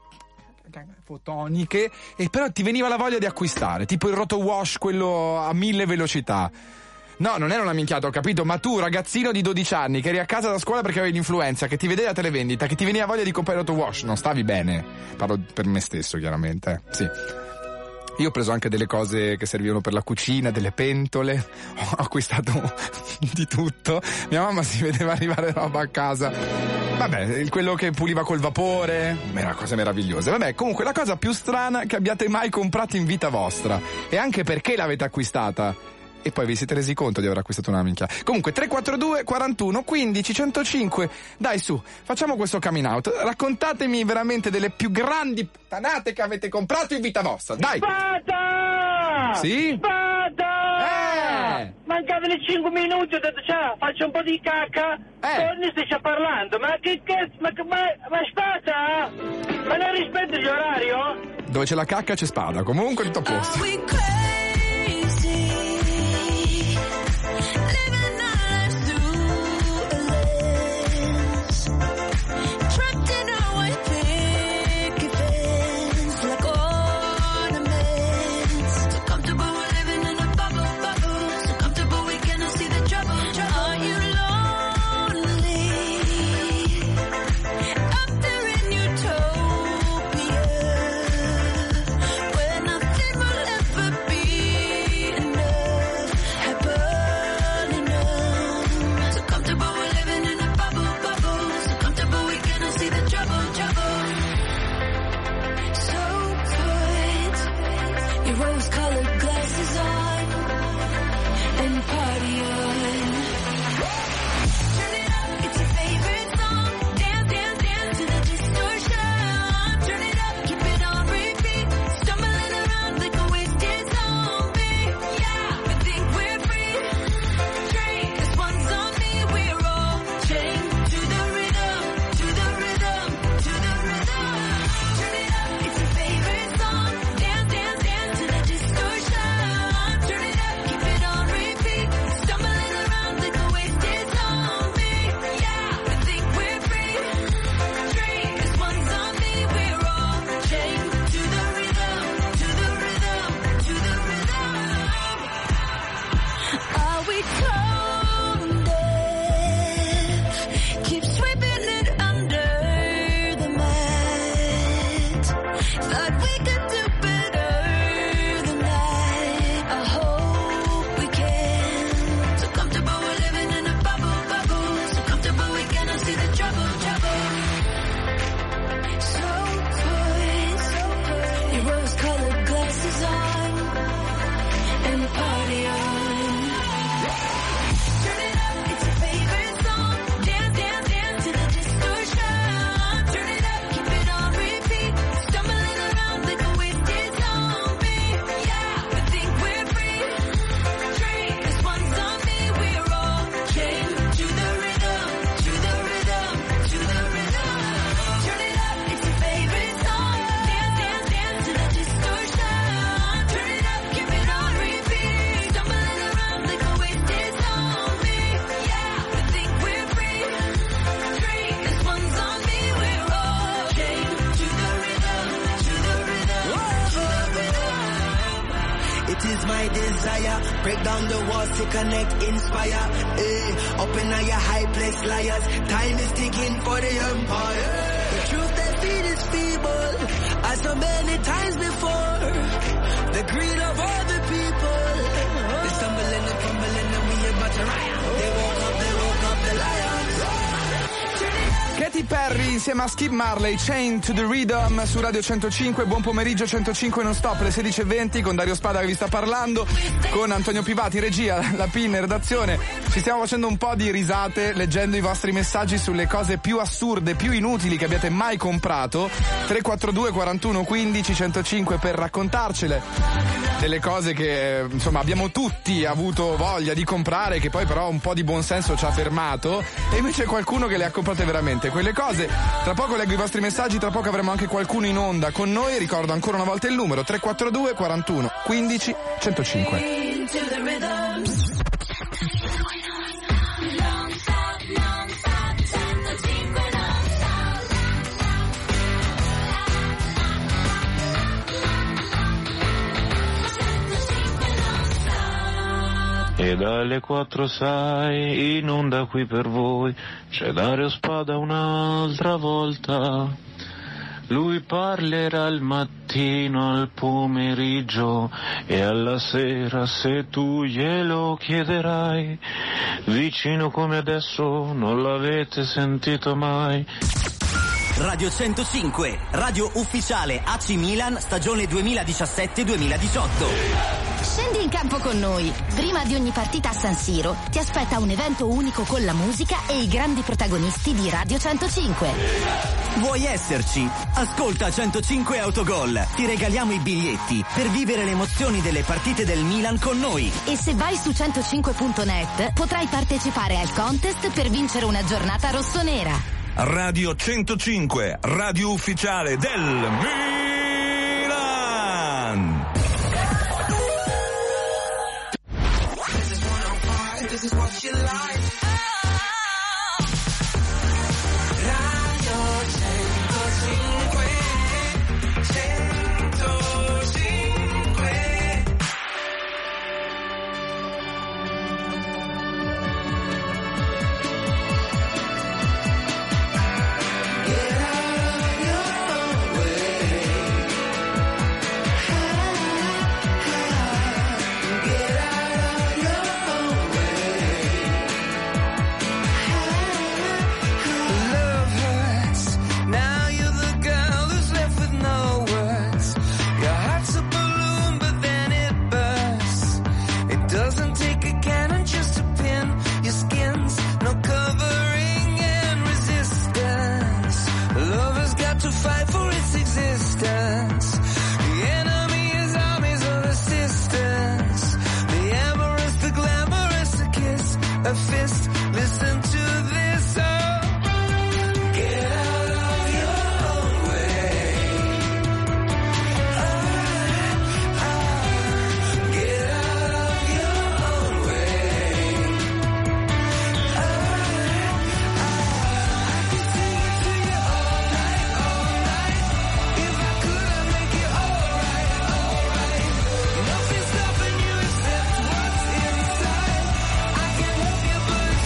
fotoniche e però ti veniva la voglia di acquistare, tipo il rotowash, quello a 1000 velocità? No, non era una minchiata, ho capito, ma tu, ragazzino di 12 anni, che eri a casa da scuola perché avevi l'influenza, che ti vedevi la televendita, che ti veniva voglia di comprare il rotowash, non stavi bene. Parlo per me stesso, chiaramente, sì. Io ho preso anche delle cose che servivano per la cucina, delle pentole, ho acquistato di tutto. Mia mamma si vedeva arrivare roba a casa. Vabbè, quello che puliva col vapore, era cose meravigliose. Vabbè, comunque la cosa più strana che abbiate mai comprato in vita vostra, e anche perché l'avete acquistata. E poi vi siete resi conto di aver acquistato una minchia. Comunque 342 41 15 105. Dai su, facciamo questo coming out. Raccontatemi veramente delle più grandi puttanate che avete comprato in vita vostra. Dai. Spada! Sì? Spada! Mancavano 5 minuti, ho detto ciao, faccio un po' di cacca. Torni, stai parlando. Ma che cazzo? Ma Spada? Ma non rispetti l'orario? Dove c'è la cacca c'è Spada. Comunque tutto a posto. When nothing will ever be desire. Break down the walls to connect, inspire. Up in your high place, liars. Time is ticking for the empire. The truth they feed is feeble, as so many times before. The greed of all the people. They stumbling and fumbling and we about to riot. They woke up the lions. Katy Perry insieme a Skip Marley, Chained to the Rhythm su Radio 105. Buon pomeriggio 105 non stop, le 16:20 con Dario Spada che vi sta parlando, con Antonio Pivati, regia, la PIN, redazione. Ci stiamo facendo un po' di risate leggendo i vostri messaggi sulle cose più assurde, più inutili che abbiate mai comprato. 342 41 15 105 per raccontarcele. Delle cose che insomma abbiamo tutti avuto voglia di comprare, che poi però un po' di buonsenso ci ha fermato, e invece qualcuno che le ha comprate veramente quelle cose. Tra poco leggo i vostri messaggi, tra poco avremo anche qualcuno in onda con noi. Ricordo ancora una volta il numero 342 41 15 105. E dalle 4 sai, in onda qui per voi, c'è Dario Spada un'altra volta. Lui parlerà al mattino, al pomeriggio e alla sera se tu glielo chiederai. Vicino come adesso non l'avete sentito mai. Radio 105, radio ufficiale AC Milan, stagione 2017-2018. Scendi in campo con noi. Prima di ogni partita a San Siro ti aspetta un evento unico con la musica e i grandi protagonisti di Radio 105. Vuoi esserci? Ascolta 105 Autogol. Ti regaliamo i biglietti per vivere le emozioni delle partite del Milan con noi. E se vai su 105.net potrai partecipare al contest per vincere una giornata rossonera. Radio 105, radio ufficiale del Milan. This is what you like. Radio 105, 105. Get out of your way. Get out of your way. Love hurts. Now you're the girl who's left with no words. Your heart's a balloon, but then it bursts. It doesn't take a cannon just to pin your skins. No covering and resistance. Love has got to fight for its existence. The enemy is armies of assistance. The amorous, the glamorous, the kiss, a fist. Listen to this song. Get out of your own way. Get out of your own way. I could sing it to you all night, all night. If I could, I'd make it alright, alright. Nothing's stopping you except what's inside. I can help you, but it's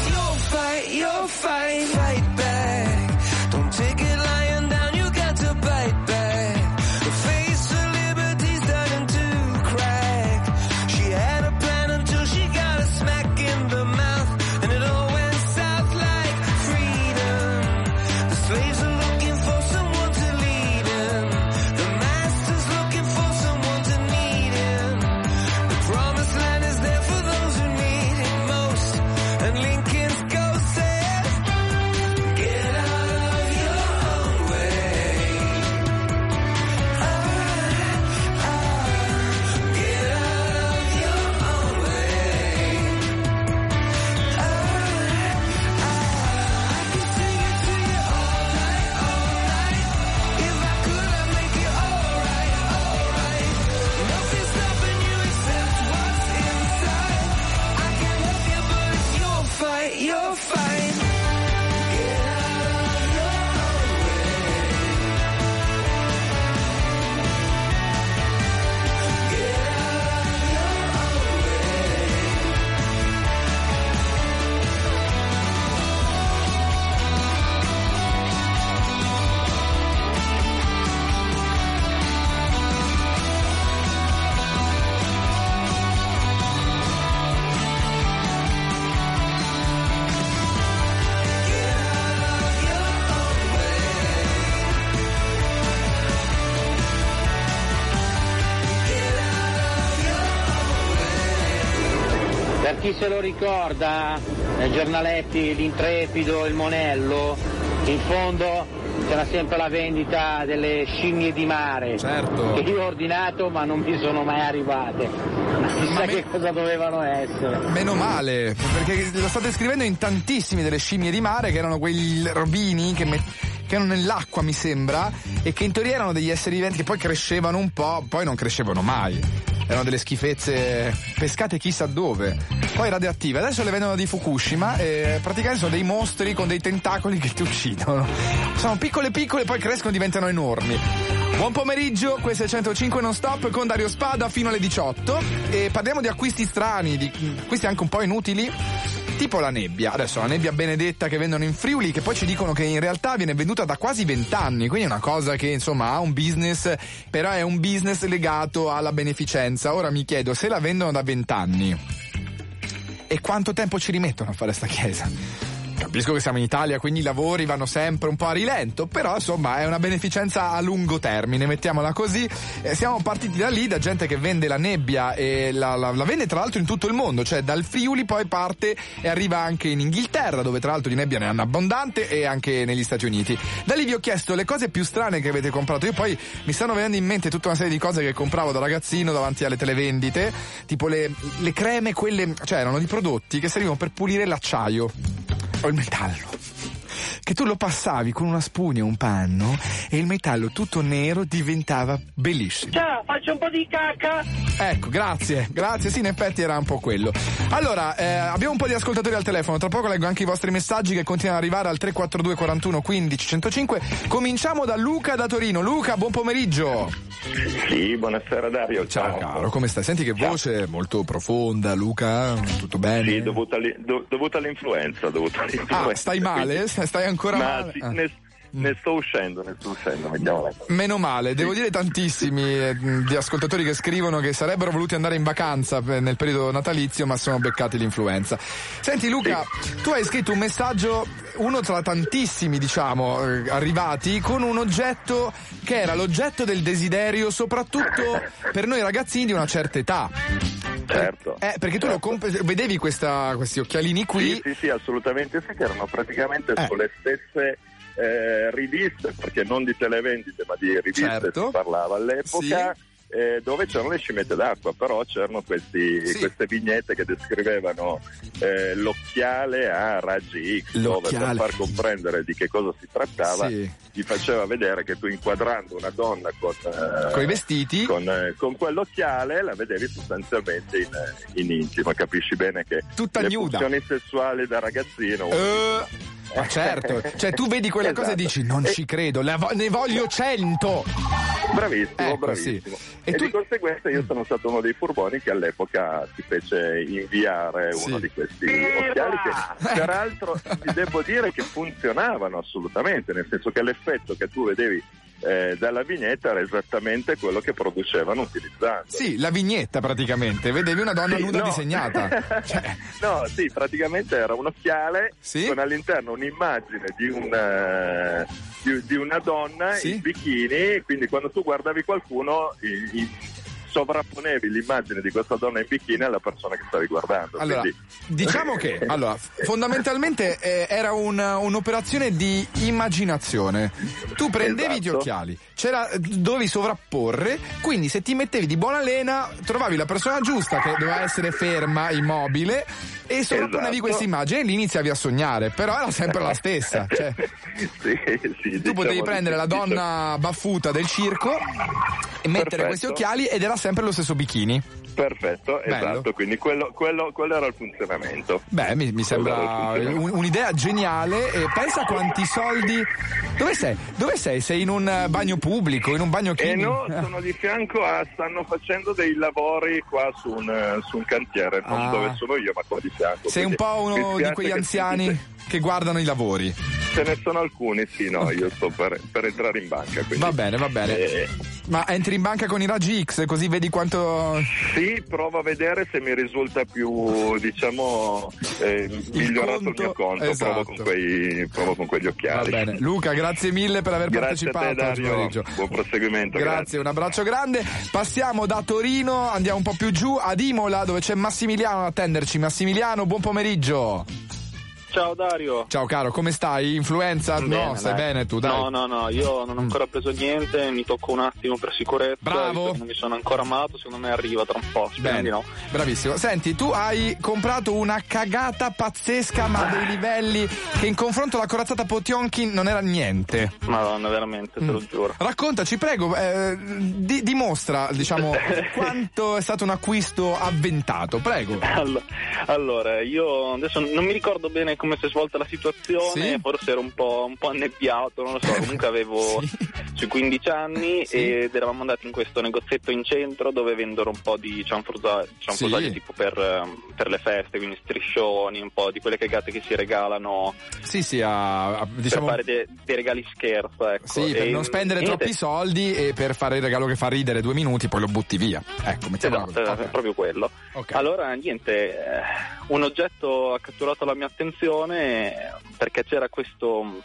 Per chi se lo ricorda, nei giornaletti l'Intrepido, il Monello, in fondo c'era sempre la vendita delle scimmie di mare. Certo. Che io ho ordinato ma non mi sono mai arrivate. Chissà che cosa dovevano essere. Meno male, perché lo state scrivendo in tantissimi delle scimmie di mare, che erano quei robini che erano nell'acqua, mi sembra, e che in teoria erano degli esseri viventi che poi crescevano un po', poi non crescevano mai. Erano delle schifezze pescate chissà dove, poi radioattive. Adesso le vendono di Fukushima e praticamente sono dei mostri con dei tentacoli che ti uccidono. Sono piccole, poi crescono e diventano enormi. Buon pomeriggio, questo è 105 non stop con Dario Spada fino alle 18 e parliamo di acquisti strani, di acquisti anche un po' inutili. Tipo la nebbia, adesso la nebbia benedetta che vendono in Friuli, che poi ci dicono che in realtà viene venduta da quasi 20 anni, quindi è una cosa che insomma ha un business, però è un business legato alla beneficenza. Ora mi chiedo, se la vendono da 20 anni, e quanto tempo ci rimettono a fare sta chiesa? Capisco che siamo in Italia, quindi i lavori vanno sempre un po' a rilento, però insomma è una beneficenza a lungo termine, mettiamola così. Siamo partiti da lì, da gente che vende la nebbia e la vende tra l'altro in tutto il mondo, cioè dal Friuli poi parte e arriva anche in Inghilterra, dove tra l'altro di nebbia ne hanno abbondante, e anche negli Stati Uniti. Da lì vi ho chiesto le cose più strane che avete comprato. Io poi mi stanno venendo in mente tutta una serie di cose che compravo da ragazzino davanti alle televendite, tipo le creme, quelle, cioè erano di prodotti che servivano per pulire l'acciaio o il metallo, che tu lo passavi con una spugna o un panno e il metallo tutto nero diventava bellissimo. Ciao, faccio un po' di cacca. Ecco, grazie, sì, in effetti era un po' quello. Allora, abbiamo un po' di ascoltatori al telefono, tra poco leggo anche i vostri messaggi che continuano ad arrivare al 342 41 15 105. Cominciamo da Luca da Torino. Luca, buon pomeriggio. Sì, buonasera Dario. Ciao caro, come stai? Senti che voce molto profonda, Luca, tutto bene? Sì, dovuta all'influenza. Ah, stai male? Stai ancora male? Sì, ne sto uscendo, mettiamola. Meno male, devo dire tantissimi di ascoltatori che scrivono che sarebbero voluti andare in vacanza nel periodo natalizio, ma sono beccati l'influenza. Senti Luca, tu hai scritto un messaggio, uno tra tantissimi diciamo arrivati, con un oggetto che era l'oggetto del desiderio soprattutto per noi ragazzini di una certa età. Certo. Perché tu vedevi questi occhialini qui? Sì, assolutamente sì, che erano praticamente sulle stesse riviste, perché non di televendite ma di riviste, si parlava all'epoca, dove c'erano le scimmiette d'acqua, però c'erano queste vignette che descrivevano l'occhiale a raggi X, dove per far comprendere di che cosa si trattava ti faceva vedere che tu, inquadrando una donna con i vestiti, con quell'occhiale, la vedevi sostanzialmente in intimo. Capisci bene che tutta le nuda. funzioni sessuali da ragazzino ma certo, cioè tu vedi quella cosa e dici non ci credo, ne voglio 100. Bravissimo. Sì. E di conseguenza io sono stato uno dei furboni che all'epoca si fece inviare uno di questi occhiali, che peraltro ti devo dire che funzionavano assolutamente, nel senso che l'effetto che tu vedevi dalla vignetta era esattamente quello che producevano utilizzando. Sì, la vignetta praticamente, vedevi una donna nuda disegnata. No, sì, praticamente era un occhiale con all'interno un'immagine di una donna in bikini, quindi quando tu guardavi qualcuno sovrapponevi l'immagine di questa donna in bikini alla persona che stavi guardando. Allora, diciamo che fondamentalmente era un'operazione di immaginazione. Tu prendevi gli occhiali, dovevi sovrapporre, quindi se ti mettevi di buona lena trovavi la persona giusta che doveva essere ferma, immobile, e sovrapponevi questa immagine e lì iniziavi a sognare, però era sempre la stessa. Cioè, tu potevi prendere la donna baffuta del circo e mettere questi occhiali ed era sempre lo stesso bikini. Perfetto, esatto, quindi quello era il funzionamento. Beh, mi sembra un'idea geniale, e pensa quanti soldi. Dove sei? Sei in un bagno pubblico, in un bagno chimico? No, sono di fianco stanno facendo dei lavori qua su un cantiere, non dove sono io, ma qua di fianco. Sei un po' uno di quegli anziani che guardano i lavori. Ce ne sono alcuni, sì, no, io sto per entrare in banca. Quindi. Va bene. Ma entri in banca con i raggi X, così vedi quanto... Sì, provo a vedere se mi risulta più, diciamo, migliorato il mio conto. Esatto. Provo con quegli occhiali. Va bene. Luca, grazie mille per aver partecipato. Grazie a te, Dario. Buon proseguimento. Grazie, un abbraccio grande. Passiamo da Torino, andiamo un po' più giù, ad Imola, dove c'è Massimiliano ad attenderci. Massimiliano, buon pomeriggio. Ciao Dario. Ciao caro, come stai? Influenza? Bene, no, stai bene tu, dai. No, io non ho ancora preso niente, mi tocco un attimo per sicurezza. Bravo. Non mi sono ancora ammalato, secondo me arriva tra un po'. Bene, no. Bravissimo. Senti, tu hai comprato una cagata pazzesca, ma a dei livelli che in confronto alla corazzata Potionkin non era niente. Madonna, veramente, te lo giuro. Raccontaci, prego, dimostra, diciamo, quanto è stato un acquisto avventato, prego. Allora, io adesso non mi ricordo bene come si è svolta la situazione, sì? Forse ero un po' annebbiato, non lo so, comunque avevo sui 15 anni ed eravamo andati in questo negozietto in centro dove vendono un po' di cianfrusaglie tipo per le feste, quindi striscioni, un po' di quelle cagate che si regalano diciamo, per fare dei regali scherzo, ecco. Sì, per non spendere troppi soldi e per fare il regalo che fa ridere 2 minuti, poi lo butti via. Ecco, mettiamola così. È proprio quello. Okay. Allora, niente, un oggetto ha catturato la mia attenzione perché c'era questo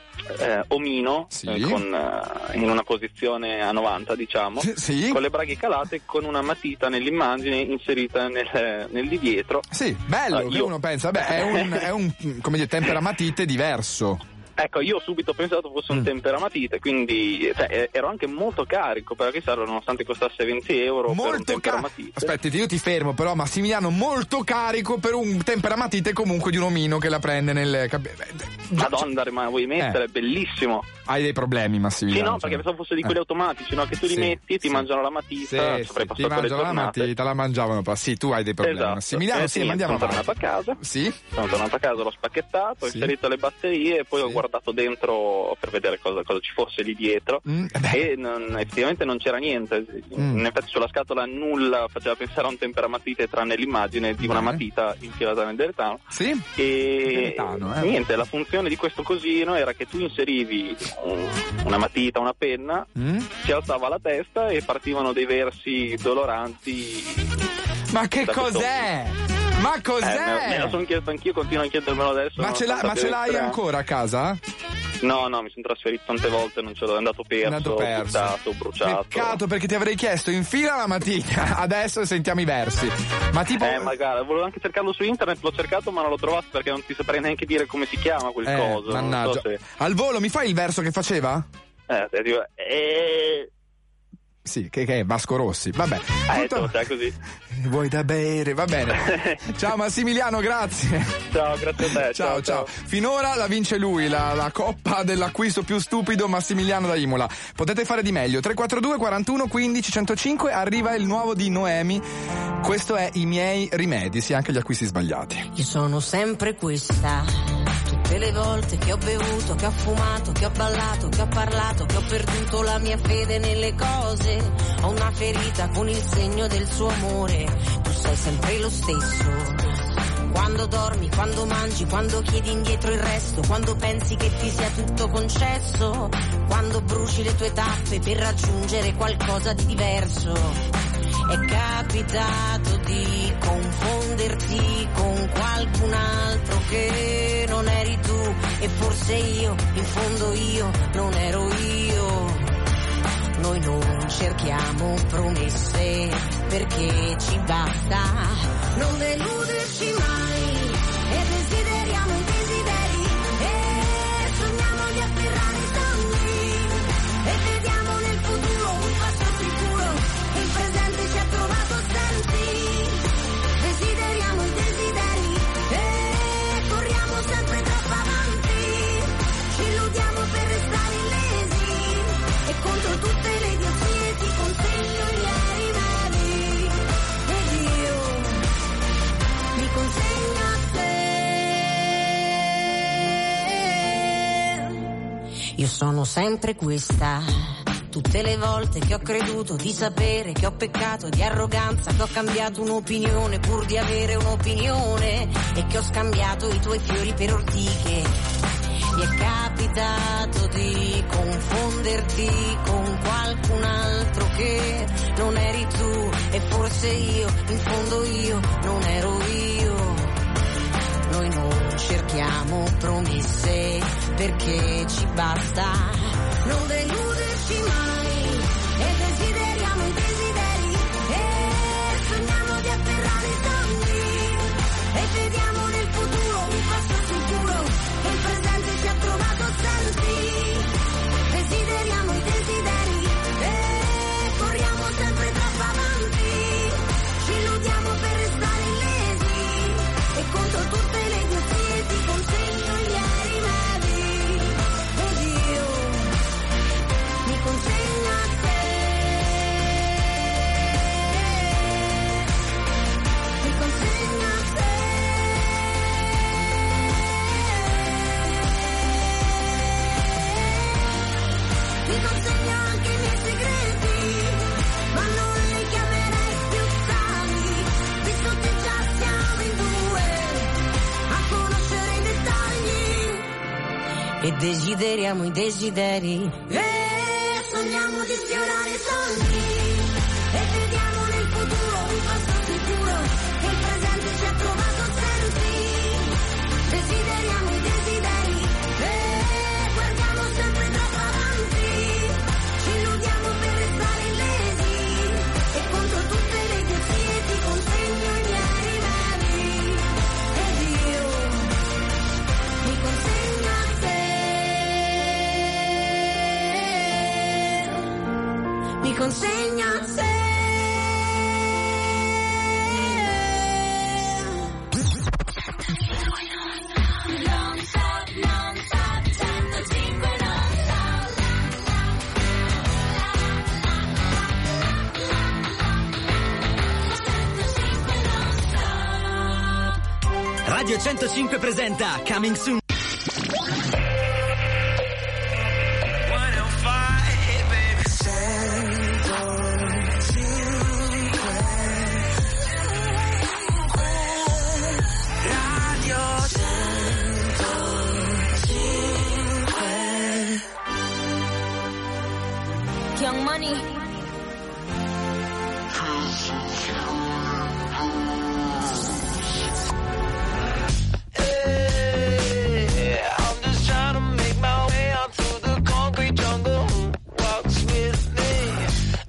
omino in una posizione a 90, diciamo, con le braghe calate, con una matita nell'immagine inserita nel di dietro. Sì, bello, che uno pensa, è un come dire, temperamatite diverso. Ecco, io ho subito pensato fosse un temperamatite, quindi ero anche molto carico, perché nonostante costasse 20 euro per un temperamatite. Aspetti, io ti fermo, però Massimiliano molto carico per un temperamatite comunque di un omino che la prende nel Madonna, ma vuoi mettere? È bellissimo. Hai dei problemi, Massimiliano? Sì, no, perché pensavo fosse di quelli automatici, no? Che tu li metti, ti mangiano la matita, ti mangiano la matita, la mangiavano, sì, tu hai dei problemi. Esatto. Massimiliano, andiamo sono tornato a casa. Sì. Sono tornato a casa, l'ho spacchettato, ho inserito le batterie e poi ho guardato dentro per vedere cosa ci fosse lì dietro e effettivamente non c'era niente. In effetti sulla scatola nulla faceva pensare a un temperamatite tranne l'immagine di una matita infilata nel deretano. Sì. E niente, la funzione di questo cosino era che tu inserivi una matita, una penna, si alzava la testa e partivano dei versi doloranti. Ma che cos'è? Ma cos'è? Me lo sono chiesto anch'io, continuo a chiedermelo adesso. Ma ce l'hai ancora a casa? No, mi sono trasferito tante volte, non ce l'ho, è andato perso. Buttato, bruciato. Peccato, perché ti avrei chiesto infila la matita, adesso sentiamo i versi. Ma tipo... magari, volevo anche cercarlo su internet, l'ho cercato ma non l'ho trovato perché non ti saprei neanche dire come si chiama quel coso. Mannaggia. Non so se... Al volo mi fai il verso che faceva? Sì, che è Vasco Rossi. Vabbè. Così. Vuoi da bere? Va bene. Ciao Massimiliano, grazie. Ciao, grazie a te. Ciao. Finora la vince lui, la coppa dell'acquisto più stupido, Massimiliano da Imola. Potete fare di meglio. 342 41 15 105, arriva il nuovo di Noemi. Questo è I miei rimedi, sì, anche gli acquisti sbagliati. Io sono sempre questa. Tutte le volte che ho bevuto, che ho fumato, che ho ballato, che ho parlato, che ho perduto la mia fede nelle cose. Ho una ferita con il segno del suo amore. Tu sei sempre lo stesso. Quando dormi, quando mangi, quando chiedi indietro il resto, quando pensi che ti sia tutto concesso, quando bruci le tue tappe per raggiungere qualcosa di diverso. È capitato di confonderti con qualcun altro che non eri tu, e forse io, in fondo io, non ero io. Noi non cerchiamo promesse perché ci basta non deluderci mai, e desideriamo i desideri e sogniamo di afferrare i sogni e vediamo nel futuro un passo sicuro, il presente ci ha trovato stanzi. Desideriamo i desideri e corriamo sempre troppo avanti, ci illudiamo per restare illesi e contro tutte le idiozie ti consegno i miei rimedi ed io mi consegno a te. Io sono sempre questa. Tutte le volte che ho creduto di sapere, che ho peccato di arroganza, che ho cambiato un'opinione pur di avere un'opinione opinione e che ho scambiato i tuoi fiori per ortiche. Mi è capitato di confonderti con qualcun altro che non eri tu, e forse io, in fondo io, non ero io. Noi non cerchiamo promesse perché ci basta non deluderci mai, e desideriamo i desideri e sogniamo di afferrare i sogni e vediamo nel futuro un passo sicuro che il presente ci ha trovato senti. Desideriamo i desideri e corriamo sempre troppo avanti, ci illudiamo per restare illesi e contro tutte le idiozie ti consegno i miei rimedi ed io mi consegno a te, mi consegno a te. Ti consegno anche i miei segreti, ma non li chiamerei più tali, visto che già siamo in due a conoscere i dettagli. E desideriamo i desideri e sogniamo di sfiorare i sogni e vediamo nel futuro un passo sicuro che il presente ci ha trovato senti. Desideriamo i desideri e guardiamo sempre troppo avanti, ci illudiamo per restare illesi e contro tutte le idiozie ti consegno i miei rimedi ed io mi consegno a te, mi consegno a te. Non stop, 105 non stop. Radio 105 presenta Coming Soon. Young Money. I'm just trying to make my way out through the concrete jungle. Who walks with me?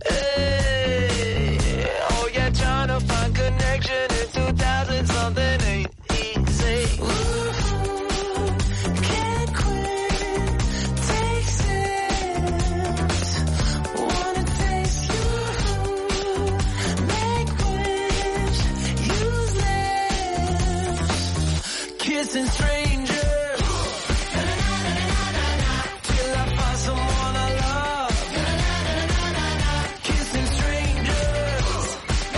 Hey, oh yeah, trying to find connection in 2000 something ain't easy. Ooh, can't quit, take sips, wanna taste you, make wish, use lips, kissing strangers. Till I find someone I love. Kissing strangers.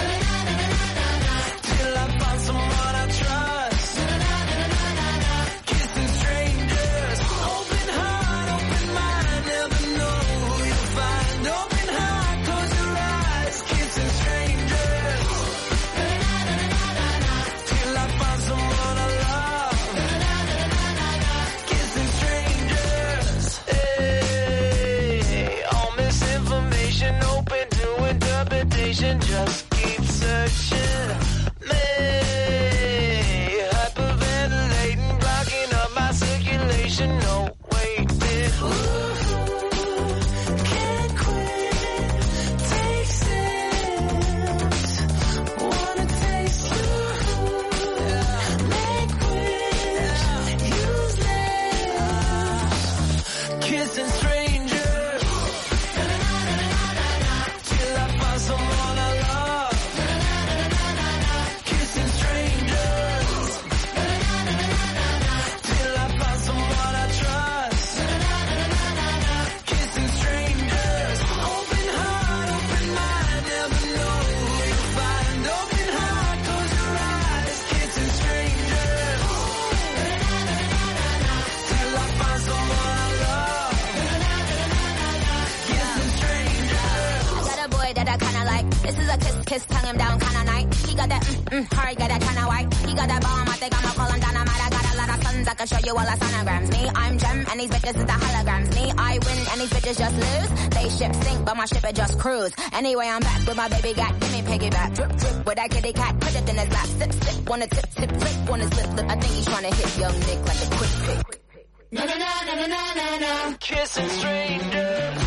Till I find someone I trust. Kissing strangers. Open heart, open mind, never know who you'll find. Open heart, close your eyes. Kissing strangers. Till I find someone I love. Kissing strangers. Hey, all misinformation open to interpretation. Just keep searching. Me, hyperventilating, blocking up my circulation. No waiting. Ooh, can't quit, take sips, wanna taste you, make wish, use lips, kissing strangers. Till I find someone I love. Kissing strangers. Till I find someone I trust. Kissing strangers. Open heart, open mind, never know who you'll find. Open heart, close your eyes. Kissing strangers. Till I find someone I love. Kissing strangers. Got a boy that I kinda like. This is a kiss, tongue him down kinda night. He got that hard, got that kinda white. got that bomb, I think I'ma call him dynamite. I got a lot of sons, I can show you all the sonograms. Me, I'm Gem, and these bitches is the holograms. Me, I win, and these bitches just lose. They ship sink, but my ship it just cruise. Anyway, I'm back with my baby got, give me piggyback. Drip, drip, with that kitty cat, put it in his lap. Sip, sip, wanna tip, sip, flip, wanna slip, slip. I think he's trying to hit young Nick like a quick pick. Na na na na na na na, kissing strangers.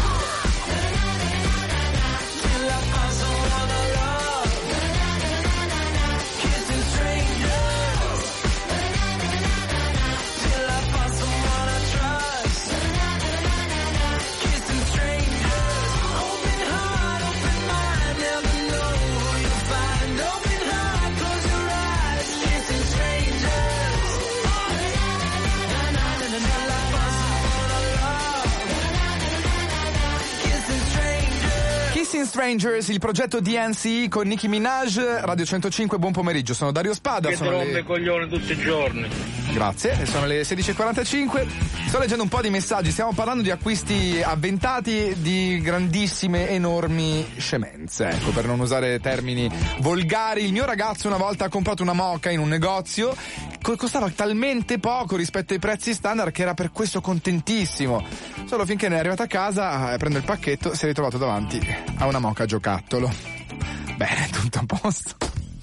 Strangers, il progetto DNC con Nicki Minaj, Radio 105, buon pomeriggio, sono Dario Spada. Che sono rompe coglione tutti i giorni. Grazie, sono le 16.45, sto leggendo un po' di messaggi, stiamo parlando di acquisti avventati di grandissime, enormi scemenze, ecco, per non usare termini volgari. Il mio ragazzo una volta ha comprato una moka in un negozio, costava talmente poco rispetto ai prezzi standard che era per questo contentissimo, solo finché ne è arrivato a casa, prende il pacchetto, si è ritrovato davanti a una moka giocattolo. Bene, tutto a posto.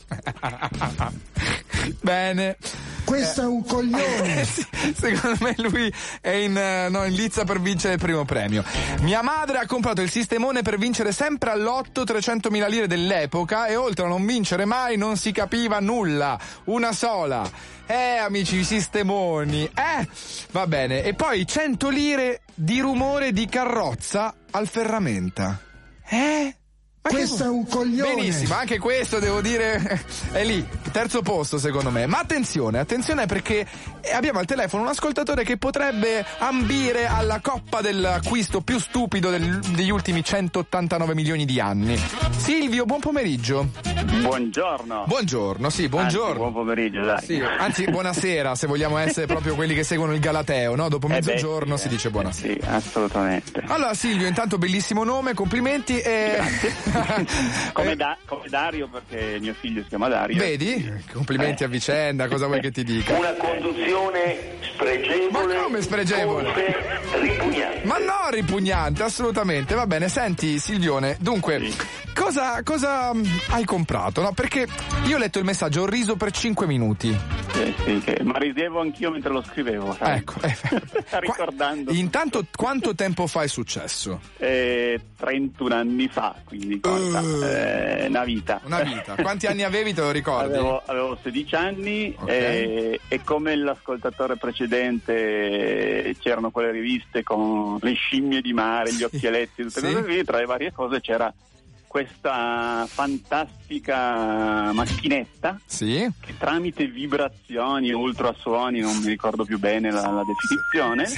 Bene. Questo è un coglione. Secondo me lui è in lizza per vincere il primo premio. Mia madre ha comprato il sistemone per vincere sempre all'otto 300.000 lire dell'epoca e oltre a non vincere mai non si capiva nulla. Una sola. Amici, i sistemoni. Va bene. E poi 100 lire di rumore di carrozza al ferramenta. Questo è un coglione. Benissimo, anche questo devo dire è lì, terzo posto secondo me. Ma attenzione perché abbiamo al telefono un ascoltatore che potrebbe ambire alla coppa dell'acquisto più stupido degli ultimi 189 milioni di anni. Silvio, buon pomeriggio. Buongiorno. Buongiorno, sì, buongiorno. Anzi, buon pomeriggio, dai. Sì, anzi, buonasera, se vogliamo essere proprio quelli che seguono il Galateo, no? Dopo mezzogiorno si dice buonasera. Sì, assolutamente. Allora Silvio, intanto bellissimo nome, complimenti. Grazie. Come Dario, perché mio figlio si chiama Dario. Vedi? Complimenti a vicenda, cosa vuoi che ti dica? Una conduzione spregevole. Ma come spregevole? Ripugnante. Ma no, ripugnante, assolutamente. Va bene, senti Silvione, dunque, sì. Cosa hai comprato? No, perché io ho letto il messaggio, ho riso per 5 minuti. Sì, ma ridevo anch'io mentre lo scrivevo. Sai? Ecco. Ricordando. Intanto, quanto tempo fa è successo? 31 anni fa, quindi una vita. Una vita. Quanti anni avevi, te lo ricordi? Avevo 16 anni, okay. E come l'ascoltatore precedente c'erano quelle riviste con le scimmie di mare, gli occhialetti, tutte cose così, tra le varie cose c'era questa fantastica macchinetta che tramite vibrazioni e ultrasuoni, non mi ricordo più bene la definizione,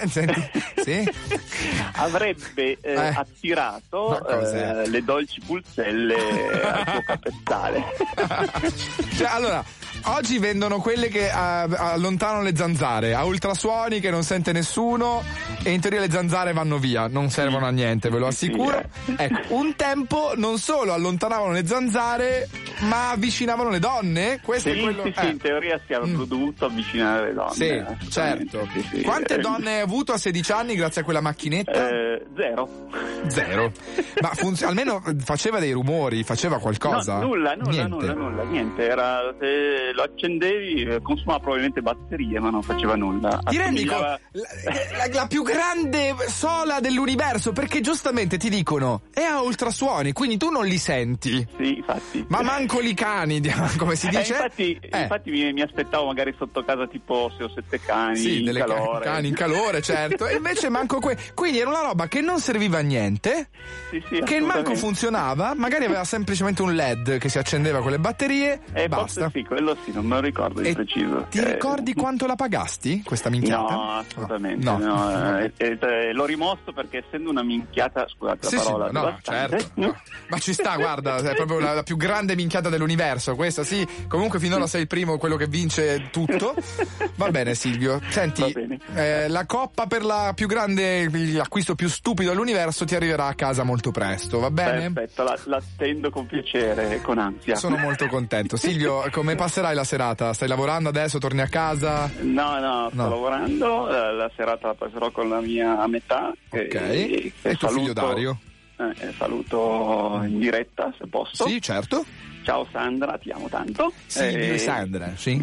avrebbe attirato le dolci pulzelle al suo capezzale. Cioè, allora, oggi vendono quelle che allontanano le zanzare, a ultrasuoni che non sente nessuno e in teoria le zanzare vanno via, non servono a niente, ve lo assicuro. Ecco, un tempo non solo allontanavano le zanzare, ma avvicinavano le donne? Questo è quello... Sì, in teoria si avrebbero dovuto avvicinare le donne. Sì, certo. Sì. Quante donne hai avuto a 16 anni grazie a quella macchinetta? Zero. Ma almeno faceva dei rumori, faceva qualcosa? No, nulla, niente. Era, se lo accendevi, consumava probabilmente batterie, ma non faceva nulla. Ti rendi conto? La più grande sola dell'universo, perché giustamente ti dicono è a ultrasuoni, quindi tu non li senti. Sì, infatti. Ma manco li cani, come si dice? Infatti mi aspettavo magari sotto casa tipo 6 o 7 cani in calore. Cani in calore, certo. E invece manco quindi era una roba che non serviva a niente, che manco funzionava, magari aveva semplicemente un LED che si accendeva con le batterie e basta. Sì, quello sì, non me lo ricordo di preciso. Ti ricordi quanto la pagasti questa minchiata? No, assolutamente no. L'ho rimosso perché essendo una minchiata, scusate la parola, certo. Ma ci sta, guarda, è proprio la più grande minchiata dell'universo, questa sì. Comunque finora sei il primo, quello che vince tutto. Va bene Silvio, senti, la coppa per la più grande, l'acquisto più stupido dell'universo ti arriverà a casa molto presto, va bene? Perfetto, l'attendo con piacere e con ansia. Sono molto contento. Silvio, come passerai la serata? Stai lavorando adesso? Torni a casa? No, sto lavorando, la serata la passerò con la mia metà. Ok, e tuo figlio Dario? Saluto in diretta se posso. Sì, certo. Ciao Sandra, ti amo tanto. Silvio Sandra, sì.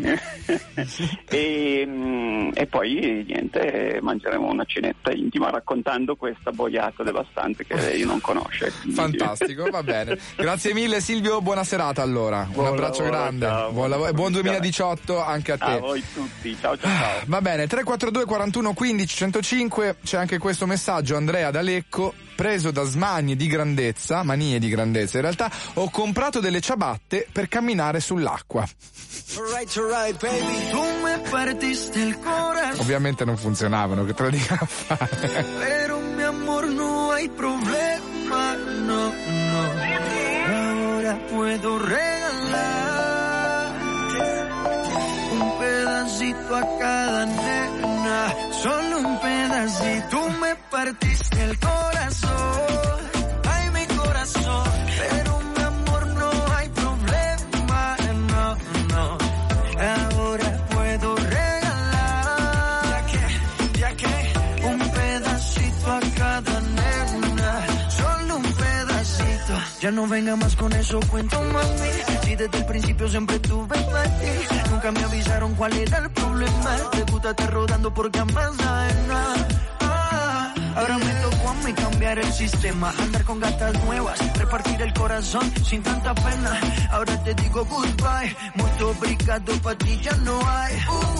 e poi niente, mangeremo una cenetta intima raccontando questa boiata devastante che lei non conosce. Fantastico, va bene. Grazie mille Silvio, buona serata allora. Un abbraccio grande. Ciao, buon lavoro e buon 2018 anche a te. A voi tutti, ciao. Va bene, 342 41 15 105, c'è anche questo messaggio, Andrea da Lecco. Preso da manie di grandezza in realtà, ho comprato delle ciabatte per camminare sull'acqua. Alright, baby, tu me partiste il corazón. Ovviamente non funzionavano, che te lo dica a fare. Pero mi amor no hay problema, no. Ahora puedo regalar un pedacito a cada nena, solo un pedacito. Tú me partiste el corazón, ay mi corazón, pero mi amor no hay problema, no. Ahora puedo regalar, ya que un pedacito a cada nena, solo un pedacito. Ya no venga más con eso, cuento mami, si desde el principio siempre tuve para ti. Nunca me avisaron cuál era el problema, de puta estar rodando por camas ajenas. Ahora me tocó a mí cambiar el sistema, andar con gatas nuevas, repartir el corazón sin tanta pena. Ahora te digo goodbye, mucho obrigado, pa' ti ya no hay.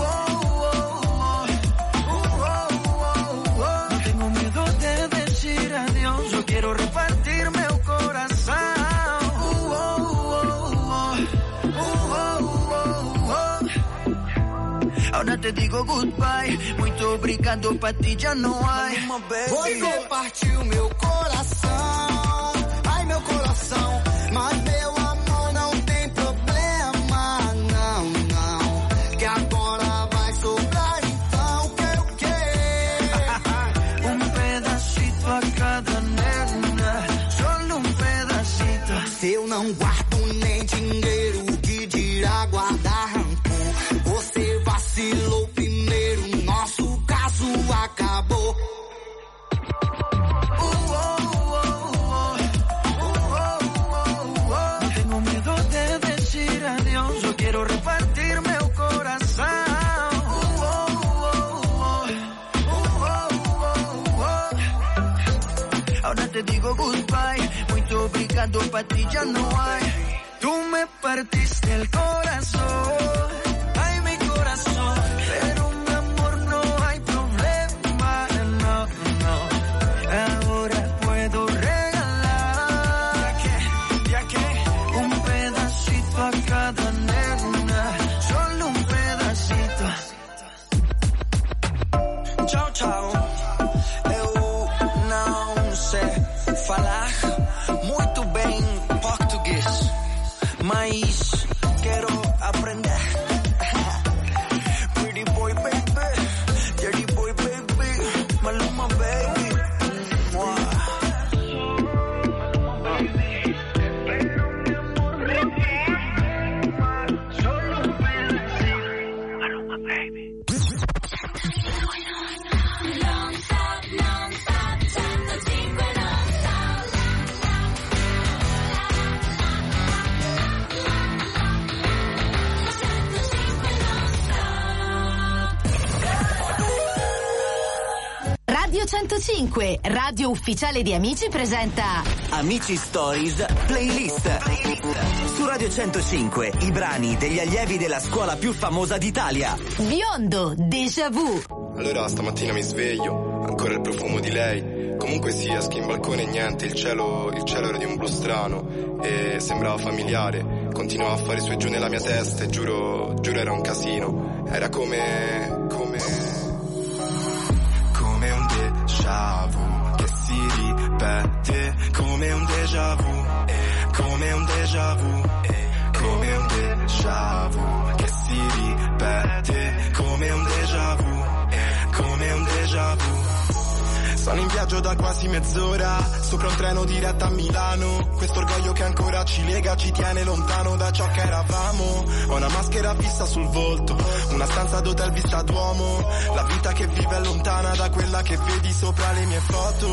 No tengo miedo de decir adiós, yo quiero repartirme el corazón. Ahora te digo goodbye, muito obrigado, pra ti já não há. Você partiu meu coração, ai meu coração, mas meu amor não tem problema, não, que agora vai sobrar, então quero o quê? Pedacito a cada nena, solo pedacito. Se eu não guardo nem dinheiro, que dirá guardar rancor? Você vacilou primeiro, nosso caso acabou. No tengo miedo de decir adiós, yo quiero repartirme el corazón. Ahora te digo goodbye, muito obrigado, pa' ti ya no hay. Tú me partiste el corazón, ay mi corazón, pero mi amor no hay problema, no. Ahora puedo regalar, ya que un pedacito a cada nena, solo un pedacito. Tchau, eu não sei falar muito bem português, mas quero aprender. Pretty boy baby, dirty boy baby, Maluma baby. Maluma baby. Radio 105, radio ufficiale di Amici, presenta Amici Stories Playlist. Su Radio 105, i brani degli allievi della scuola più famosa d'Italia. Biondo, Déjà Vu. Allora stamattina mi sveglio, ancora il profumo di lei. Comunque sì, esco in balcone e niente, il cielo era di un blu strano e sembrava familiare. Continuava a fare su e giù nella mia testa e giuro era un casino. Era come un déjà vu che si ripete come un déjà vu, come un déjà vu, come un déjà vu che si ripete come un déjà vu, come un déjà vu. Sono in viaggio da quasi mezz'ora, sopra un treno diretto a Milano. Questo orgoglio che ancora ci lega, ci tiene lontano da ciò che eravamo. Ho una maschera fissa sul volto, una stanza d'hotel vista Duomo. La vita che vive è lontana da quella che vedi sopra le mie foto.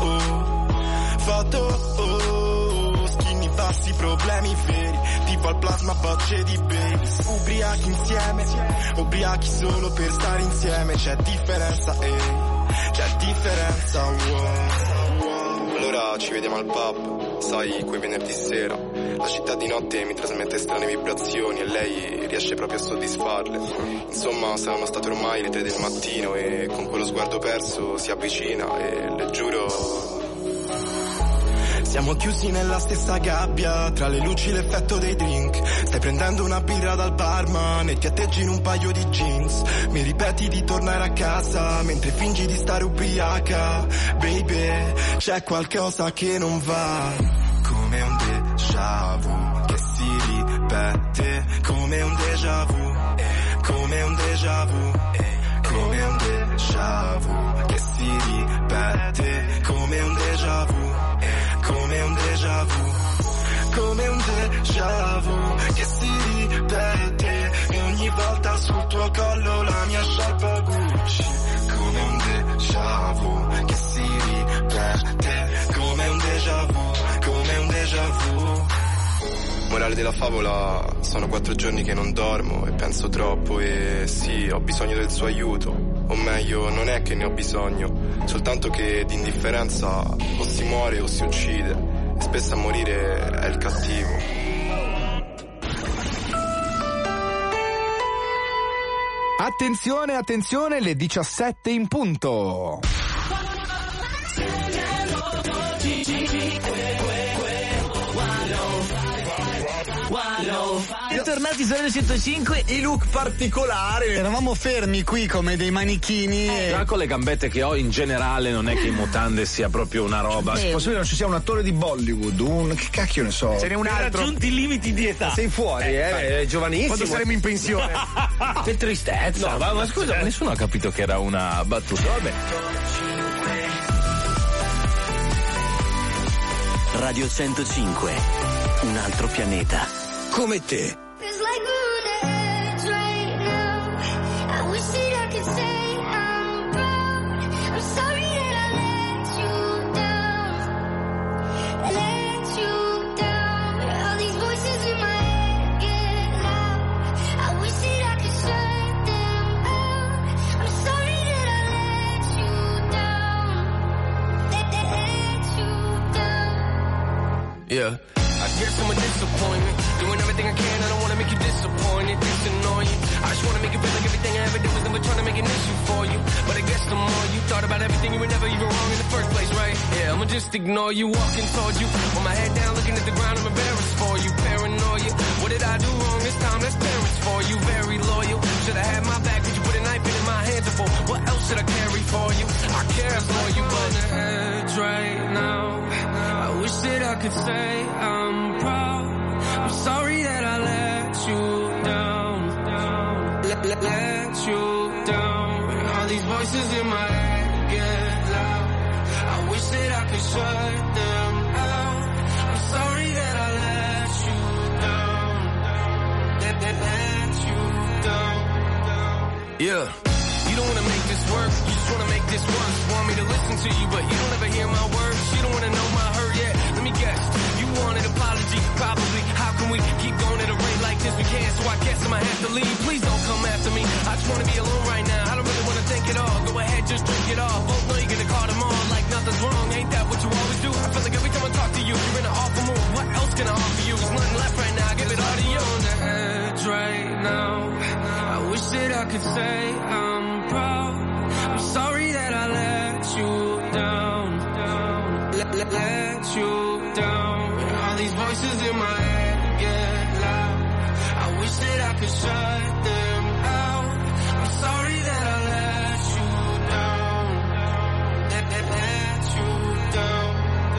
Skinny bassi, problemi veri, tipo al plasma bocce di babies. Ubriachi insieme, ubriachi solo per stare insieme. C'è differenza, c'è differenza, wow. Allora ci vediamo al pub, sai, quei venerdì sera. La città di notte mi trasmette strane vibrazioni e lei riesce proprio a soddisfarle. Insomma, saranno state ormai le 3 del mattino e con quello sguardo perso si avvicina e le giuro... Siamo chiusi nella stessa gabbia, tra le luci l'effetto dei drink. Stai prendendo una birra dal barman e ti atteggi in un paio di jeans. Mi ripeti di tornare a casa mentre fingi di stare ubriaca. Baby, c'è qualcosa che non va. Come un déjà vu che si ripete, come un déjà vu, come un déjà vu, come un déjà vu che si ripete, come un déjà vu, come un déjà vu, come un déjà vu che si ripete e ogni volta sul tuo collo la mia sciarpa Gucci. Come un déjà vu che si ripete, come un déjà vu, come un déjà vu. Morale della favola, sono 4 giorni che non dormo e penso troppo e sì, ho bisogno del suo aiuto. O meglio, non è che ne ho bisogno, soltanto che di indifferenza o si muore o si uccide, e spesso a morire è il cattivo. Attenzione, attenzione, le 17 in punto. Bentornati su Radio 105. I look particolari. Eravamo fermi qui come dei manichini. Già con le gambette che ho in generale non è che in mutande sia proprio una roba. È possibile non ci sia un attore di Bollywood, che cacchio ne so. Ce n'è un altro. Raggiunti i limiti di età. Sei fuori, è giovanissimo. Quando saremo in pensione. Che tristezza. No, ma scusa, nessuno ha capito che era una battuta. Vabbè. Radio 105, un altro pianeta. Come te. Yeah, I guess I'm a disappointment. Doing everything I can, I don't wanna make you disappointed. It's annoying. I just wanna make you feel like everything I ever did was never trying to make an issue for you. But I guess the more you thought about everything, you were never even wrong in the first place, right? Yeah, I'ma just ignore you, walking towards you. With my head down, looking at the ground, I'm embarrassed for you. Paranoia, what did I do wrong this time? That's parents for you, very loyal. Should've had my back, but you put a knife in my hands before. What else should I carry for you? I care for you, but on the edge right now. I wish that I could say I'm proud. I'm sorry that I let you down. Let you down. All these voices in my head get loud. I wish that I could shut them out. I'm sorry that I let you down. Let you down. Yeah. You don't wanna make this work, you just wanna make this worse. Want me to listen to you, but you don't ever hear my words. You don't wanna know my hurt yet. Let me guess, you want an apology, probably. How can we keep going at a rate like this? We can't, so I guess I might have to leave. Please don't come after me. I just wanna be alone right now. I don't really wanna think it all. Go ahead, just drink it all. Both know you're gonna call them on like nothing's wrong. Ain't that what you always do? I feel like every time I talk to you, you're in an awful mood. What else can I offer you? There's nothing left right now. I give it all to you. On the edge right now. I wish that I could say I'm proud. I'm sorry that I let you down. Let you down. All these voices in my head get loud. I wish that I could shut them out. I'm sorry that I let you down. Let you down.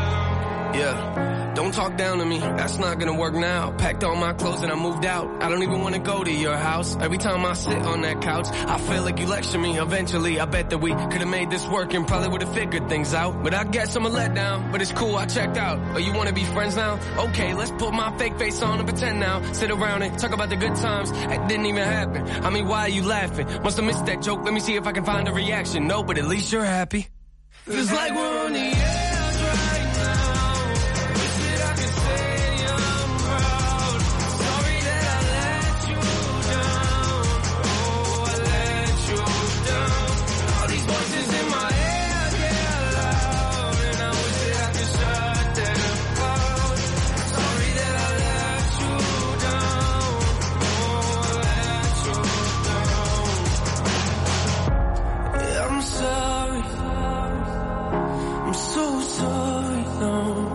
talk down to me, that's not gonna work now. Packed all my clothes and I moved out. I don't even wanna go to your house. Every time I sit on that couch, I feel like you lecture me. Eventually, I bet that we could've made this work and probably would've figured things out. But I guess I'm a letdown, but it's cool, I checked out. Oh, you wanna be friends now? Okay, let's put my fake face on and pretend now. Sit around and talk about the good times. It didn't even happen. I mean, why are you laughing? Must have missed that joke. Let me see if I can find a reaction. No, but at least you're happy. Feels like we're on the edge right now. Wish that I could say I'm proud. Sorry that I let you down. Oh, I let you down. All these voices in my head get loud, and I wish that I could shut them out. Sorry that I let you down. Oh, I let you down. Yeah, I'm sorry. I'm so sorry, no.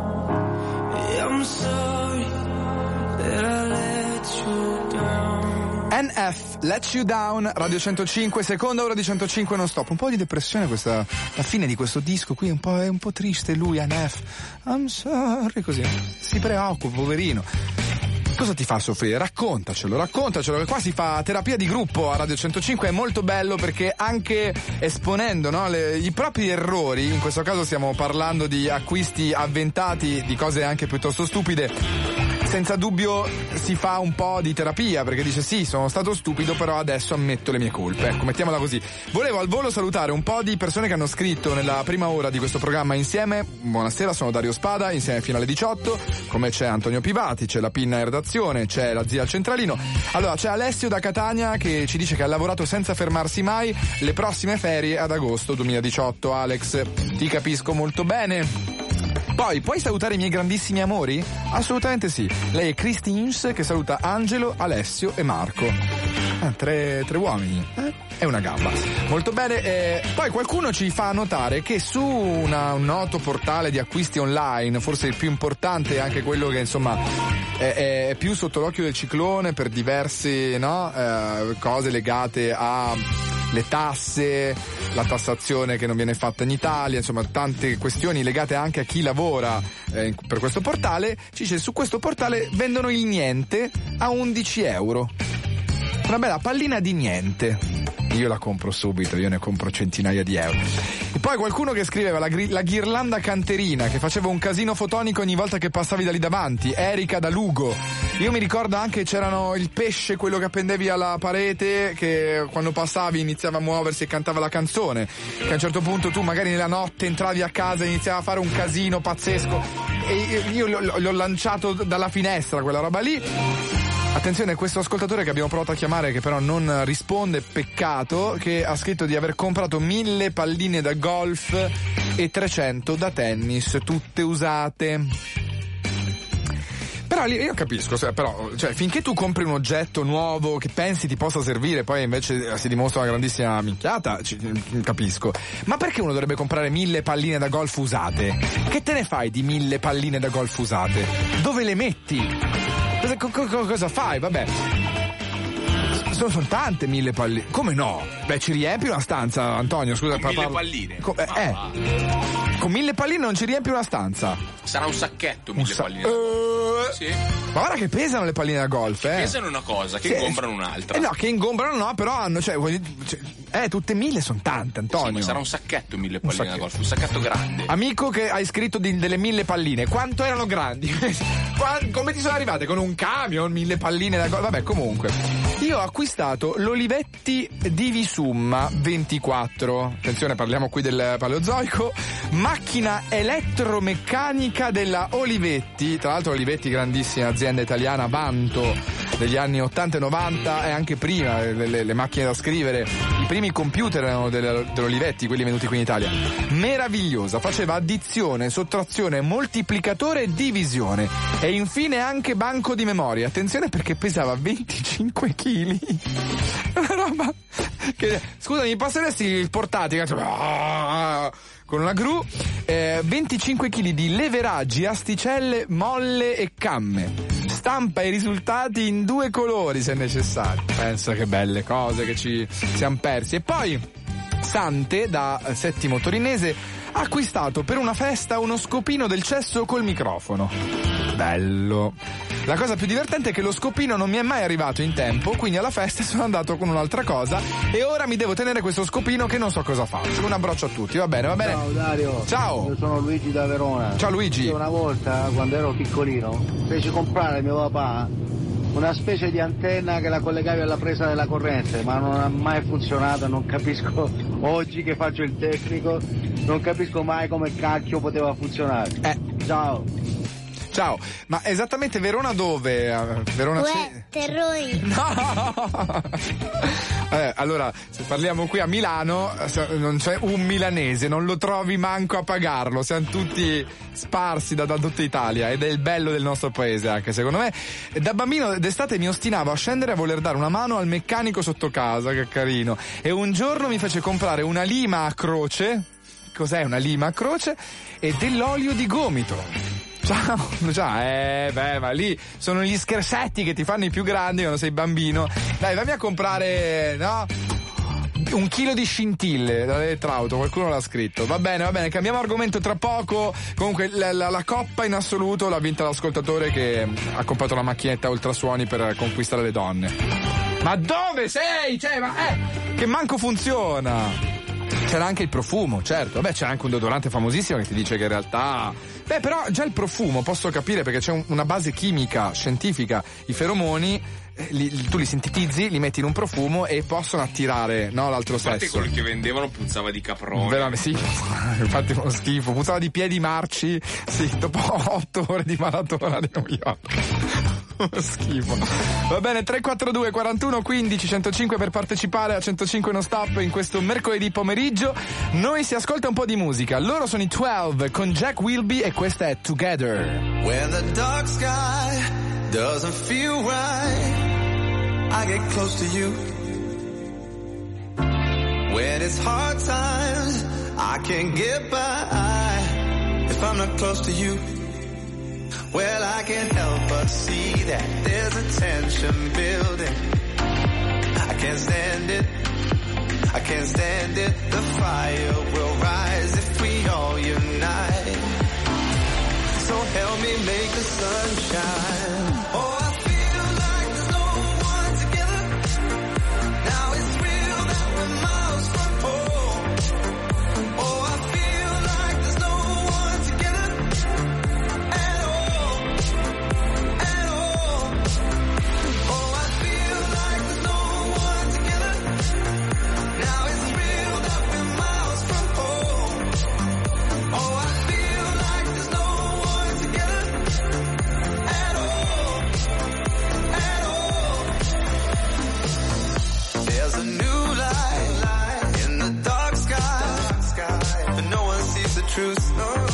Yeah, I'm sorry that I let you down. NF, Let You Down, Radio 105, seconda ora di 105 non stop. Un po' di depressione questa, la fine di questo disco qui, è un po' triste lui, NF. I'm sorry, così. Si preoccupa, poverino. Cosa ti fa soffrire? Raccontacelo, che qua si fa terapia di gruppo a Radio 105, è molto bello perché anche esponendo, no, i propri errori, in questo caso stiamo parlando di acquisti avventati, di cose anche piuttosto stupide, senza dubbio si fa un po' di terapia, perché dice sì, sono stato stupido, però adesso ammetto le mie colpe. Ecco, mettiamola così. Volevo al volo salutare un po' di persone che hanno scritto nella prima ora di questo programma insieme. Buonasera, sono Dario Spada, insieme fino alle 18, come c'è Antonio Pivati, c'è la Pinna in redazione, c'è la zia al centralino. Allora, c'è Alessio da Catania che ci dice che ha lavorato senza fermarsi mai, le prossime ferie ad agosto 2018. Alex, ti capisco molto bene. Poi, puoi salutare i miei grandissimi amori? Assolutamente sì. Lei è Christines che saluta Angelo, Alessio e Marco. Tre uomini. È una gamba. Molto bene. Poi qualcuno ci fa notare che su un noto portale di acquisti online, forse il più importante, anche quello che insomma è più sotto l'occhio del ciclone per diverse cose legate a le tasse, la tassazione che non viene fatta in Italia, insomma tante questioni legate anche a chi lavora per questo portale. Ci dice, su questo portale vendono il niente a 11 euro. Una bella pallina di niente. Io la compro subito, io ne compro centinaia di euro. E poi qualcuno che scriveva la ghirlanda canterina che faceva un casino fotonico ogni volta che passavi da lì davanti. Erika da Lugo. Io mi ricordo anche c'erano il pesce, quello che appendevi alla parete, che quando passavi iniziava a muoversi e cantava la canzone, che a un certo punto tu magari nella notte entravi a casa e iniziava a fare un casino pazzesco e io l'ho lanciato dalla finestra quella roba lì. Attenzione, questo ascoltatore che abbiamo provato a chiamare, che però non risponde, peccato, che ha scritto di aver comprato 1000 palline da golf e 300 da tennis, tutte usate. Però io capisco, cioè finché tu compri un oggetto nuovo che pensi ti possa servire, poi invece si dimostra una grandissima minchiata, capisco. Ma perché uno dovrebbe comprare 1000 palline da golf usate? Che te ne fai di 1000 palline da golf usate? Dove le metti? Cosa fai? Vabbè. Sono tante 1000 palline. Come no? Beh, ci riempi una stanza, Antonio, scusa. Con 1000 palline? Con 1000 palline non ci riempi una stanza. Sarà un sacchetto 1000 palline. Sì. Ma guarda che pesano le palline da golf, Pesano una cosa, che ingombrano un'altra. No, che ingombrano no, però hanno, tutte 1000 sono tante, Antonio. Sì, ma sarà un sacchetto 1000 palline da golf, un sacchetto grande. Amico che hai scritto delle 1000 palline, quanto erano grandi? Come ti sono arrivate? Con un camion, 1000 palline da golf? Vabbè, comunque. Io ho acquistato l'Olivetti Divisumma 24. Attenzione, parliamo qui del Paleozoico. Macchina elettromeccanica della Olivetti. Tra l'altro Olivetti, grandissima azienda italiana, vanto degli anni 80 e 90 e anche prima, le macchine da scrivere. I primi computer erano dell'Olivetti, quelli venuti qui in Italia. Meravigliosa, faceva addizione, sottrazione, moltiplicatore e divisione. E infine anche banco di memoria. Attenzione perché pesava 25 kg. Una roba che, scusami, mi passeresti il portatile con una gru, 25 kg di leveraggi, asticelle, molle e camme. Stampa i risultati in 2 colori se necessario. Pensa che belle cose che ci siamo persi. E poi Sante da Settimo Torinese ha acquistato per una festa uno scopino del cesso col microfono. Bello. La cosa più divertente è che lo scopino non mi è mai arrivato in tempo, quindi alla festa sono andato con un'altra cosa e ora mi devo tenere questo scopino che non so cosa faccio. Un abbraccio a tutti, va bene, va bene? Ciao Dario. Ciao. Io sono Luigi da Verona. Ciao Luigi. Io una volta, quando ero piccolino, feci comprare a mio papà una specie di antenna che la collegavi alla presa della corrente, ma non ha mai funzionato, non capisco, oggi che faccio il tecnico, non capisco mai come cacchio poteva funzionare. Ciao. Ciao, ma esattamente Verona dove? Verona Terroi. No! Allora, se parliamo qui a Milano, non c'è un milanese, non lo trovi manco a pagarlo, siamo tutti sparsi da tutta Italia ed è il bello del nostro paese anche secondo me. Da bambino d'estate mi ostinavo a scendere a voler dare una mano al meccanico sotto casa, che carino, e un giorno mi fece comprare una lima a croce. Cos'è una lima a croce? E dell'olio di gomito. Ciao, ma lì sono gli scherzetti che ti fanno i più grandi quando sei bambino. Dai, vammi a comprare, no? 1 chilo di scintille dall'elettrauto, qualcuno l'ha scritto. Va bene, cambiamo argomento tra poco. Comunque la coppa in assoluto l'ha vinta l'ascoltatore che ha comprato la macchinetta ultrasuoni per conquistare le donne. Ma dove sei? Che manco funziona. C'era anche il profumo, certo. Vabbè, c'è anche un deodorante famosissimo che ti dice che in realtà... però già il profumo posso capire perché c'è una base chimica, scientifica. I feromoni, tu li sintetizzi, li metti in un profumo e possono attirare, no, l'altro sesso. Infatti quello che vendevano puzzava di caprone. Veramente, sì, infatti uno schifo. Puzzava di piedi marci, sì, dopo 8 ore di maratona di New York. Schifo. Va bene, 342 41 15 105 per partecipare a 105 non stop in questo mercoledì pomeriggio. Noi si ascolta un po' di musica. Loro sono i 12 con Jack Wilby e questa è Together. When the dark sky doesn't feel right, I get close to you. When it's hard times, I can't get by if I'm not close to you. Well, I can't help but see that there's a tension building. I can't stand it. I can't stand it. The fire will rise if we all unite. So help me make the sun shine. Oh, I feel like there's no one together. Now it's real that we're miles from home. Oh, I feel like there's no one together at all. At all. Oh, I feel like there's no one together. Now it's real that we're miles from home. Oh, I feel like there's no one together at all. At all. There's a new light in the dark sky, but no one sees the truth.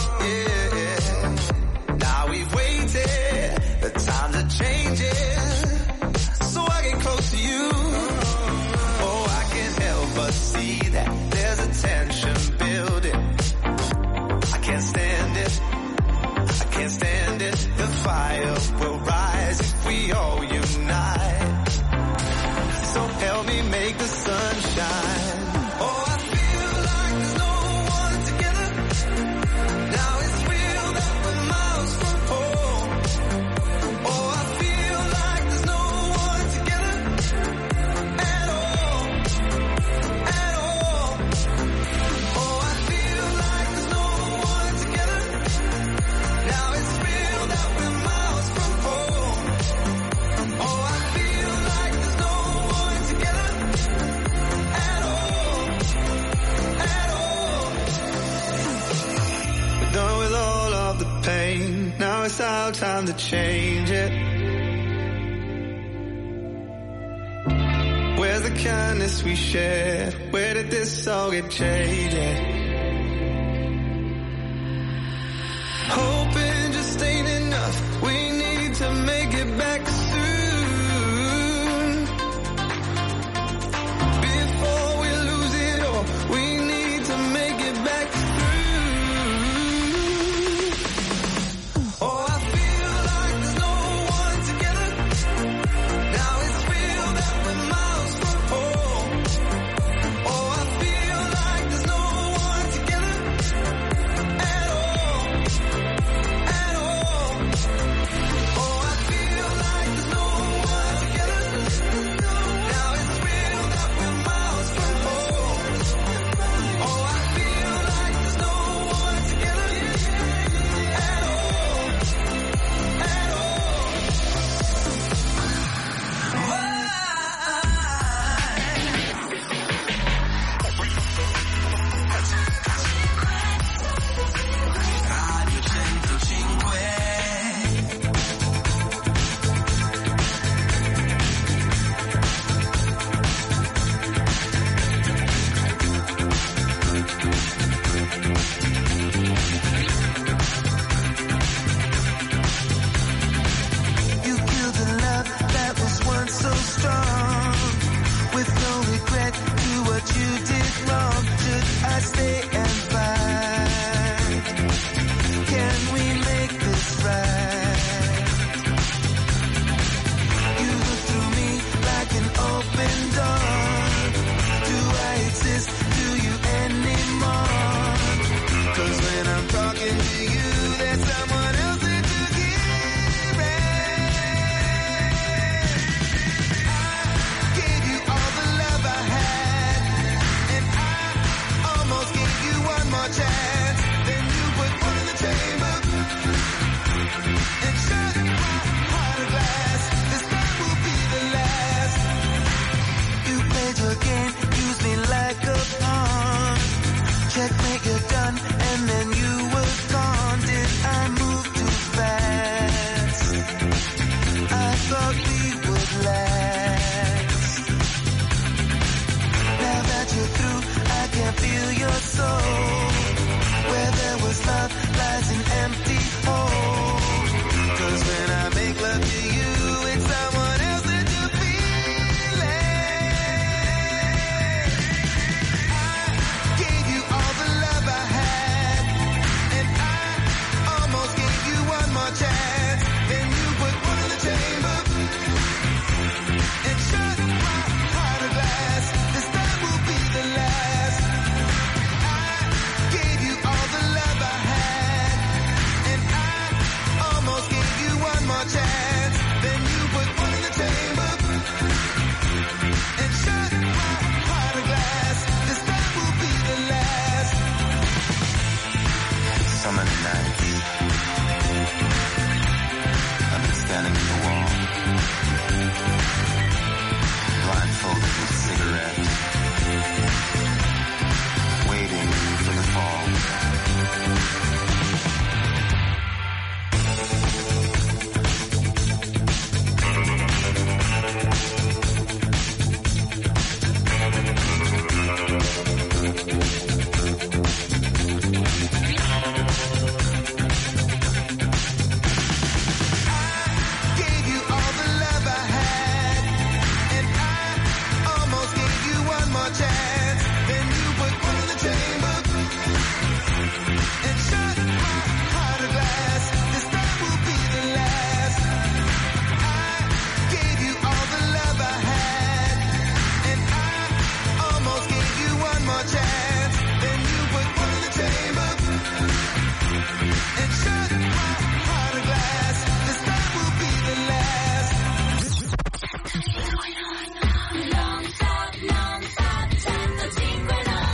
Yeah. Now we've waited, the times are changing, so I get close to you. Oh, I can't help but see that there's a tension building. I can't stand it. I can't stand it. The fire will rise if we all unite. So help me make the sun shine. Oh, I feel like there's no one together. Now it's real that we're miles from home. Oh, I feel like there's no one together at all. At all. Oh, I feel like there's no one together. Now it's real that we're miles from home. Oh, I feel like there's no one together at all. At all. We're done with all of the pain. Now it's our time to change it. Where's the kindness we shared? Where did this all get changed? Hoping just ain't enough. We need to make it back soon. Before we lose it all, we need to make it back through. Oh, I feel like there's no one together. Now it's real that we're miles from home. Oh, I feel like again, use me like a pawn. Checkmate, you're done, and then you were gone. Did I move too fast? I thought we would last. Now that you're through, I can feel your soul. Where there was love lies an empty hole. 'Cause when I make love to you, it's someone else that you're feeling. I gave you all the love I had, and I almost gave you one more chance. Then you put one in the chamber and shut my heart of glass. This time will be the last. I gave you all the love I had, and I almost gave you one more chance. Then you put one in the chamber and shut my heart of glass. This time will be the last. Summer nights, I've been standing at the wall, blindfolded with a cigarette, waiting for the fall. Gave you all the love I had, and I almost gave you one more chance. Then you put one in the chamber and shut my heart of glass. This time will be the last. I gave you all the love I had, and I almost gave you one more chance. Then you put one in the chamber and shut my heart of glass. This time will be the last. Non stop, 105 non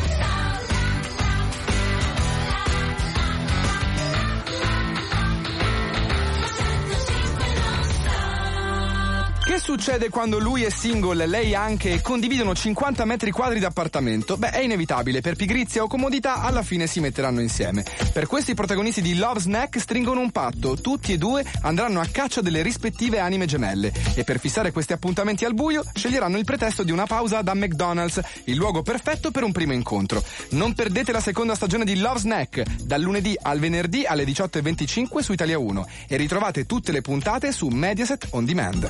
Che succede quando lui è single, lei anche, e condividono 50 metri quadri d'appartamento? Beh, è inevitabile, per pigrizia o comodità alla fine si metteranno insieme. Per questo i protagonisti di Love Snack stringono un patto, tutti e due andranno a caccia delle rispettive anime gemelle e per fissare questi appuntamenti al buio sceglieranno il pretesto di una pausa da McDonald's, il luogo perfetto per un primo incontro. Non perdete la seconda stagione di Love Snack, dal lunedì al venerdì alle 18:25 su Italia 1 e ritrovate tutte le puntate su Mediaset On Demand.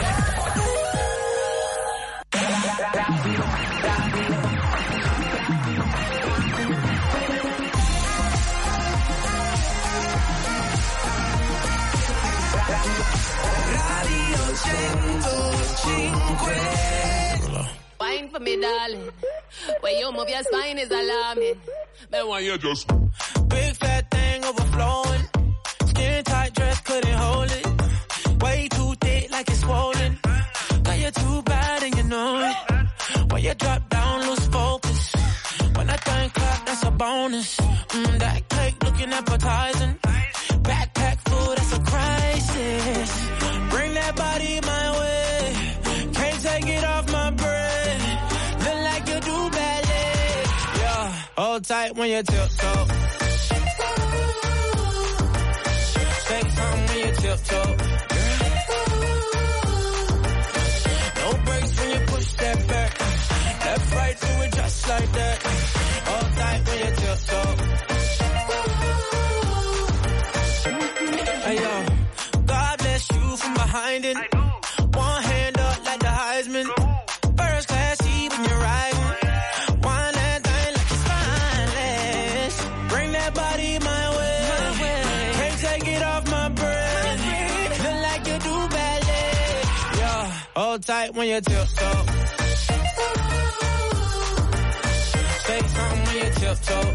Radio 105. Wine for me, darling. When you move your spine is alarming. Then why you just big fat thing overflowing. Skin tight dress couldn't hold it. Way too thick like it's swollen. Got you too bad and you know it. When you drop down, lose focus. When I think clap, that's a bonus. That cake looking appetizing. Backpack full, that's a crisis. Bring that body my way. Can't take it off my brain. Look like you do ballet. Yeah, hold tight when you tiptoe. Take time when you tiptoe. No brakes when you push that back. Left, right, do it just like that. Hold tight when you tiptoe. Hey yo, God bless you from behind it. One hand up like the Heisman. First class seat when you're riding. Wine that thing like it's spineless. Bring that body my way. Can't take it off my brain. Look like you do ballet. Yeah, hold tight when you tiptoe. Say something when you tiptoe.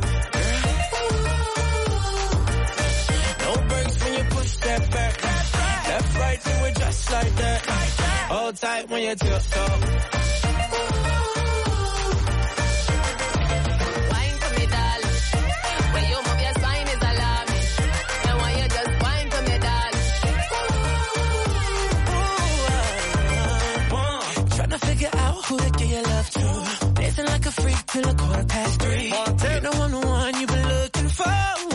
No brakes when you push that back. Left, right, do it just like that. Hold tight when you tiptoe. Wine for me, darling. When you move your spine is alarming. And why you just wine for me, darling. Tryna figure out who to give your love to. freak till 3:15. No, I'm the one you've been looking for.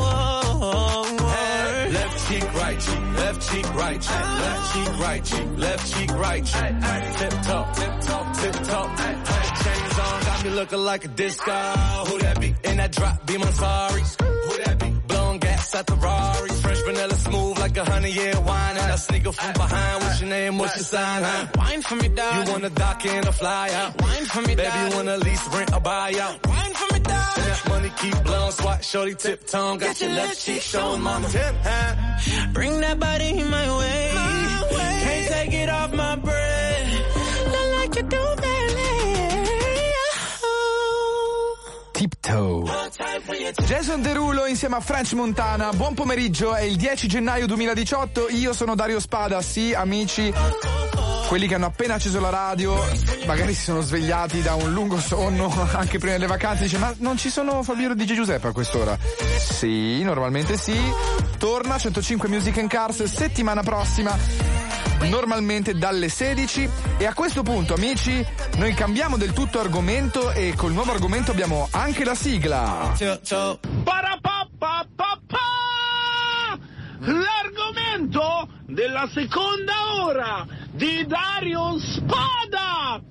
Left cheek, right cheek, left cheek, right cheek, left cheek, right cheek, left cheek, right cheek. Tip top, tip top, tip top. Chains on, got me looking like a disco. Who that be? In that drop, be my sorry. Who that be? Blowing gas at the Rari. Fresh vanilla smooth like 100-year wine. And I sneak up from behind. What's your name? What's your sign? Huh? Wine for me, dog. You wanna dock in or fly out? Wine for me, dog. Baby, you wanna lease, rent, or buy out? Wine for me, dog. And that money keep blowing, swat, shorty, tip tongue. Got your left cheek showing, mama. Tip, huh? Bring that body my way. Can't take it off my breath. Not like you do, baby. Tiptoe. Jason Derulo insieme a French Montana. Buon pomeriggio, è il 10 gennaio 2018. Io sono Dario Spada. Sì, amici, quelli che hanno appena acceso la radio, magari si sono svegliati da un lungo sonno anche prima delle vacanze, dice: ma non ci sono Fabio DJ Giuseppe a quest'ora? Sì, normalmente sì. Torna 105 Music and Cars settimana prossima, normalmente dalle 16. E a questo punto, amici, noi cambiamo del tutto argomento e col nuovo argomento abbiamo anche la sigla. L'argomento della seconda ora di Dario Spada.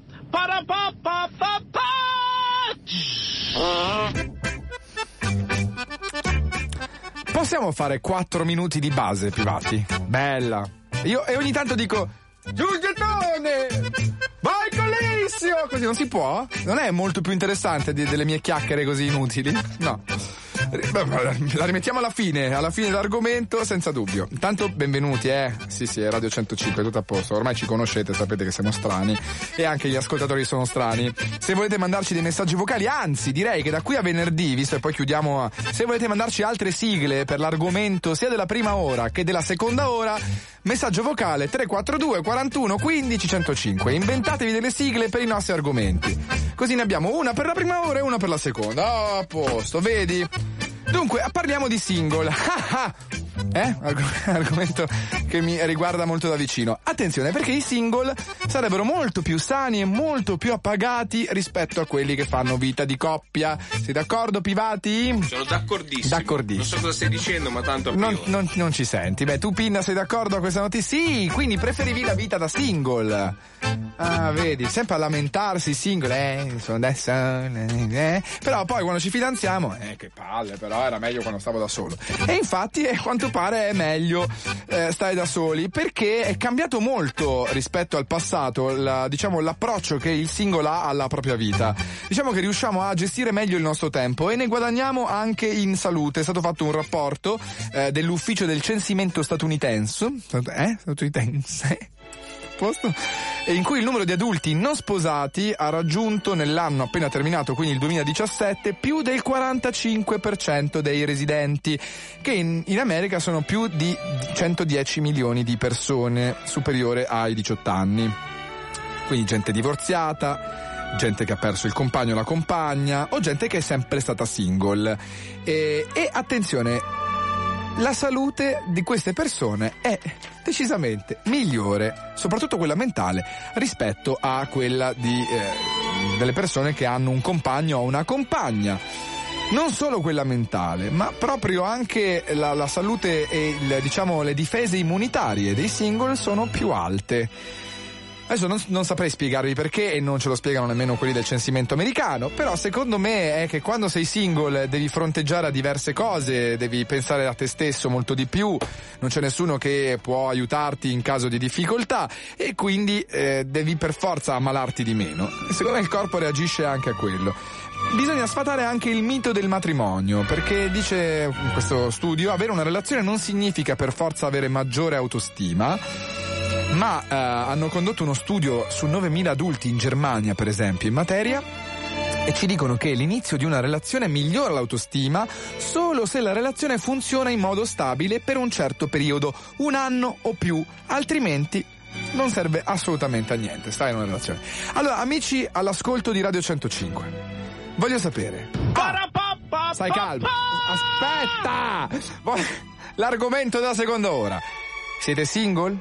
Possiamo fare 4 minuti di base, privati? Bella. Io e ogni tanto dico: Giuliettone, vai con l'Alessio! Così non si può? Non è molto più interessante delle mie chiacchiere così inutili? No. La rimettiamo alla fine dell'argomento, senza dubbio. Intanto benvenuti, Sì, è Radio 105, tutto a posto. Ormai ci conoscete, sapete che siamo strani e anche gli ascoltatori sono strani. Se volete mandarci dei messaggi vocali, anzi direi che da qui a venerdì, visto che poi chiudiamo, se volete mandarci altre sigle per l'argomento sia della prima ora che della seconda ora, messaggio vocale 342 41 15 105. Inventatevi delle sigle per i nostri argomenti, così ne abbiamo una per la prima ora e una per la seconda. Oh, a posto, vedi? Dunque, parliamo di single. Argomento che mi riguarda molto da vicino. Attenzione, perché i single sarebbero molto più sani e molto più appagati rispetto a quelli che fanno vita di coppia. Sei d'accordo, Pivati? Sono d'accordissimo. Non so cosa stai dicendo, ma tanto non ci senti. Beh, tu, Pinna, sei d'accordo a questa notizia? Sì, quindi preferivi la vita da single. Ah, vedi, sempre a lamentarsi, single, sono da solo, però poi quando ci fidanziamo, che palle, però era meglio quando stavo da solo. E infatti, a quanto pare è meglio stare da soli, perché è cambiato molto rispetto al passato, l'approccio che il single ha alla propria vita. Diciamo che riusciamo a gestire meglio il nostro tempo e ne guadagniamo anche in salute. È stato fatto un rapporto dell'ufficio del censimento statunitense, posto, in cui il numero di adulti non sposati ha raggiunto nell'anno appena terminato, quindi il 2017, più del 45% dei residenti, che in America sono più di 110 milioni di persone, superiore ai 18 anni. Quindi gente divorziata, gente che ha perso il compagno o la compagna, o gente che è sempre stata single. E attenzione, la salute di queste persone è decisamente migliore, soprattutto quella mentale, rispetto a quella delle persone che hanno un compagno o una compagna. Non solo quella mentale, ma proprio anche la salute e le difese immunitarie dei single sono più alte. Adesso non saprei spiegarvi perché, e non ce lo spiegano nemmeno quelli del censimento americano, però secondo me è che quando sei single devi fronteggiare a diverse cose, devi pensare a te stesso molto di più, non c'è nessuno che può aiutarti in caso di difficoltà e quindi devi per forza ammalarti di meno. E secondo me il corpo reagisce anche a quello. Bisogna sfatare anche il mito del matrimonio, perché dice in questo studio avere una relazione non significa per forza avere maggiore autostima, ma hanno condotto uno studio su 9.000 adulti in Germania, per esempio, in materia, e ci dicono che l'inizio di una relazione migliora l'autostima solo se la relazione funziona in modo stabile per un certo periodo, 1 anno o più, altrimenti non serve assolutamente a niente, stai in una relazione. Allora, amici all'ascolto di Radio 105, voglio sapere. Stai calmo. Aspetta! L'argomento della seconda ora. Siete single?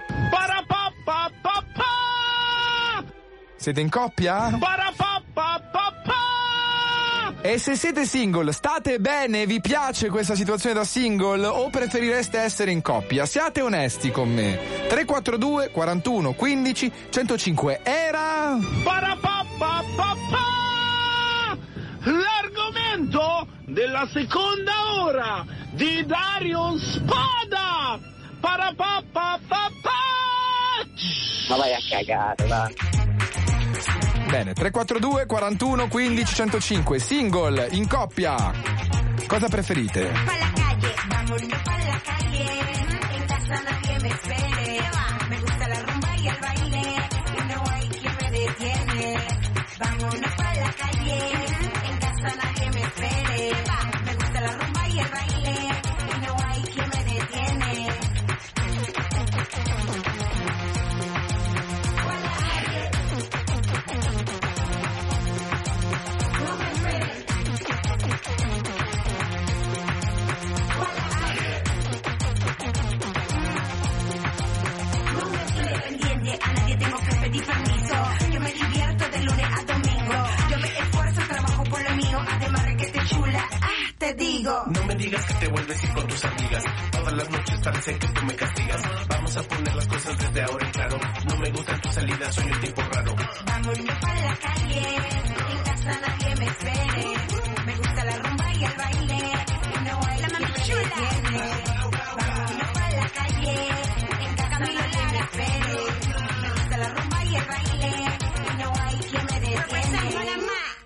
Siete in coppia? E se siete single, state bene? Vi piace questa situazione da single o preferireste essere in coppia? Siate onesti con me. 342 41 15 105 era... L'argomento della seconda ora di Dario Spada. Ma vai a cagare, va. Bene, 342 41 15 105. Single, in coppia. Cosa preferite? Pa' la calle, vámonos pa' la calle. En casa nadie me espere. Me gusta la rumba y el baile. Y no hay quien me detiene. Vámonos pa' la calle. En casa nadie me espere. Me gusta la rumba y el baile. Y no hay quien me detiene. A nadie tengo que pedir permiso. Yo me divierto de lunes a domingo. Yo me esfuerzo, trabajo por lo mío. Además de que te chula, te digo. No me digas que te vuelves ir con tus amigas. Todas las noches parece que tú me castigas. Vamos a poner las cosas desde ahora en claro. No me gustan tus salidas, soy un tipo raro. Vámonos pa' la calle. En casa nadie me espere. Me gusta la rumba y el baile. Y no hay quien me detiene. Vámonos pa' la calle. En casa nadie me espere. La rumba y el baile, y no hay quien me detiene.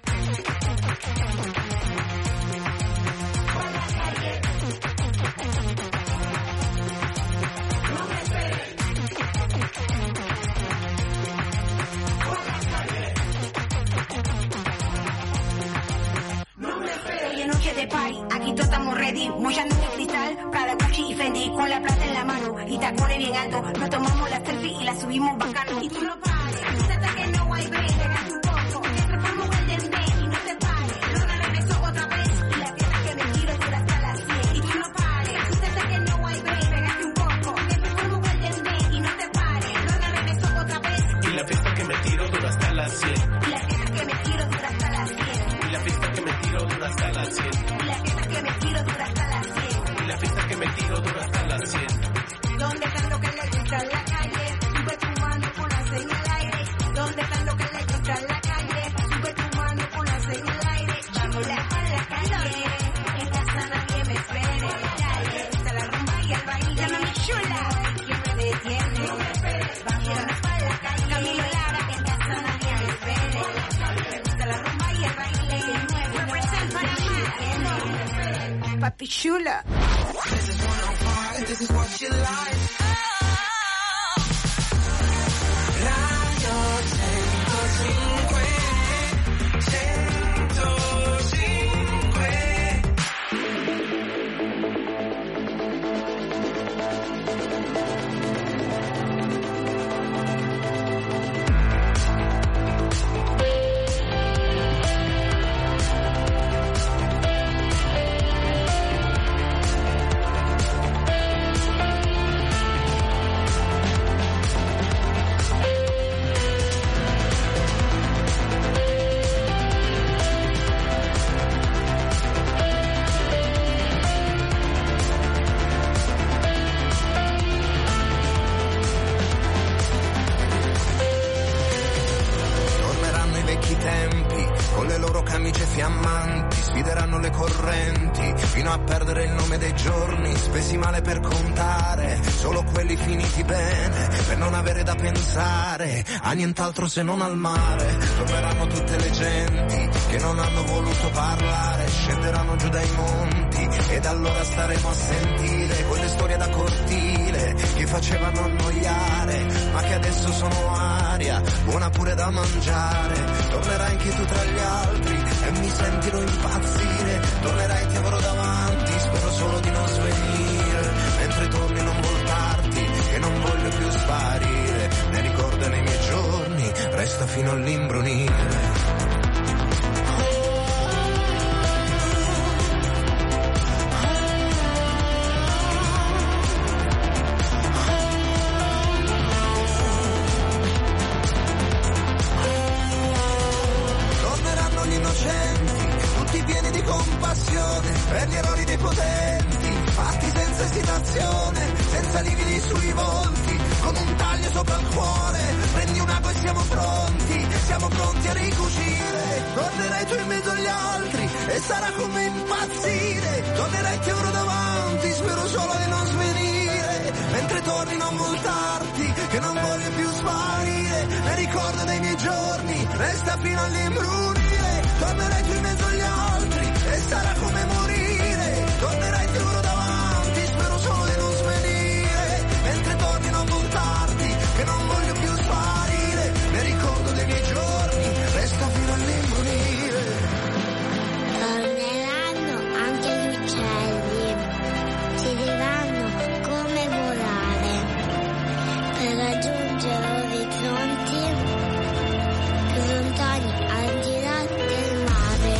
Oye, noche de party, aquí todos estamos ready. Mollando de cristal, Prada, Gucci y Fendi. Con la plata en la mano y tacones bien alto. Nos tomamos la selfie y la subimos bacano. Y tú no pares, hasta que no hay break. Pégate un poco, que te pongo el demé y no te pares. No me regreso otra vez y la fiesta que me tiro dura hasta las 100. Y tú no pares, hasta que no hay break. Pégate un poco, que te pongo el demé y no te pares. No me regreso otra vez y la fiesta que me tiro dura hasta las 100. Y la fiesta que me tiro dura hasta las 100. Y la fiesta que me tiro dura hasta las 100. Y la fiesta que me tiro dura hasta las 100. Y la fiesta que me tiro dura hasta las 100. ¿Dónde están los que les gusta la calle? Sube tu mano con la señal al aire. ¿Dónde están los que les gusta la calle? Sube tu mano con la señal al aire. Vámonos a la calle. En casa nadie me espere. Me gusta la rumba y el baile. La mami chula. ¿Quién me detiene? Vámonos a la calle. Camilo Lara. En casa nadie me espere. Me gusta la rumba y el baile. Represent Panamá. Papi chula. This is what you like. Radio 105. Fiammanti sfideranno le correnti fino a perdere il nome dei giorni spesi male per contare, solo quelli finiti bene per non avere da pensare a nient'altro se non al mare. Torneranno tutte le genti che non hanno voluto parlare, scenderanno giù dai monti ed allora staremo a sentire quelle storie da cortile che facevano annoiare ma che adesso sono aria buona pure da mangiare. Tornerai anche tu tra gli altri e mi sentirò impazzire, tornerai ti avrò davanti, spero solo di non svenire, mentre torni non voltarti che non voglio più sparire, ne ricordo nei miei giorni, resta fino all'imbrunire. Tutti pieni compassione per gli errori dei potenti, fatti senza esitazione, senza lividi sui volti, con un taglio sopra il cuore, prendi un ago e siamo pronti a ricucire. Tornerai tu in mezzo agli altri e sarà come impazzire, tornerai ti avrò davanti, spero solo di non svenire, mentre torni non voltarti, che non voglio più sparire, ne ricordo dei miei giorni, resta fino all'imbrunire, tornerai tu in mezzo agli altri e sarà come morire, tornerai ti avrò davanti, spero solo di non svenire, mentre torni non voltarti, che non voglio più sparire, ne ricordo dei miei giorni, resta fino all'imbrunire. Torneranno anche gli uccelli, ci diranno come volare, per raggiungere orizzonti più lontani al di là del mare.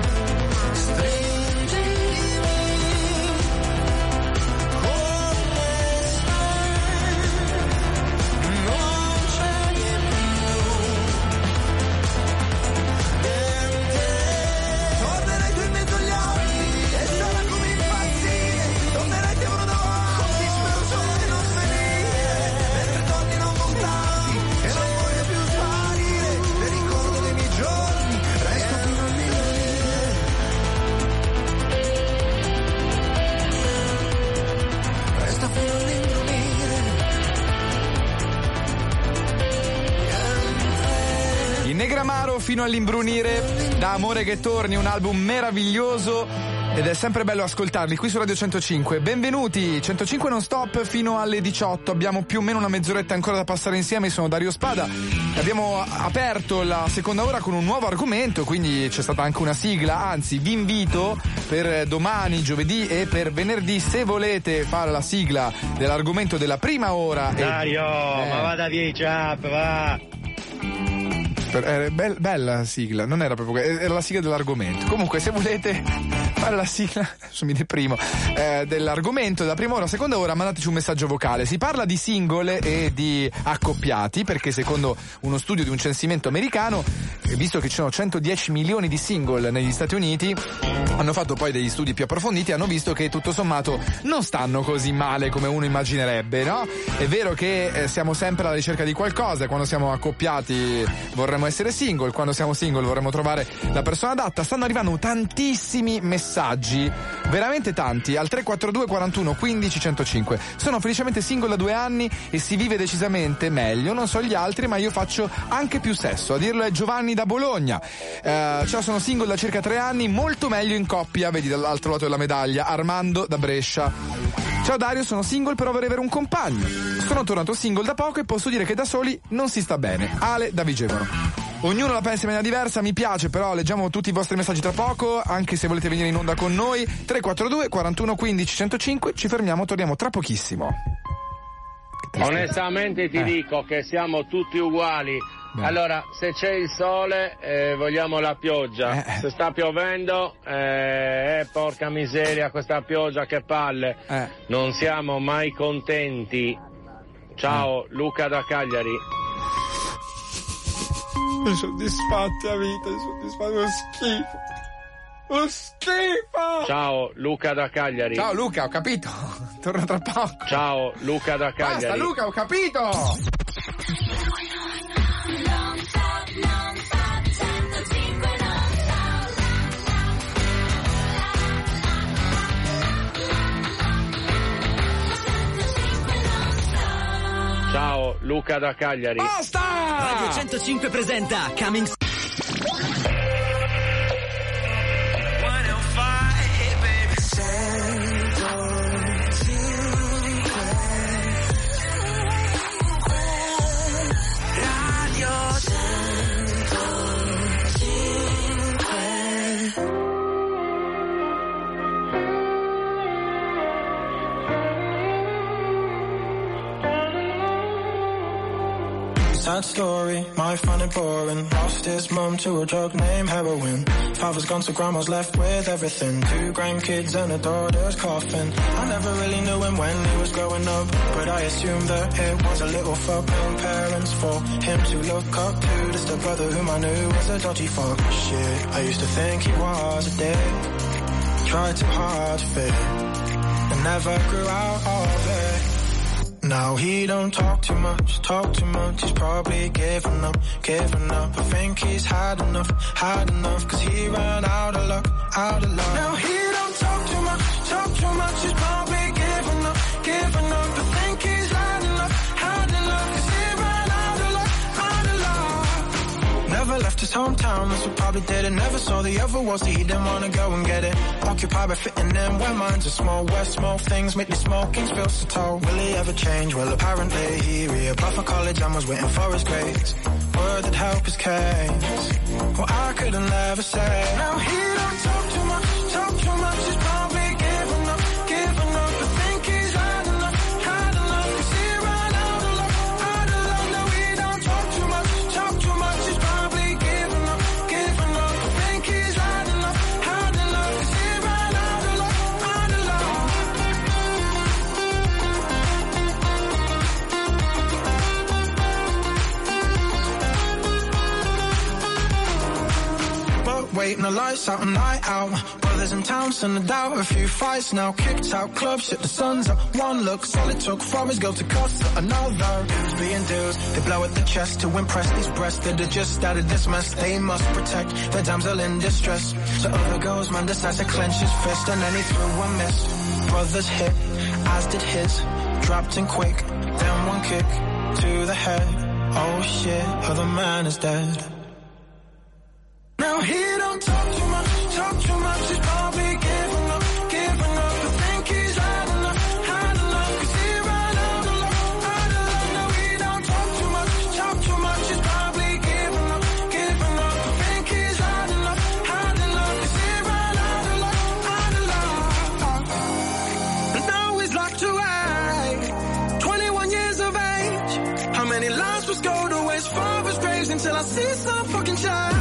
Negramaro fino all'imbrunire, Da amore che torni, un album meraviglioso ed è sempre bello ascoltarli qui su Radio 105. Benvenuti, 105 non stop fino alle 18, abbiamo più o meno una mezz'oretta ancora da passare insieme. Sono Dario Spada, abbiamo aperto la seconda ora con un nuovo argomento, quindi c'è stata anche una sigla, anzi vi invito per domani, giovedì e per venerdì, se volete fare la sigla dell'argomento della prima ora. Dario, ma vada via Ciap, va! Bella sigla, non era proprio, era la sigla dell'argomento. Comunque se volete fare la sigla, adesso mi deprimo, dell'argomento della prima ora, seconda ora, mandateci un messaggio vocale. Si parla di single e di accoppiati, perché secondo uno studio di un censimento americano, visto che ci sono 110 milioni di single negli Stati Uniti, hanno fatto poi degli studi più approfonditi e hanno visto che tutto sommato non stanno così male come uno immaginerebbe, no? È vero che siamo sempre alla ricerca di qualcosa, quando siamo accoppiati vorremmo essere single, quando siamo single vorremmo trovare la persona adatta. Stanno arrivando tantissimi messaggi, veramente tanti, al 342 41 15 105. Sono felicemente single da 2 anni e si vive decisamente meglio, non so gli altri ma io faccio anche più sesso, a dirlo è Giovanni da Bologna. Cioè sono single da circa 3 anni, molto meglio in coppia, vedi dall'altro lato della medaglia. Armando da Brescia. Ciao Dario, sono single però vorrei avere un compagno. Sono tornato single da poco e posso dire che da soli non si sta bene. Ale da Vigevano. Ognuno la pensa in maniera diversa, mi piace, però leggiamo tutti i vostri messaggi tra poco, anche se volete venire in onda con noi. 342 41 15 105, ci fermiamo, torniamo tra pochissimo. Onestamente ti dico che siamo tutti uguali. Beh. Allora, se c'è il sole vogliamo la pioggia, se sta piovendo porca miseria questa pioggia, che palle, non siamo mai contenti. Ciao, Luca da Cagliari. Soddisfatti a vita, soddisfatti, lo schifo. Lo schifo! Ciao, Luca da Cagliari. Ciao Luca, ho capito. Torno tra poco. Ciao, Luca da Cagliari. Basta Luca, ho capito. Ciao, Luca da Cagliari. Basta! Radio 105 presenta Coming Sad story, might find it boring. Lost his mum to a drug named heroin. Father's gone so grandma's left with everything. 2 grandkids and a daughter's coffin. I never really knew him when he was growing up, but I assumed that it was a little fuck. No parents for him to look up to. Just a brother whom I knew was a dodgy fuck. Shit, I used to think he was a dick. tried too hard to fit and never grew out of it. Now he don't talk too much, he's probably giving up. I think he's had enough, cause he ran out of luck. Now he don't talk too much, he's probably giving up. I think he's had enough, cause he ran out of luck. Never left his hometown, that's what probably did it. Never saw the other world, so he didn't wanna go and get it. Occupied by fitting in where minds are small, where small things make the small kings feel so tall. Will he ever change? Well, apparently he reapplied for college and was waiting for his grades. Word that help his case. Well, I couldn't never say. Now he don't talk too much, he's probably giving up. I think he's had enough, cause he ran out of luck. No, he don't talk too much, he's probably giving up. I think he's had enough, cause he ran out of luck. But waiting the lights out, a night out. Brothers in town, send a doubt, a few fights now. Kicked out clubs, shit the sun's up. One look, all it took for his girl to cuss another. Dudes being dudes, they blow at the chest to impress these breasts that are just started this mess. They must protect their damsel in distress. So other goes, man decides to clench his fist and then he threw a miss. Brothers hit, as did his, dropped in quick, then one kick to the head. Oh shit, other man is dead. Now he don't talk too much, he's probably giving up. I think he's had enough, cause he ran out of luck. No, he don't talk too much, he's probably giving up. I think he's had enough, cause he ran out of luck. And now he's locked away, 21 years of age. How many lives must go to waste for his graves until I see some fucking change?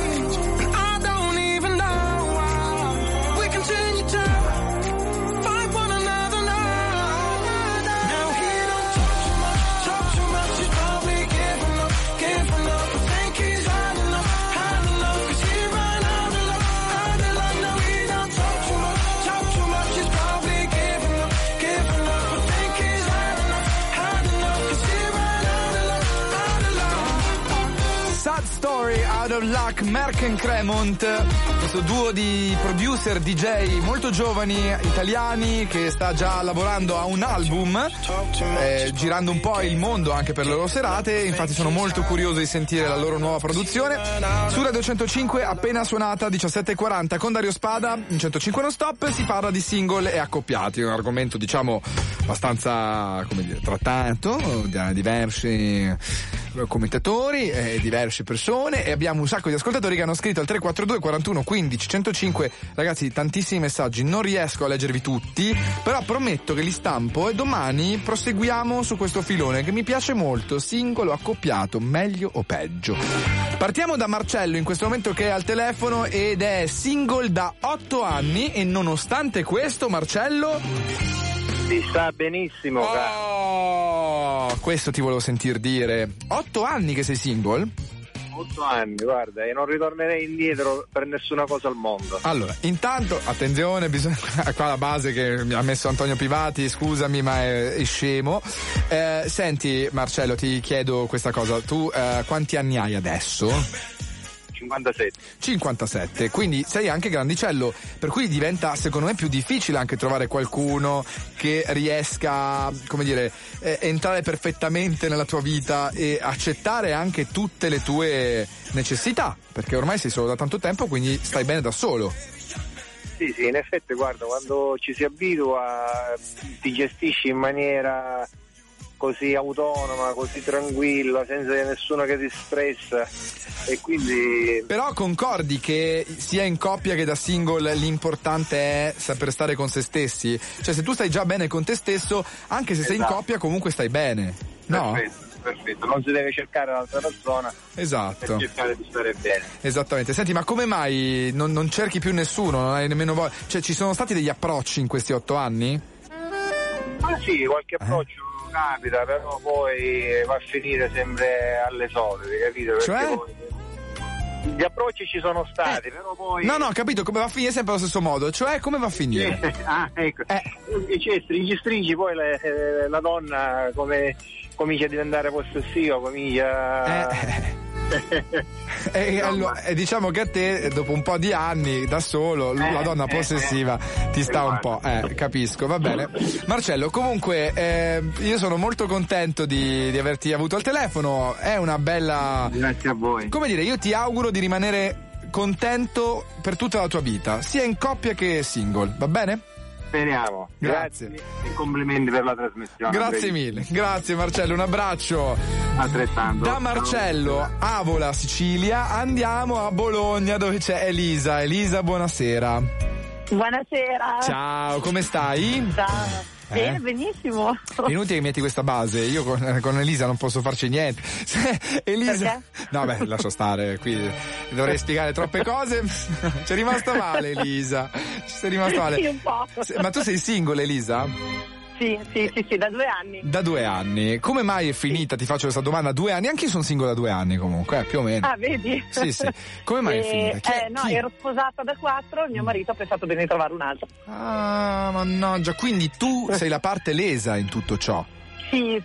Out of Luck, Merck & Cremont, questo duo di producer DJ molto giovani italiani che sta già lavorando a un album, girando un po' il mondo anche per le loro serate. Infatti sono molto curioso di sentire la loro nuova produzione. Su Radio 105 appena suonata 17:40 con Dario Spada in 105 non stop si parla di single e accoppiati, un argomento diciamo abbastanza, come dire, trattato da diversi commentatori e diverse persone, e abbiamo un sacco di ascoltatori che hanno scritto al 342 41 15 105. Ragazzi, tantissimi messaggi, non riesco a leggervi tutti, però prometto che li stampo e domani proseguiamo su questo filone che mi piace molto, singolo, accoppiato, meglio o peggio. Partiamo da Marcello in questo momento che è al telefono ed è single da 8 anni e nonostante questo, Marcello, ti sta benissimo, questo ti volevo sentir dire. 8 anni che sei single? 8 anni, guarda, e non ritornerei indietro per nessuna cosa al mondo. Allora, intanto, attenzione, bisogna qua la base che mi ha messo Antonio Pivati, scusami ma è scemo. Senti Marcello, ti chiedo questa cosa, tu quanti anni hai adesso? 57, quindi sei anche grandicello, per cui diventa secondo me più difficile anche trovare qualcuno che riesca, come dire, entrare perfettamente nella tua vita e accettare anche tutte le tue necessità, perché ormai sei solo da tanto tempo, quindi stai bene da solo. Sì, in effetti guarda, quando ci si abitua ti gestisci in maniera così autonoma, così tranquilla, senza nessuno che ti stressa, e quindi... Però concordi che sia in coppia che da single l'importante è saper stare con se stessi? Cioè se tu stai già bene con te stesso, anche se sei in coppia comunque stai bene, no? Perfetto, non si deve cercare l'altra persona, esatto, per cercare di stare bene. Esattamente. Senti, ma come mai non cerchi più nessuno, non hai nemmeno voglia? Cioè ci sono stati degli approcci in questi 8 anni? Ma sì, qualche approccio capita, però poi va a finire sempre alle solite, capito? Cioè? Perché poi... Gli approcci ci sono stati, però poi... No, capito, come va a finire sempre allo stesso modo, cioè come va a finire? Ecco. Stringi, poi la donna come comincia a diventare possessiva, comincia... Allora, diciamo che a te dopo un po' di anni da solo la donna possessiva ti sta un po', capisco, va bene. Marcello, comunque io sono molto contento di averti avuto al telefono, è una bella... Grazie a voi. Come dire, io ti auguro di rimanere contento per tutta la tua vita, sia in coppia che single, va bene? Speriamo. Grazie. E complimenti per la trasmissione. Grazie mille. Grazie Marcello, un abbraccio. Altrettanto. Da Marcello, Avola, Sicilia, andiamo a Bologna dove c'è Elisa. Elisa, buonasera. Buonasera. Ciao, come stai? Ciao. Bene, benissimo. È inutile che metti questa base, io con Elisa non posso farci niente. Elisa. Perché? No, beh, lascio stare, qui dovrei spiegare troppe cose. Ci è rimasta male, Elisa. Ci sei rimasta male. Sì, un po'. Ma tu sei single, Elisa? Sì, da 2 anni. Da 2 anni. Come mai è finita? Ti faccio questa domanda. 2 anni? Anche io sono single da 2 anni comunque, più o meno. Ah, vedi? Sì. Come mai è finita? Chi? Ero sposata da 4, mio marito ha pensato bene di trovare un altro. Ah, mannaggia, quindi tu sei la parte lesa in tutto ciò. Sì.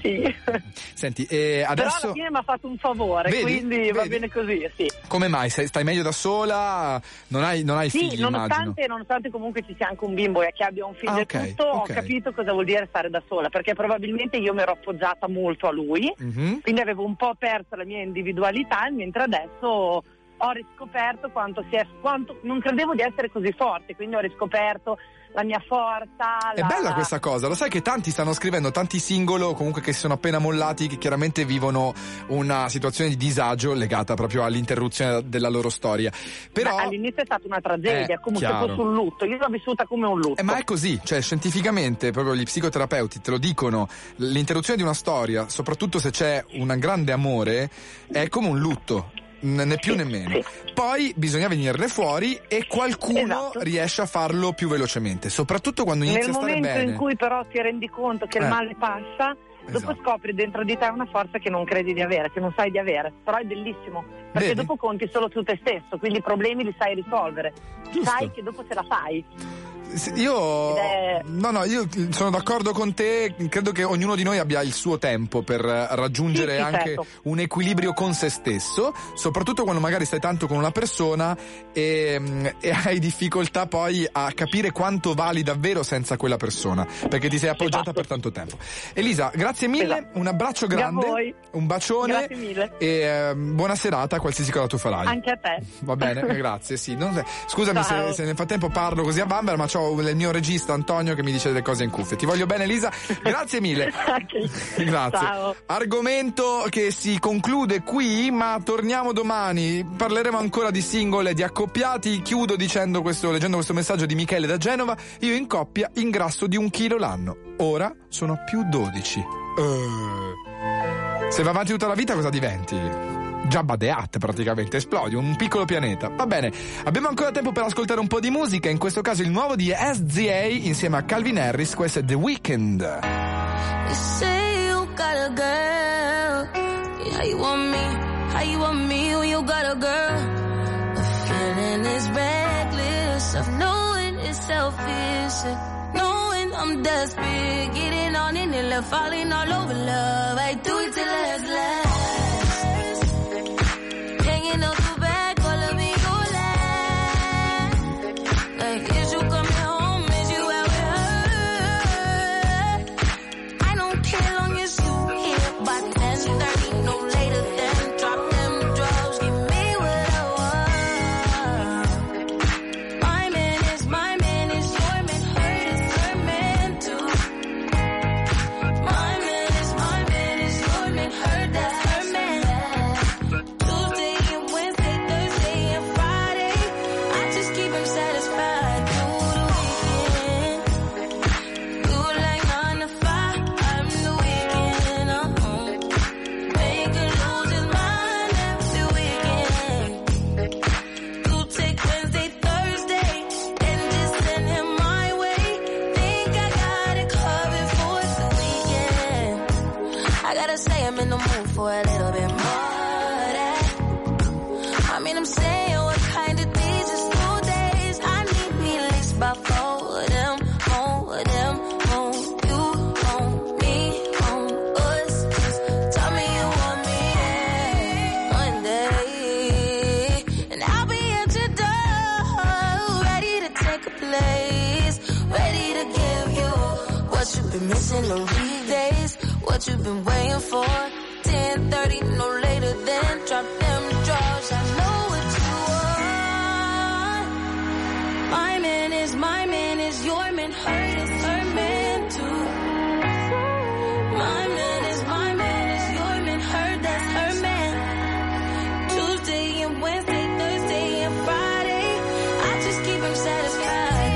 Senti, Però adesso... alla fine mi ha fatto un favore, quindi va bene così, sì. Come mai? Stai meglio da sola? Non hai figli, nonostante comunque ci sia anche un bimbo e che abbia un figlio e tutto, ho capito cosa vuol dire stare da sola, perché probabilmente io mi ero appoggiata molto a lui, quindi avevo un po' perso la mia individualità, mentre adesso ho riscoperto quanto non credevo di essere così forte, quindi ho riscoperto la mia forza. È bella questa cosa, lo sai che tanti stanno scrivendo, tanti singolo comunque che si sono appena mollati, che chiaramente vivono una situazione di disagio legata proprio all'interruzione della loro storia. Però all'inizio è stata una tragedia, comunque fosse un lutto, io l'ho vissuta come un lutto. Ma è così, cioè scientificamente proprio gli psicoterapeuti te lo dicono, l'interruzione di una storia, soprattutto se c'è un grande amore, è come un lutto. Né più né meno. Poi bisogna venirne fuori e qualcuno riesce a farlo più velocemente, soprattutto quando inizia a stare bene. Nel momento in cui però ti rendi conto che il male passa, dopo scopri dentro di te una forza che non credi di avere, che non sai di avere, però è bellissimo, perché dopo conti solo su te stesso, quindi i problemi li sai risolvere. Giusto. Sai che dopo ce la fai. Io sono d'accordo con te, credo che ognuno di noi abbia il suo tempo per raggiungere anche un equilibrio con se stesso, soprattutto quando magari stai tanto con una persona e hai difficoltà poi a capire quanto vali davvero senza quella persona, perché ti sei appoggiata per tanto tempo. Elisa, grazie mille, un abbraccio grande, un bacione, grazie mille. E buona serata qualsiasi cosa tu farai. Anche a te. Va bene, grazie, sì. Scusami se nel frattempo parlo così a bambera, ma c'ho il mio regista Antonio che mi dice delle cose in cuffia. Ti voglio bene, Elisa, grazie mille. Grazie. Ciao. Argomento che si conclude qui, ma torniamo domani, parleremo ancora di single e di accoppiati. Chiudo leggendo questo messaggio di Michele da Genova. Io in coppia ingrasso di 1 chilo l'anno, ora sono più 12. Se va avanti tutta la vita cosa diventi? Jabba the Hutt praticamente, esplodi, un piccolo pianeta. Va bene, abbiamo ancora tempo per ascoltare un po' di musica, in questo caso il nuovo di SZA insieme a Calvin Harris, questo è The Weeknd. You say you got a girl, how you want me when you got a girl. The feeling is reckless of knowing it's selfish, knowing I'm desperate, getting on in and left, falling all over love. I do it till it's last. Hanging on the back, all of me go last. Like, is you coming home? Is you out with her? I don't care long as you here by 10:30, no later than drop them drugs, give me what I want. My man is your man, hurt is her man too. My man is your man, hurt that's her man. Tuesday and Wednesday, Thursday and Friday, I just keep him satisfied through the weekend. You like 9 to 5, I'm the weekend, Make her lose his mind every weekend. You take Wednesday, Thursday, and just send him my way. Think I got it covered for the weekend. I gotta say I'm in the mood for a little bit more of that. I'm in the missing on weekdays. What you been waiting for? 10:30, no later than drop them drawers. I know what you want. My man is your man. Hurt is her man too. My man is your man. Hurt, that's her man. Tuesday and Wednesday, Thursday and Friday. I just keep him satisfied.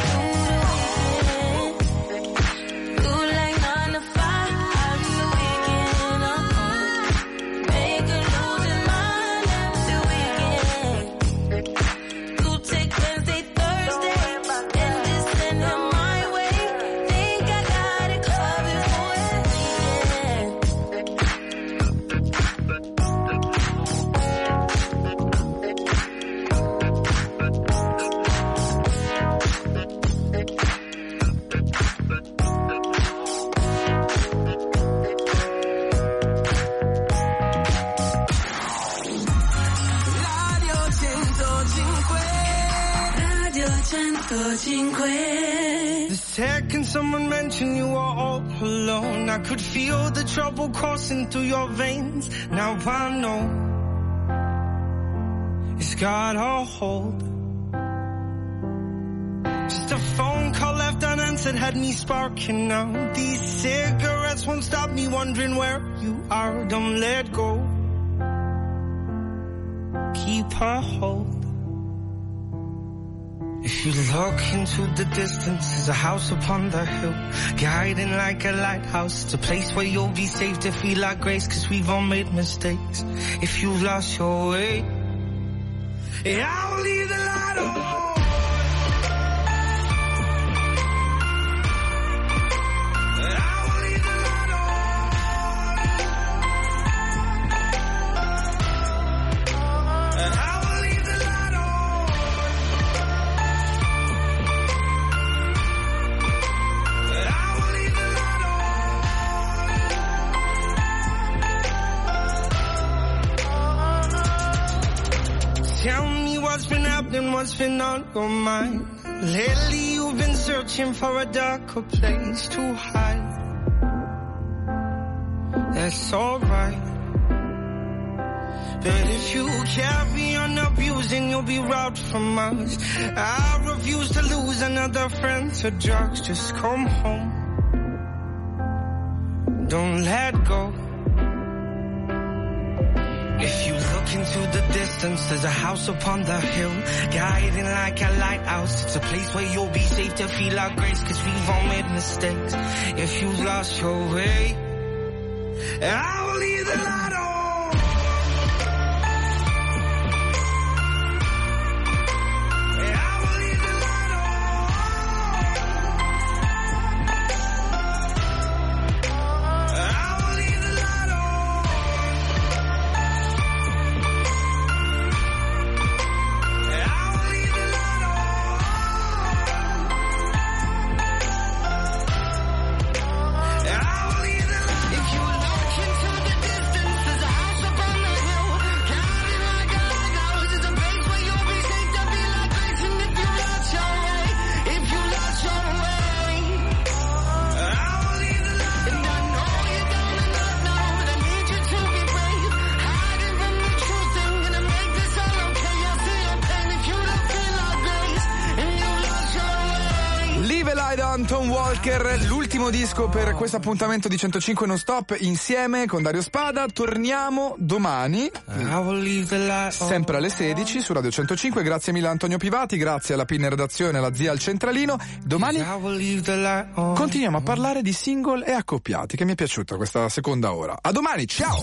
Do like 9 to 5 on the weekend. Make her lose his mind every weekend. Do take Wednesday, Thursday, and just send him my way. Think I got it covered for the Radio 105. The second someone mentioned you were all alone, I could feel the trouble coursing through your veins. Now I know it's got a hold. Just a phone call left unanswered had me sparking now. These cigarettes won't stop me wondering where you are. Don't let go. Keep a hold. If you look into the distance, there's a house upon the hill, guiding like a lighthouse. It's a place where you'll be safe to feel like grace, 'cause we've all made mistakes. If you've lost your way, yeah, I'll leave the light on. Tell me what's been happening, what's been on your mind. Lately you've been searching for a darker place to hide. That's alright. But if you carry on abusing, you'll be robbed from us. I refuse to lose another friend to drugs. Just come home. Don't let go. If you look into the distance, there's a house upon the hill, guiding like a lighthouse. It's a place where you'll be safe to feel our grace, 'cause we've all made mistakes. If you've lost your way, I will leave the light on. Anton Walker, l'ultimo disco per questo appuntamento di 105 non stop insieme con Dario Spada. Torniamo domani sempre alle 16 su Radio 105. Grazie mille a Antonio Pivati, grazie alla PIN redazione e alla zia al centralino. Domani continuiamo a parlare di single e accoppiati, che mi è piaciuta questa seconda ora. A domani, ciao!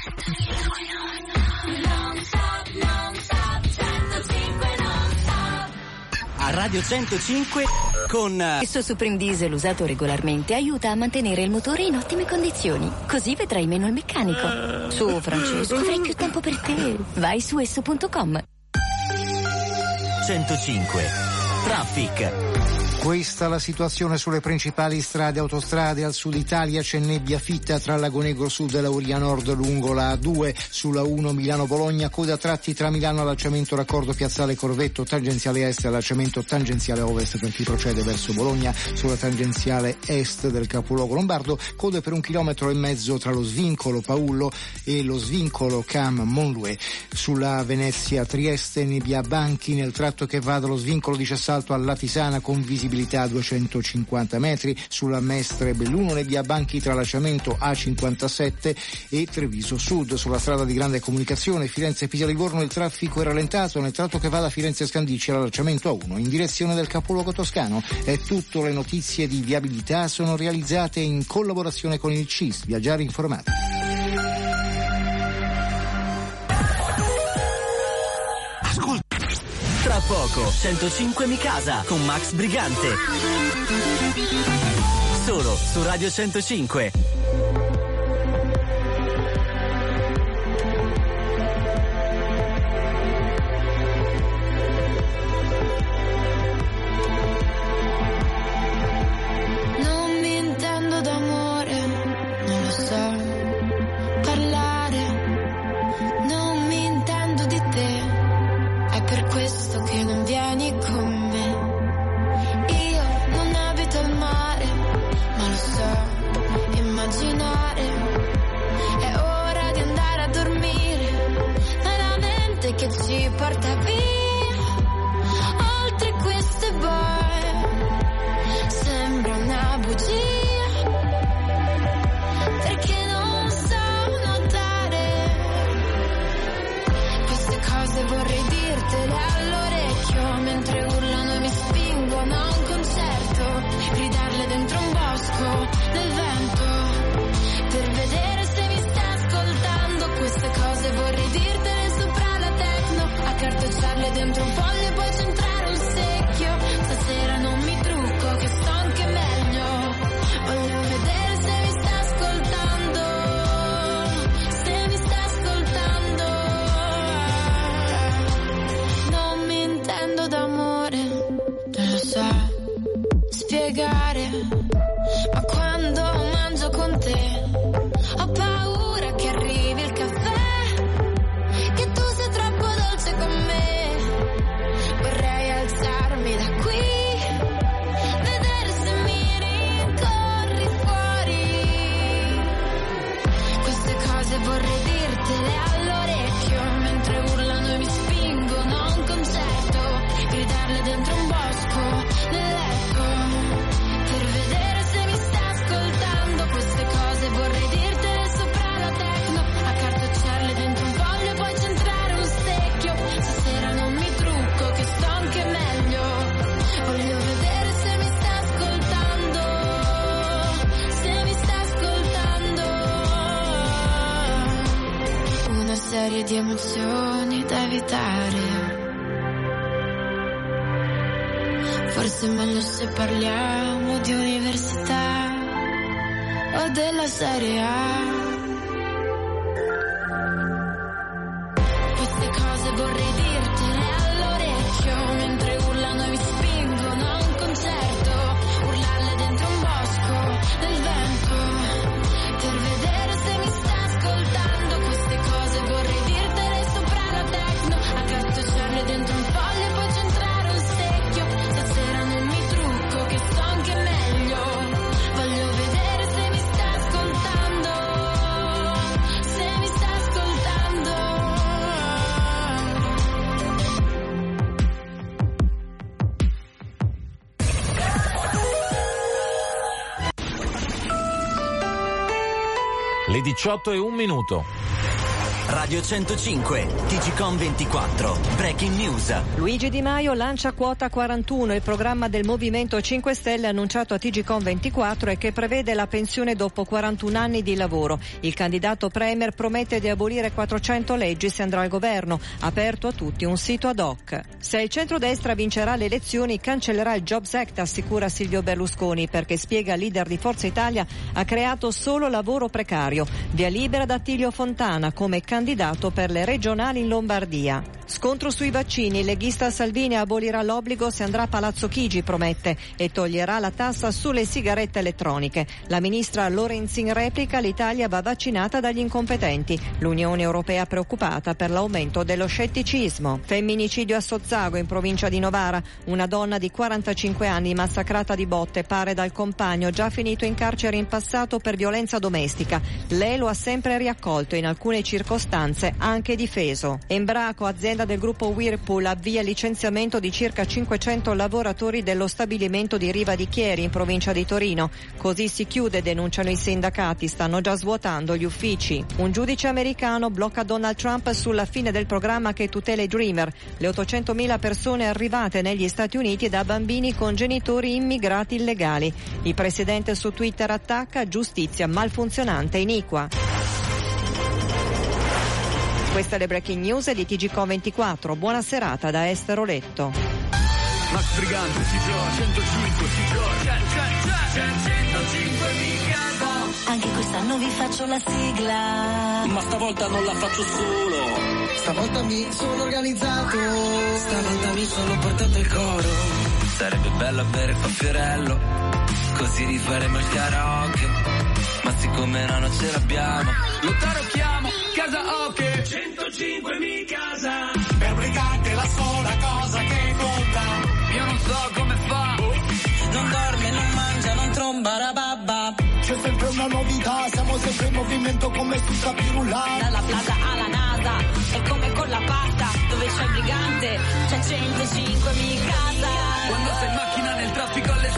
A Radio 105 con Esso Supreme Diesel usato regolarmente aiuta a mantenere il motore in ottime condizioni. Così vedrai meno il meccanico. Su, Francesco, avrai più tempo per te. Vai su esso.com. 105 Traffic. Questa la situazione sulle principali strade e autostrade. Al sud Italia c'è nebbia fitta tra Lagonegro Sud e Lauria Nord lungo la A2, sulla 1 Milano-Bologna, coda a tratti tra Milano allacciamento raccordo Piazzale Corvetto, tangenziale est allacciamento tangenziale ovest per chi procede verso Bologna, sulla tangenziale est del capoluogo lombardo, code per 1,5 chilometri tra lo svincolo Paullo e lo svincolo Cam Monloué. Sulla Venezia Trieste nebbia a Banchi nel tratto che va dallo svincolo di Cessalto alla Tisana con visibilità a 250 metri, sulla Mestre Belluno nebbia a Banchi tra allacciamento A57 e Treviso Sud. Sulla strada di grande comunicazione Firenze-Pisa Livorno il traffico è rallentato nel tratto che va da Firenze Scandicci all'allacciamento A1 in direzione del capoluogo toscano. È tutto, le notizie di viabilità sono realizzate in collaborazione con il CIS. Viaggiare informati. Tra poco 105 Mi Casa con Max Brigante. Solo su Radio 105. Non mi intendo d'amore, non lo so parlare, non mi intendo di te. È per questo che non vieni con me. Io non abito al mare, ma lo so immaginare. È ora di andare a dormire, nella mente che ci porta via. Oltre queste boe, sembra una bugia, perché non so nuotare. Queste cose vorrei dirtele all'orecchio, mentre urlano e mi spingono a un concerto, gridarle dentro un bosco nel vento, per vedere se mi sta ascoltando. Queste cose vorrei dirtele sopra la techno, accartocciarle dentro un foglio e poi centrare un secchio. Stasera non mi trucco, che sto anche meglio, voglio vedere se mi sta ascoltando, se mi sta ascoltando. Non mi intendo d'amore, non lo so spiegare, ma quando mangio con te ho paura che arrivi il caffè, che tu sei troppo dolce con me. Vorrei alzarmi da qui, vedere se mi rincorri fuori. Queste cose vorrei dirtele all'orecchio, mentre urlano e mi spingono a un concerto, gridarle dentro un bosco nel letto, per vedere se mi sta ascoltando. Queste cose vorrei dirtele sopra la techno, accartocciarle dentro un foglio e poi centrare un stecchio. Stasera non mi trucco, che sto anche meglio, voglio vedere se mi sta ascoltando, se mi sta ascoltando. Una serie di emozioni da evitare, forse è meglio se parliamo di università o della Serie A. Queste cose vorrei dirtele all'orecchio, mentre urlano e mi spingono a un concerto, urlarle dentro un bosco nel vento, per vedere se mi sta ascoltando. Queste cose vorrei dirtele sopra la techno, accartocciarle dentro un foglio e poi centrare un secchio. Stasera non mi trucco, che sto anche meglio, voglio vedere se mi sta ascoltando, se mi sta ascoltando. Le 18:01. Radio 105, TGCOM 24, Breaking News. Luigi Di Maio lancia quota 41, il programma del Movimento 5 Stelle annunciato a TGCOM 24 e che prevede la pensione dopo 41 anni di lavoro. Il candidato premier promette di abolire 400 leggi se andrà al governo, aperto a tutti un sito ad hoc. Se il centrodestra vincerà le elezioni, cancellerà il Jobs Act, assicura Silvio Berlusconi, perché, spiega il leader di Forza Italia, ha creato solo lavoro precario. Via libera ad Attilio Fontana come candidato per le regionali in Lombardia. Scontro sui vaccini, il leghista Salvini abolirà l'obbligo se andrà a Palazzo Chigi, promette, e toglierà la tassa sulle sigarette elettroniche. La ministra Lorenzin replica: l'Italia va vaccinata dagli incompetenti. L'Unione Europea preoccupata per l'aumento dello scetticismo. Femminicidio a Sozzago, in provincia di Novara. Una donna di 45 anni massacrata di botte, pare dal compagno, già finito in carcere in passato per violenza domestica. Lei lo ha sempre riaccolto, in alcune circostanze anche difeso. Embraco, azienda del gruppo Whirlpool, avvia il licenziamento di circa 500 lavoratori dello stabilimento di Riva di Chieri, in provincia di Torino. Così si chiude, denunciano i sindacati, stanno già svuotando gli uffici. Un giudice americano blocca Donald Trump sulla fine del programma che tutela i Dreamer, le 800.000 persone arrivate negli Stati Uniti da bambini con genitori immigrati illegali. Il presidente su Twitter attacca: giustizia malfunzionante e iniqua. Queste le breaking news di TGCO24. Buona serata da Estero Letto. Max Brigante, si gioca, 105, si gioca, c'è 105 mica. Anche quest'anno vi faccio la sigla. Ma stavolta non la faccio solo. Stavolta mi sono organizzato. Stavolta mi sono portato il coro. Sarebbe bello bere con Fiorello, così rifaremo il karaoke. Ma siccome no, non ce l'abbiamo, Lo tarocchiamo, casa oche. 105 mi casa. Per Brigante la sola cosa che conta. Io non so come fa. Non dorme, non mangia, non tromba la babba. C'è sempre una novità, siamo sempre in movimento come su Capirulà. Dalla plaza alla NASA, è come con la pasta. Dove c'è il Brigante, c'è 105 mi casa. Quando sei in macchina nel traffico alle 6,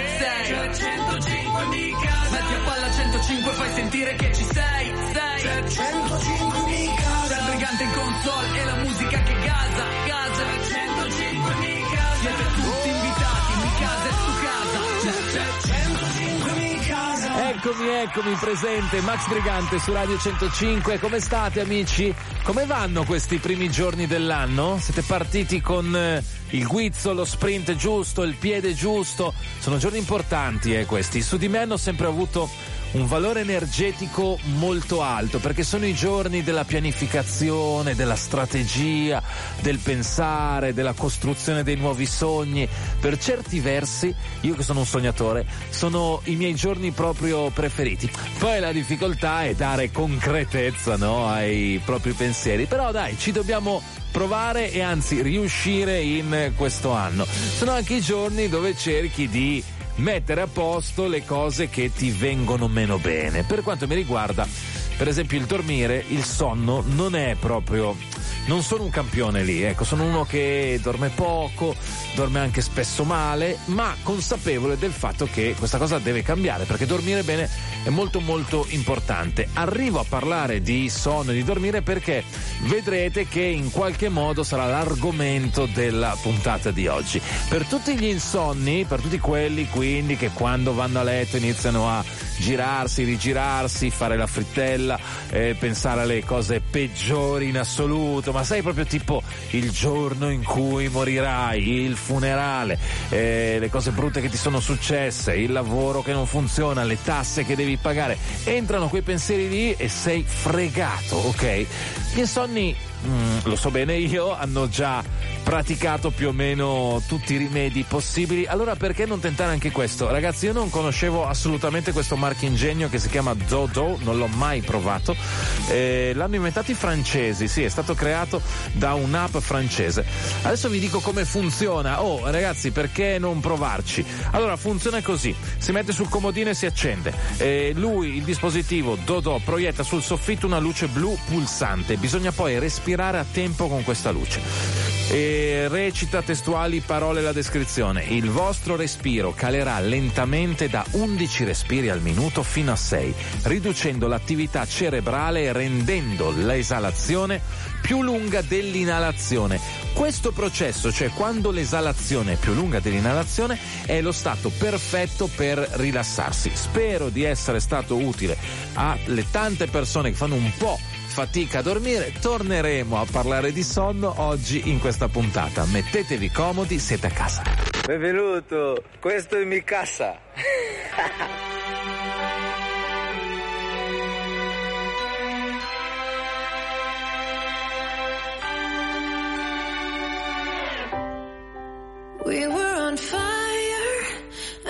c'è 105 mi casa. Metti a palla 105, fai sentire che ci sei, c'è 105 mi casa. C'è il Brigante in console e la musica che gasa, c'è 105 mi casa. Siete tutti invitati, mi casa è su casa, c'è 105 mi casa. Eccomi presente, Max Brigante su Radio 105. Come state, amici? Come vanno questi primi giorni dell'anno? Siete partiti con il guizzo, lo sprint giusto, il piede giusto? Sono giorni importanti, questi. Su di me hanno sempre avuto un valore energetico molto alto, perché sono i giorni della pianificazione, della strategia, del pensare, della costruzione dei nuovi sogni. Per certi versi, io che sono un sognatore, sono i miei giorni proprio preferiti. Poi la difficoltà è dare concretezza, no, ai propri pensieri, però dai, ci dobbiamo provare e anzi riuscire in questo anno. Sono anche i giorni dove cerchi di mettere a posto le cose che ti vengono meno bene. Per quanto mi riguarda, per esempio il dormire, il sonno non è proprio, non sono un campione lì, ecco, sono uno che dorme poco, dorme anche spesso male, ma consapevole del fatto che questa cosa deve cambiare, perché dormire bene è molto molto importante. Arrivo a parlare di sonno e di dormire perché vedrete che in qualche modo sarà l'argomento della puntata di oggi. Per tutti gli insonni, per tutti quelli quindi che quando vanno a letto iniziano a girarsi, rigirarsi, fare la frittella, pensare alle cose peggiori in assoluto, ma sai, proprio tipo il giorno in cui morirai, il funerale, le cose brutte che ti sono successe, il lavoro che non funziona, le tasse che devi pagare, entrano quei pensieri lì e sei fregato, ok? Gli insonni, lo so bene io, hanno già praticato più o meno tutti i rimedi possibili, allora perché non tentare anche questo? Ragazzi, io non conoscevo assolutamente questo marchingegno che si chiama Dodo, non l'ho mai provato, l'hanno inventato i francesi, sì, è stato creato da un'app francese. Adesso vi dico come funziona. Oh ragazzi, perché non provarci? Allora funziona così: si mette sul comodino e si accende, lui, il dispositivo Dodo, proietta sul soffitto una luce blu pulsante, bisogna poi respirare a tempo con questa luce. E recita testuali parole la descrizione: il vostro respiro calerà lentamente da 11 respiri al minuto fino a 6, riducendo l'attività cerebrale e rendendo l'esalazione più lunga dell'inalazione. Questo processo, cioè quando l'esalazione è più lunga dell'inalazione, è lo stato perfetto per rilassarsi. Spero di essere stato utile alle tante persone che fanno un po' fatica a dormire. Torneremo a parlare di sonno oggi in questa puntata. Mettetevi comodi, siete a casa. Benvenuto, questo è mi casa.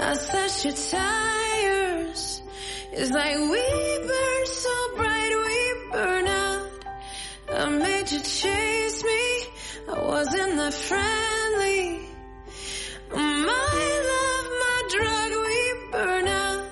I slash your tires. It's like we burn so bright we burn out. I made you chase me, I wasn't that friendly. My love, my drug, we burn out.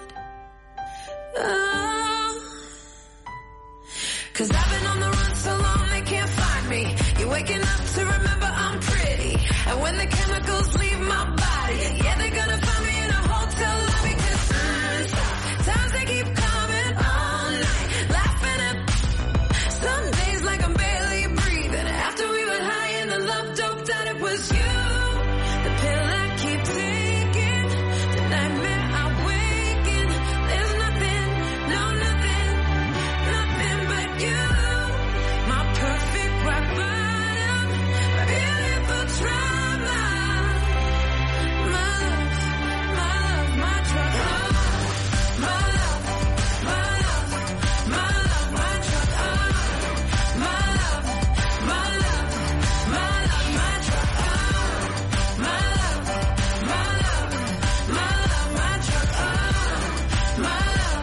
Oh. 'Cause I've been on the run so long they can't find me. You're waking up to remember I'm pretty. And when the chemicals leave my body, yeah, they're gonna find me in a hotel lobby. 'Cause times they keep coming all night, laughing at some days like I'm barely breathing. After we were high and the love doped out, it was you. The pill I keep taking, the nightmare I wake in. There's nothing, no nothing, nothing but you. My perfect rock bottom, my beautiful trauma. My love, my drug. My love, my love, my love, my drug. My love, my love, my love, my drug. My love, my love, my love, my drug. My love,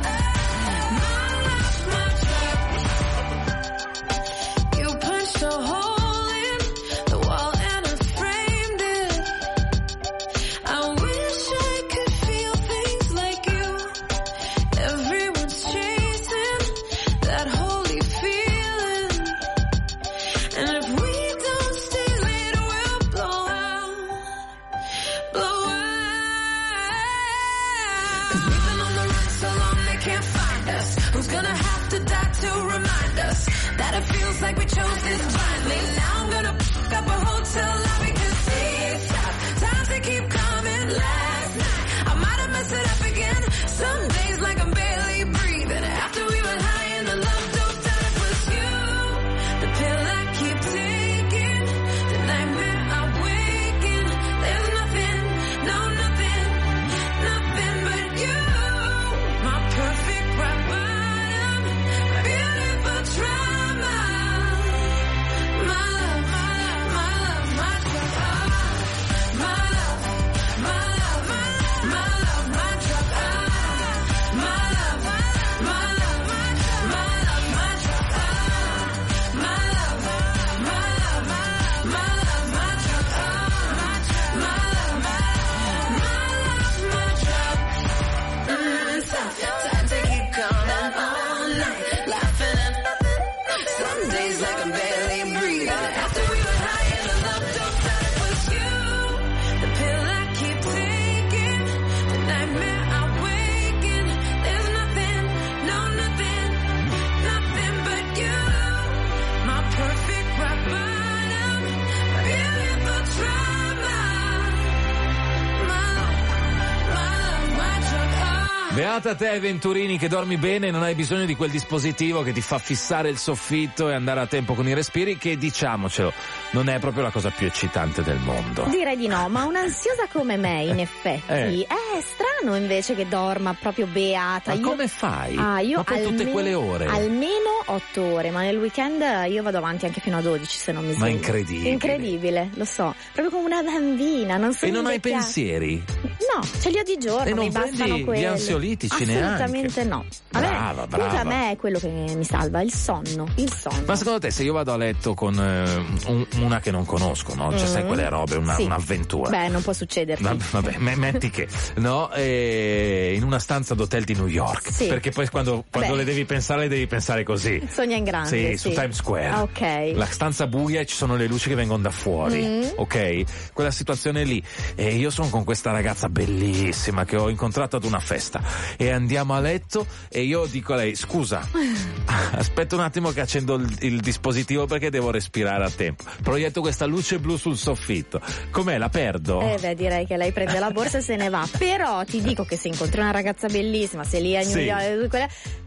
my drug. You punched a hole in the wall and I framed it. I wish I could feel things like you. Everyone's chasing that holy feeling. And if we don't stay late, we'll blow out. Blow out. 'Cause we've been on the run so long they can't find us. Who's gonna have to die to remind us that it feels like we chose this blindly? Now I'm gonna fuck up a hotel lobby 'cause these times they keep coming. Last night I might have messed it up again. Some days like I'm barely breathing. After we were high and the love doped out, it was you. The pill I keep taking, the nightmare I wake in. There's nothing, no nothing, nothing but you. My perfect rock bottom, my beautiful trauma. My love, my love, my love, my drug. My love, my love, my love, my drug. My love, my love, my love, my drug. My love, my love, my love, my drug. My love, my drug. Times they keep coming all night, laughing at nothing. Some days like I'm barely breathing. After we were high and the love doped out, it was you. The pill I keep taking, the nightmare I wake in. There's nothing, no nothing, nothing but you. My perfect rock bottom, my beautiful trauma. My love, my drug. Beata te, Venturini, che dormi bene e non hai bisogno di quel dispositivo che ti fa fissare il soffitto e andare a tempo con i respiri, che, diciamocelo, non è proprio la cosa più eccitante del mondo. Direi di no, ma un'ansiosa come me, in effetti, è strano invece che dorma proprio beata. Ma come fai? Io ma poi tutte quelle ore? Almeno 8 ore, ma nel weekend io vado avanti anche fino a 12 se non mi sveglio. Ma incredibile. Incredibile, lo so. Proprio come una bambina, non so. E non hai invecchiata. pensieri? No, ce li ho di giorno, E non mi bastano prendi quelli. gli ansiolitici Assolutamente no. Brava. A me è quello che mi salva, il sonno. Ma secondo te, se io vado a letto con una che non conosco, no? Cioè, sai quelle robe, un'avventura. Beh, non può succederti. Vabbè, metti che, no? In una stanza d'hotel di New York. Sì. Perché poi quando le devi pensare così. Sogna in grande. Sì, su Times Square. Ok. La stanza buia e ci sono le luci che vengono da fuori. Ok? Quella situazione lì. E io sono con questa ragazza bellissima che ho incontrato ad una festa. E andiamo a letto e io dico a lei: scusa, aspetta un attimo che accendo il dispositivo perché devo respirare a tempo. Proietto questa luce blu sul soffitto. Com'è? La perdo? Direi che lei prende la borsa e se ne va. Però ti dico che se incontri una ragazza bellissima, se lì a New York,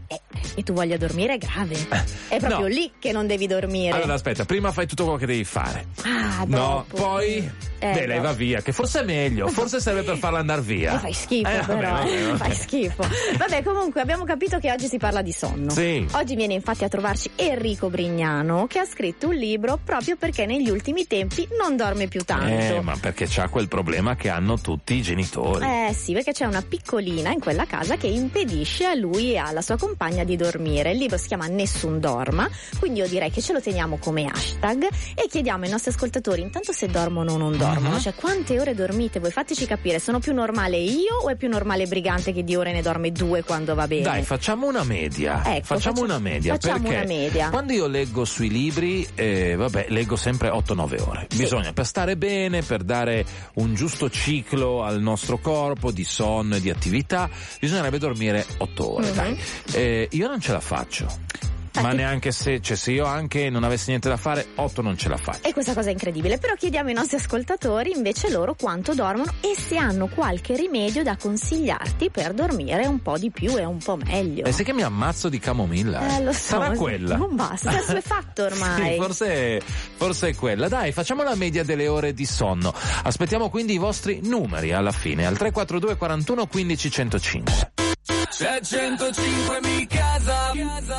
e tu voglia dormire è grave. È proprio lì che non devi dormire. Allora aspetta, prima fai tutto quello che devi fare. Ah, no, dopo. poi lei no. va via, che forse è meglio, forse serve per farla andare via. Fai schifo però, vabbè. fai schifo. Vabbè, comunque abbiamo capito che oggi si parla di sonno. Sì. Oggi viene infatti a trovarci Enrico Brignano, che ha scritto un libro proprio perché negli ultimi tempi non dorme più tanto. Ma perché c'ha quel problema che hanno tutti i genitori. Sì, perché c'è una piccolina in quella casa che impedisce a lui e alla sua compagna di dormire. Il libro si chiama Nessun dorma, quindi io direi che ce lo teniamo come hashtag e chiediamo ai nostri ascoltatori intanto se dormono o non dormono, cioè quante ore dormite voi, fateci capire, sono più normale io o è più normale Brigante che di ore ne dorme 2 quando va bene? Dai, facciamo una media. Ecco, facciamo una media facciamo perché una media. quando io leggo sui libri, leggo sempre 8-9 ore. Sì. Bisogna, per stare bene, per dare un giusto ciclo al nostro corpo di sonno e di attività, bisognerebbe dormire 8 ore. Dai. Io non ce la faccio. Ma neanche se io anche non avessi niente da fare, 8 non ce la faccio. E questa cosa è incredibile, però chiediamo ai nostri ascoltatori invece loro quanto dormono e se hanno qualche rimedio da consigliarti per dormire un po' di più e un po' meglio. E sai che mi ammazzo di camomilla? Lo so. Sarà quella. Non basta, adesso è fatto ormai. Sì, forse è quella. Dai, facciamo la media delle ore di sonno. Aspettiamo quindi i vostri numeri alla fine, al 342 41 15 105. C'è 105 mi casa.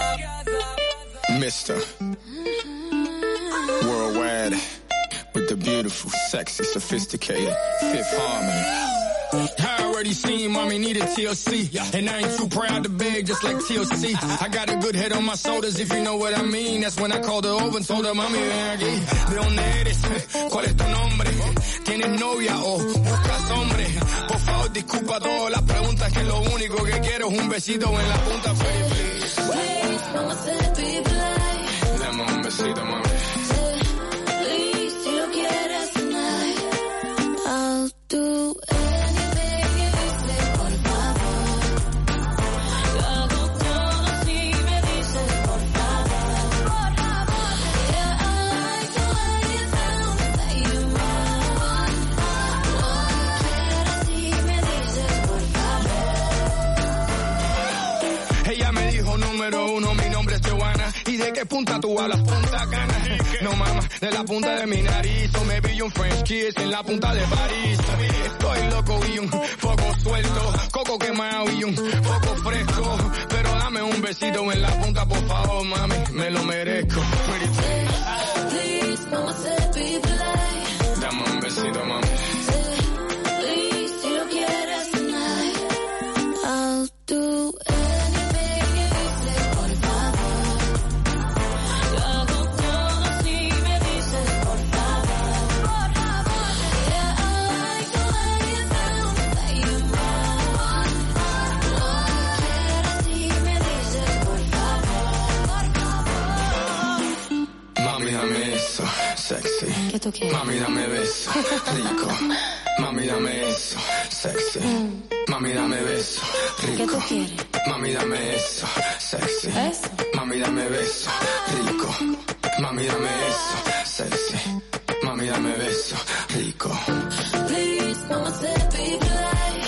Mister Worldwide with the beautiful, sexy, sophisticated Fifth Harmony. I already seen mommy needed TLC, and I ain't too proud to beg just like TLC. I got a good head on my shoulders if you know what I mean. That's when I called her over and told her mami ven aquí. ¿De dónde eres? ¿Cuál es tu nombre? ¿Tienes novia o buscas hombre? Por favor disculpa todas las preguntas que lo único que quiero es un besito en la punta. Please, mama said be polite. Dame un besito, mami. Please, si lo quieres tonight, I'll do anything you say, por favor. Yo hago todo si me dices, por favor. Por favor. Yeah, I like the way you sound, say you want. Quieres si me dices, por favor. Ella me dijo número 1, mi nombre es Giovanna. ¿Y de qué punta tú a la punta cana? No mama, de la punta de mi nariz. O me vi un French kiss en la punta de París. Estoy loco y un poco suelto, coco quemado y un poco fresco. Pero dame un besito en la punta, por favor, mami, me lo merezco. Pretty please, mama said be polite. Dame un besito, mami. Please, si lo quieres tonight, I'll do anything you say, por favor. Yo hago todo si me dices, por favor. Por favor. Yeah, I like the way you sound, say you want. Quieres si me dices, por favor. Por favor. Mami, dame eso, sexy. ¿Qué tú quieres? Mami, dame beso, rico. Mami, dame eso, sexy. Mami, dame beso, rico. ¿Qué tú quieres? Mami, dame eso, sexy. ¿Eso? Mami, dame beso, rico. Mami, dame eso, sexy. Mami, dame beso, rico. Please, mama said be polite.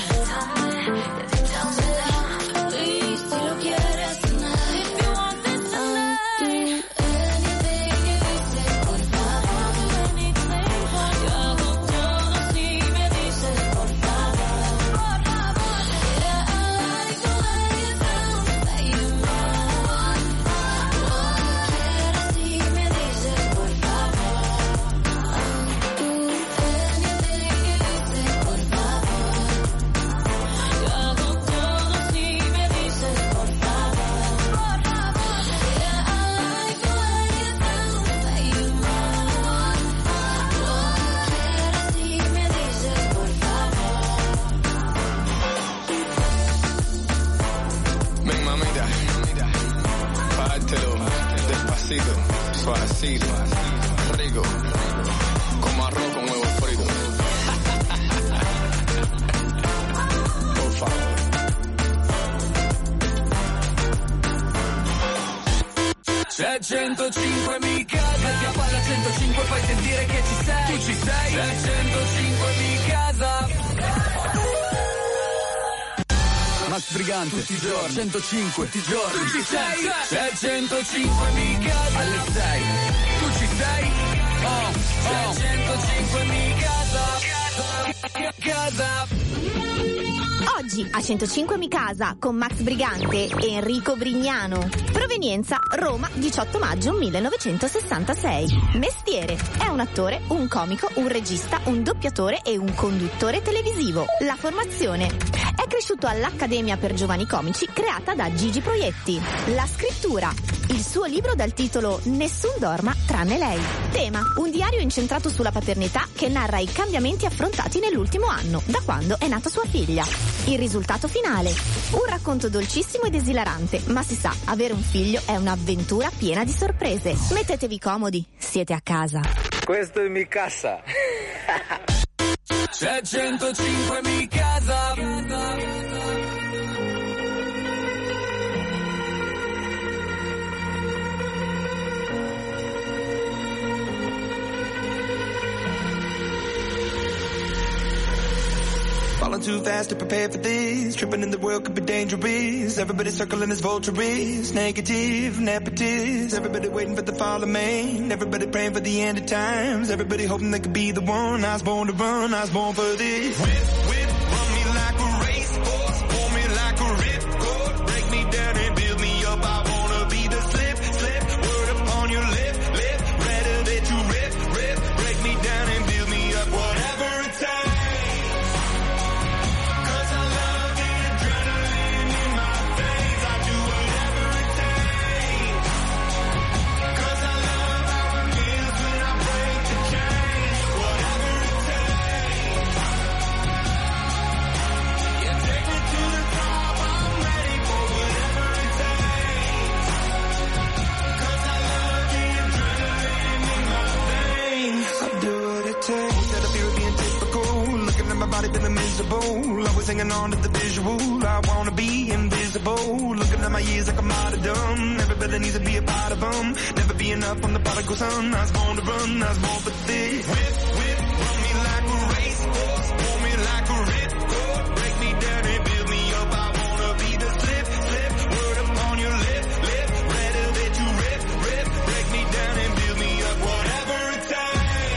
Please, si lo quieres tonight. If you want this tonight, I'll do anything you say, por favor. Yo hago todo si me dices, por favor. Por favor. Yeah, I like the way you sound, say you want. Quieres si me dices, por favor. I'll do anything you say, por favor. Yo hago todo si me dices, por favor. Por favor. Yeah, I like the way you sound, say you want. Quieres si me dices, por favor. Ven mamita, pártelo despacito, suavecito, rico, como arroz con huevo frito. Por favor. C'è 105 mi casa. Metti a palla 105 fai sentire che ci sei. Tu ci sei. C'è 105 mi casa. Ma Brigante, tutti i giorni, 105, tutti i giorni, tu ci sei, c'è 105 mi casa, alle 6, tu ci sei, c'è 105 mi casa. Oggi a 105 mi casa con Max Brigante e Enrico Brignano. Provenienza Roma, 18 maggio 1966. Mestiere: è un attore, un comico, un regista, un doppiatore e un conduttore televisivo. La formazione: è cresciuto all'Accademia per Giovani Comici creata da Gigi Proietti. La scrittura: il suo libro dal titolo Nessun dorma tranne lei. Tema: un diario incentrato sulla paternità che narra i cambiamenti affrontati nell'ultimo anno, da quando è nata sua figlia. Il risultato finale: un racconto dolcissimo ed esilarante, ma si sa, avere un figlio è un'avventura piena di sorprese. Mettetevi comodi, siete a casa. Questo è mi casa. C'è 105 mi casa. Falling too fast to prepare for this. Tripping in the world could be dangerous. Everybody circling as vultures. Negative, nepotist. Everybody waiting for the fall of man. Everybody praying for the end of times. Everybody hoping they could be the one. I was born to run, I was born for this. Whip, run me like a racehorse. Pull me like a ripcord. Break me down and build me up. I wanna be the slip. Word upon your lip. Rather that you rip. Break me down and build me up. Whatever it takes. Body feeling miserable, always hanging on to the visual. I wanna be invisible, looking at my years like I'm out of dumb. Everybody needs to be a part of them. Never be enough, I'm the prodigal son. I was born to run, I was born for this. Whip, run me like a racehorse. Pull me like a ripcord. Break me down and build me up. I wanna be the slip. Word upon your lip. Rather that you rip. Break me down and build me up. Whatever it takes.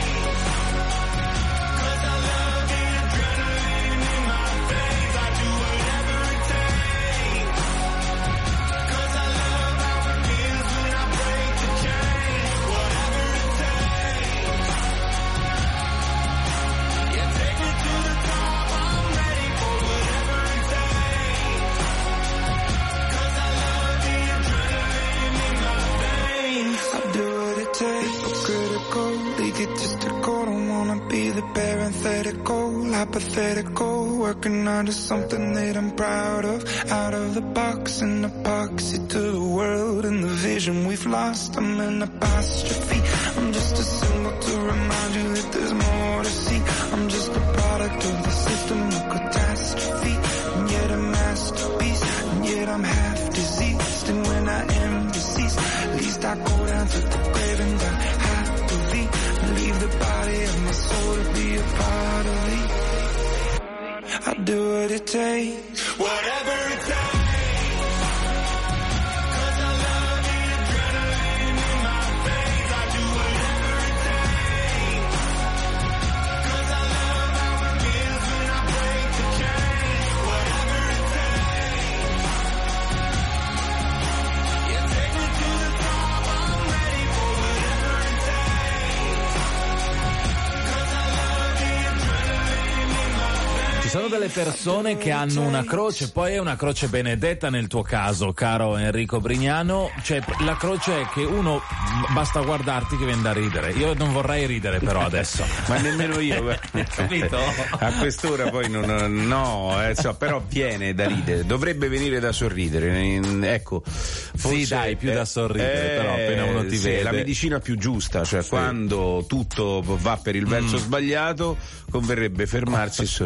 Egotistical, don't wanna be the parenthetical, hypothetical, working under something that I'm proud of, out of the box, an epoxy to the world and the vision we've lost. I'm an apostrophe, I'm just a symbol to remind you that there's more to see. I'm just a product of the system of catastrophe, and yet a masterpiece, and yet I'm half diseased, and when I am deceased, at least I go down to the grave and die happily. Leave the body of my soul to be a part of me. I'll do what it takes, whatever it takes. Ci sono delle persone che hanno una croce, poi è una croce benedetta nel tuo caso, caro Enrico Brignano. Cioè, la croce è che uno basta guardarti che viene da ridere. Io non vorrei ridere però adesso. Ma nemmeno io. Capito? A quest'ora poi però viene da ridere. Dovrebbe venire da sorridere. Ecco. Forse, sì, dai, più da sorridere, però appena uno ti vede. È la medicina più giusta, cioè quando tutto va per il verso sbagliato, converrebbe fermarsi e sorridere.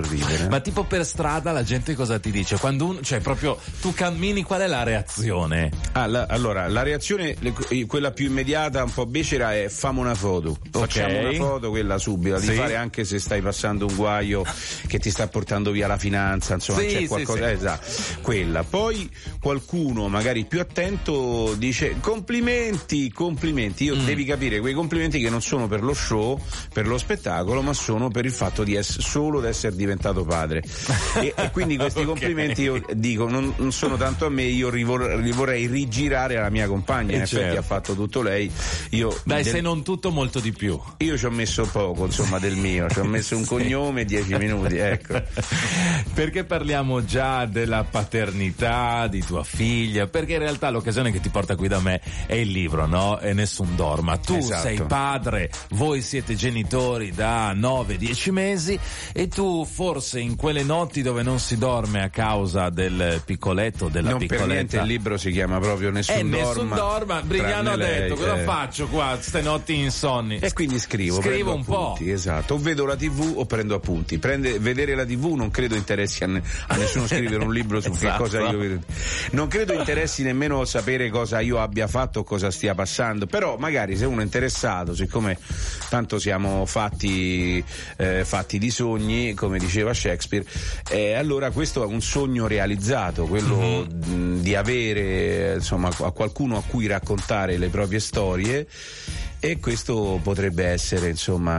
Ma tipo per strada la gente cosa ti dice? Quando cioè proprio tu cammini, qual è la reazione? Allora, la reazione, quella più immediata, un po' becera, è fammi una foto. Facciamo una foto, quella subito, di fare anche se stai passando un guaio che ti sta portando via la finanza, insomma, c'è qualcosa. Esatto, quella. Poi qualcuno magari più attento dice complimenti. Io devi capire quei complimenti che non sono per lo show, per lo spettacolo, ma sono per il fatto di solo di essere diventato padre. e quindi questi complimenti io dico non sono tanto a me, io li vorrei rigirare alla mia compagna. In effetti ha fatto tutto lei. Se non tutto, molto di più. Io ci ho messo poco, insomma, del mio, ci ho messo un cognome, 10 minuti, ecco. Perché parliamo già della paternità di tua figlia? Perché in realtà l'occasione che ti porta qui da me è il libro, no? E Nessun dorma. Tu sei padre, voi siete genitori da 9-10 mesi e tu forse in quelle notti dove non si dorme a causa del piccoletto, della piccoletta. Per niente il libro si chiama proprio Nessun dorma. Nessun dorma. Brignano ha detto cosa faccio qua ste notti insonni? E quindi scrivo un appunti, po'. Esatto, o vedo la TV o prendo appunti. Vedere la TV non credo interessi a nessuno scrivere un libro su che cosa io vedo. Non credo interessi nemmeno sapere cosa io abbia fatto o cosa stia passando, però magari se uno è interessato, siccome tanto siamo fatti di sogni, come diceva Shakespeare, allora questo è un sogno realizzato, quello di avere insomma a qualcuno a cui raccontare le proprie storie. E questo potrebbe essere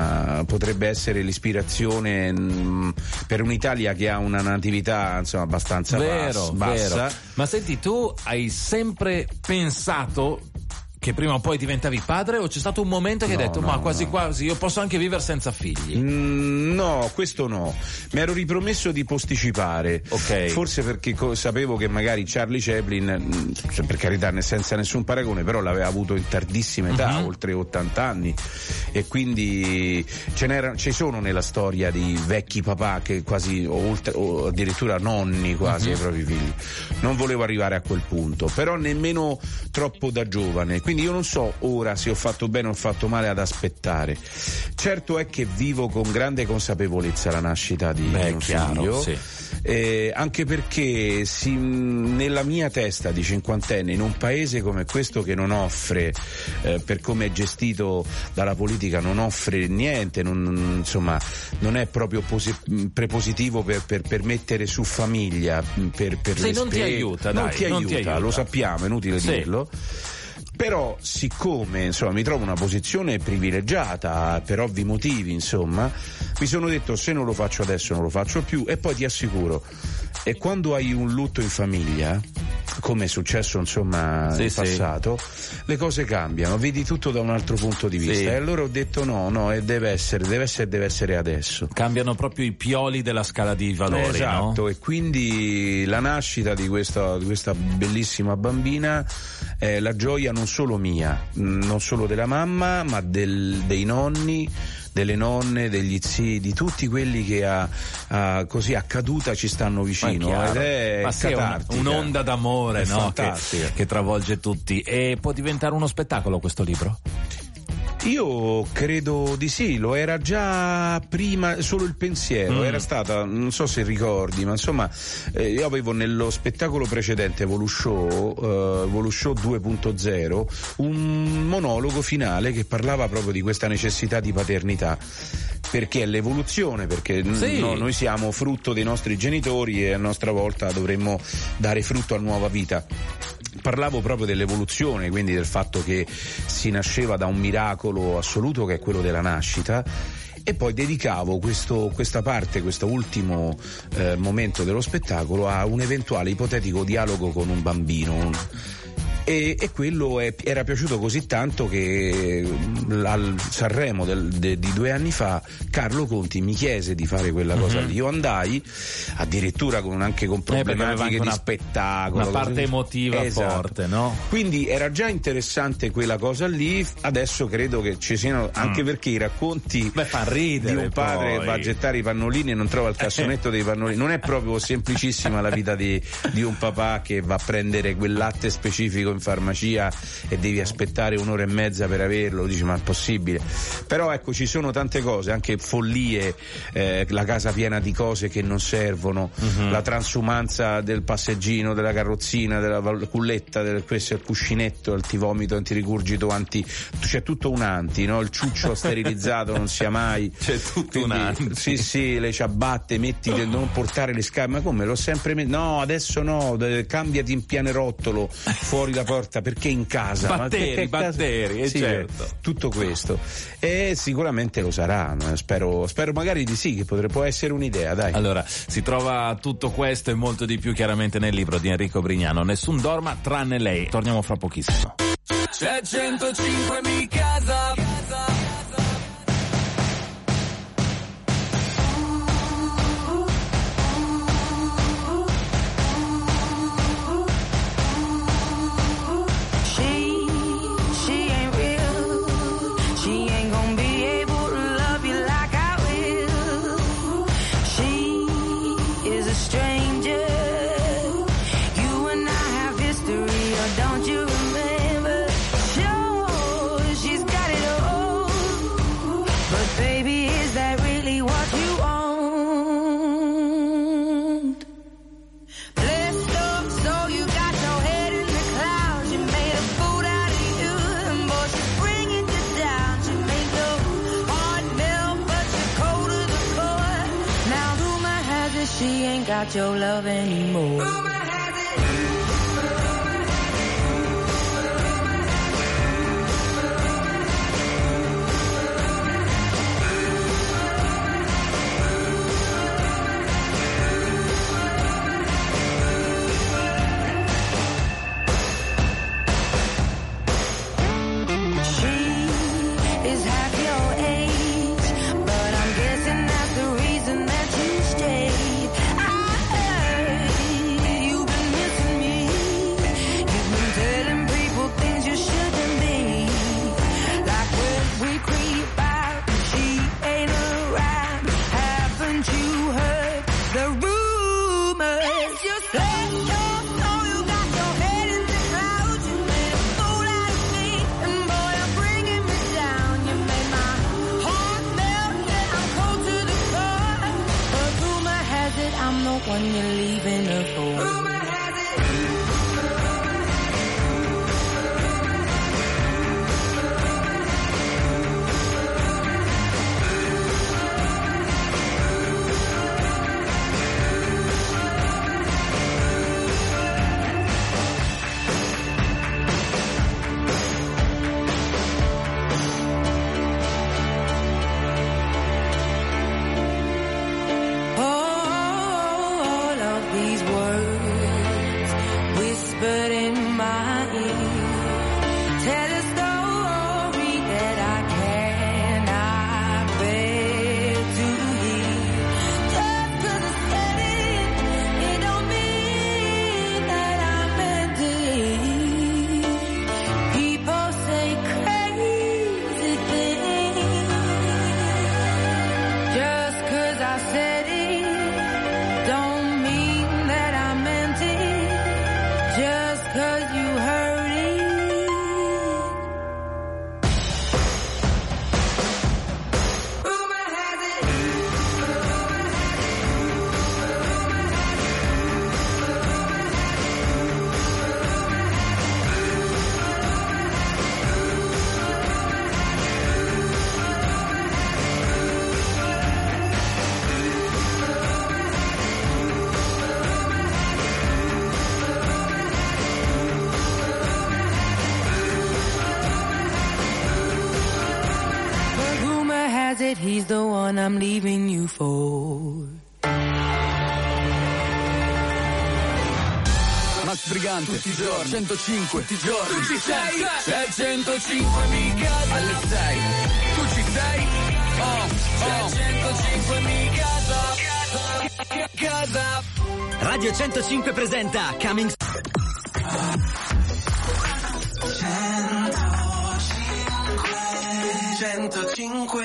l'ispirazione per un'Italia che ha una natività insomma abbastanza bassa. Vero. Ma senti, tu hai sempre pensato che prima o poi diventavi padre, o c'è stato un momento che hai detto ma quasi io posso anche vivere senza figli? No, questo no. Mi ero ripromesso di posticipare. Forse perché sapevo che magari Charlie Chaplin, per carità, senza nessun paragone, però l'aveva avuto in tardissima età, oltre 80 anni, e quindi ci sono nella storia di vecchi papà che quasi o addirittura nonni quasi ai propri figli. Non volevo arrivare a quel punto, però nemmeno troppo da giovane. Quindi io non so ora se ho fatto bene o ho fatto male ad aspettare. Certo è che vivo con grande consapevolezza la nascita di mio figlio, anche perché nella mia testa di cinquantenne, in un paese come questo che non offre, per come è gestito dalla politica, non offre niente, non è proprio prepositivo per mettere su famiglia, per non ti aiuta, non ti aiuta, lo sappiamo, è inutile dirlo. Però siccome mi trovo in una posizione privilegiata per ovvi motivi, mi sono detto se non lo faccio adesso non lo faccio più. E poi ti assicuro, e quando hai un lutto in famiglia, come è successo in passato, le cose cambiano, vedi tutto da un altro punto di vista. E allora ho detto no, e deve essere adesso. Cambiano proprio i pioli della scala di valori, esatto, no? E quindi la nascita di questa bellissima bambina è la gioia non solo mia, non solo della mamma, ma dei nonni, delle nonne, degli zii, di tutti quelli che così a caduta ci stanno vicino, ed è catartica. Un'onda d'amore, no? Che travolge tutti. E può diventare uno spettacolo questo libro? Io credo di sì, lo era già prima, solo il pensiero, era stata, non so se ricordi, ma io avevo nello spettacolo precedente Evolushow 2.0 un monologo finale che parlava proprio di questa necessità di paternità, perché è l'evoluzione, perché noi siamo frutto dei nostri genitori e a nostra volta dovremmo dare frutto a nuova vita. Parlavo proprio dell'evoluzione, quindi del fatto che si nasceva da un miracolo assoluto che è quello della nascita, e poi dedicavo questa parte, questo ultimo momento dello spettacolo a un eventuale ipotetico dialogo con un bambino. E quello era piaciuto così tanto che al Sanremo di 2 anni fa Carlo Conti mi chiese di fare quella cosa lì. Io andai addirittura anche con problematiche di spettacolo, una parte emotiva forte, no? Quindi era già interessante quella cosa lì. Adesso credo che ci siano, anche perché i racconti fa ridere, di un padre che va a gettare i pannolini e non trova il cassonetto dei pannolini, non è proprio semplicissima la vita di un papà che va a prendere quel latte specifico in farmacia e devi aspettare un'ora e mezza per averlo, dici ma è possibile? Però ecco, ci sono tante cose, anche follie, la casa piena di cose che non servono, la transumanza del passeggino, della carrozzina, della culletta, questo è il cuscinetto, antivomito, antirigurgito, c'è tutto un anti, no? Il ciuccio sterilizzato non sia mai, c'è tutto un anti. Sì, le ciabatte, metti di non portare le scarpe, ma come l'ho sempre messo? No, adesso no, cambiati in pianerottolo fuori la porta perché in casa batteri, sì, certo, tutto questo, e sicuramente lo saranno, spero magari di sì, che può essere un'idea, dai. Allora, si trova tutto questo e molto di più chiaramente nel libro di Enrico Brignano, Nessun dorma tranne lei. Torniamo fra pochissimo. C'è 105 mi casa. Got your love anymore. When you're leaving her for he's the one I'm leaving you for. Max Brigante, tutti i giorni, 105, tutti i giorni, tu ci sei, c'è 105 mi casa, alle 6, tu ci sei, c'è 105 mi casa. Radio 105 presenta Coming 105.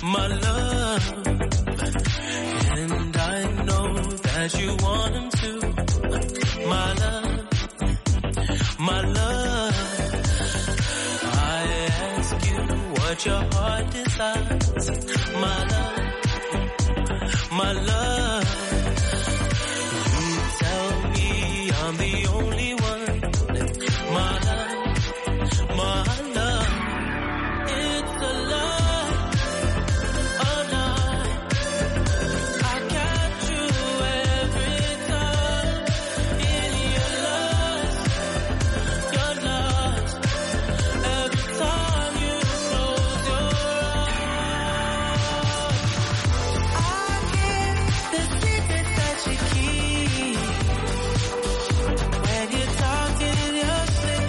my love, and I know that you want him to. My love, my love, I ask you what your heart desires. My love, my love, you tell me I'm the only one. My love, my love, it's a lie, a lie. I catch you every time in your lies, every time you close your eyes. I hear the secrets that you keep when you're talking in your sleep.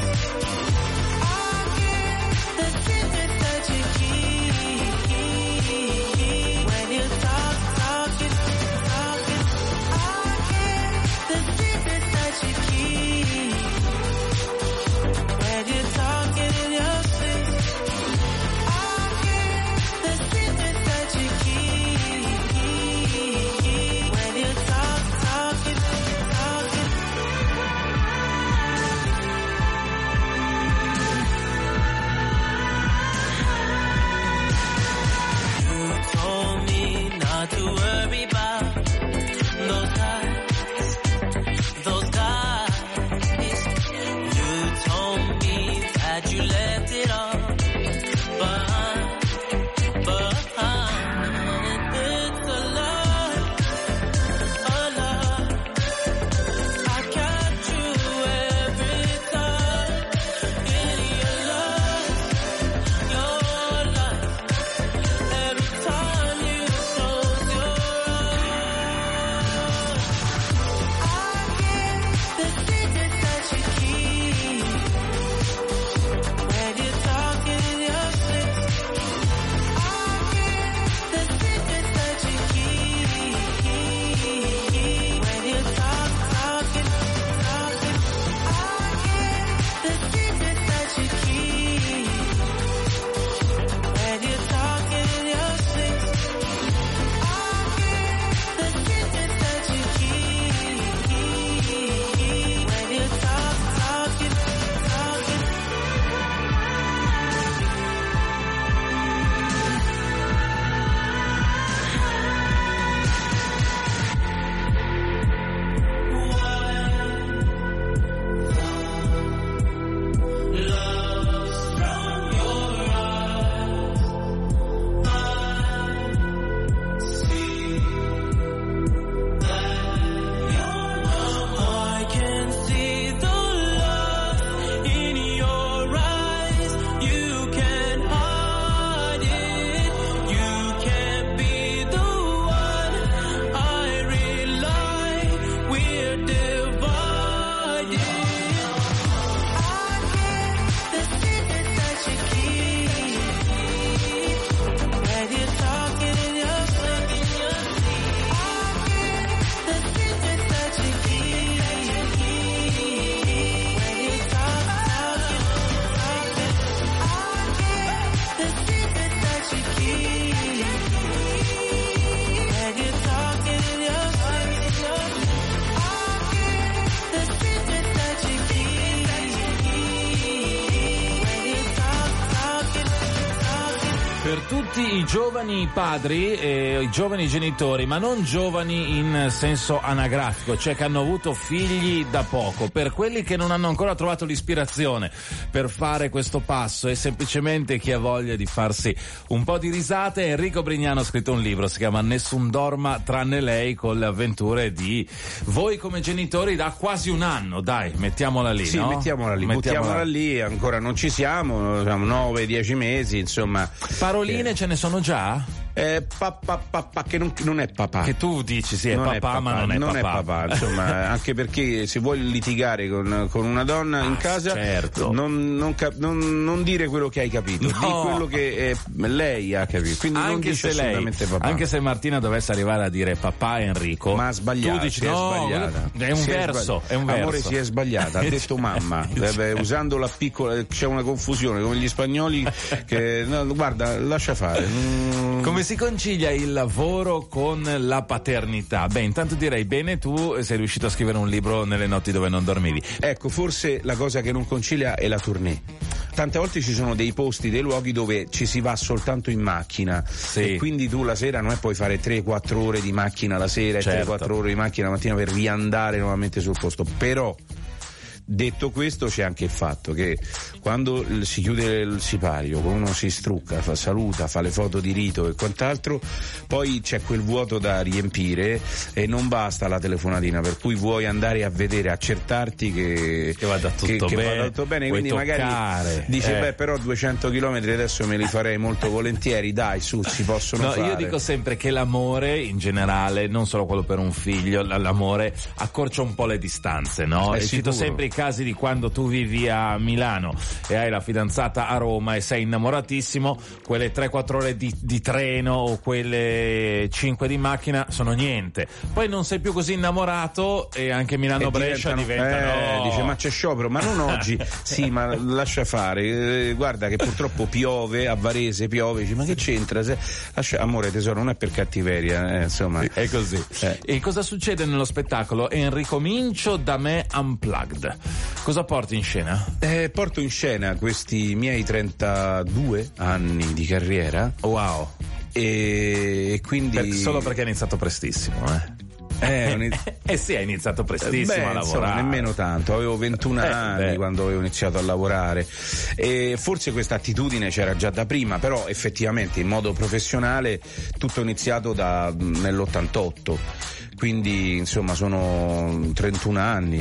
The secrets that you keep when you're talking. I hear the secrets that you keep when you're talking in your sleep. I hear the secrets that you keep when you're talking. You told me not to worry about those guys. You told me that you left it all behind. It's a lie, a lie. I catch you every time in your lies, every time you close your eyes. I hear the secrets that you keep when you're talking in your sleep. I hear the secrets that you keep when you're talking. I hear the secrets that you keep when you're talking in your sleep. I hear the secrets that you keep when you're talking. Lost from your eyes, I see that you're not. I can see the love in your eyes. You can hide it. You can't be the one I rely. We're divided. The secrets that you keep when you're talking in your sleep. I hear the secrets that you keep when you're talking. I hear the secrets that you keep when you're talking in your sleep. I hear the secrets that you keep when you're talking. Per tutti i giovani padri e i giovani genitori, ma non giovani in senso anagrafico, cioè che hanno avuto figli da poco, per quelli che non hanno ancora trovato l'ispirazione per fare questo passo e semplicemente chi ha voglia di farsi un po' di risate, Enrico Brignano ha scritto un libro, si chiama Nessun dorma tranne lei, con le avventure di voi come genitori da quasi un anno, dai, mettiamola lì, Sì, no? mettiamola lì, buttiamola lì, ancora non ci siamo 9-10 mesi, insomma. Paroline ce ne sono già? Papà, che non è papà. Che tu dici sì, è papà, ma non è papà. Insomma, anche perché se vuoi litigare con una donna in casa, certo, non dire quello che hai capito, di quello che lei ha capito. Quindi anche non dice assolutamente papà. Anche se Martina dovesse arrivare a dire papà Enrico, ma ha sbagliato, tu dici è sbagliata. È un verso. Amore, si è sbagliata, ha detto mamma, usando la piccola, c'è una confusione come gli spagnoli che no, guarda, lascia fare. Come si concilia il lavoro con la paternità? Beh, intanto direi bene, tu sei riuscito a scrivere un libro nelle notti dove non dormivi. Ecco, forse la cosa che non concilia è la tournée. Tante volte ci sono dei posti, dei luoghi dove ci si va soltanto in macchina, sì. E quindi tu la sera non è puoi fare 3-4 ore di macchina la sera, certo. E 3-4 ore di macchina la mattina per riandare nuovamente sul posto. Però detto questo, c'è anche il fatto che quando si chiude il sipario, uno si strucca, saluta, fa le foto di rito e quant'altro, poi c'è quel vuoto da riempire e non basta la telefonatina, per cui vuoi andare a vedere, accertarti che vada tutto bene, vada tutto bene, quindi toccare, magari dici beh, però 200 km adesso me li farei molto volentieri, dai, su, si possono fare. Io dico sempre che l'amore in generale, non solo quello per un figlio, l'amore accorcia un po' le distanze, no? E cito sempre i casi di quando tu vivi a Milano e hai la fidanzata a Roma e sei innamoratissimo, quelle 3-4 ore di treno o quelle 5 di macchina sono niente. Poi non sei più così innamorato e anche Milano-Brescia diventano... dice ma c'è sciopero, ma non oggi. Sì, ma lascia fare, guarda che purtroppo piove, a Varese piove, dice, ma che c'entra? Amore tesoro, non è per cattiveria, insomma. È così. E cosa succede nello spettacolo? Ricomincio da me Unplugged. Cosa porti in scena? Porto in scena questi miei 32 anni di carriera. Wow. E quindi... solo perché hai iniziato prestissimo, sì, hai iniziato prestissimo a lavorare. Insomma, nemmeno tanto, avevo 21 anni quando avevo iniziato a lavorare e forse questa attitudine c'era già da prima, però effettivamente in modo professionale tutto è iniziato nell'88. Quindi insomma sono 31 anni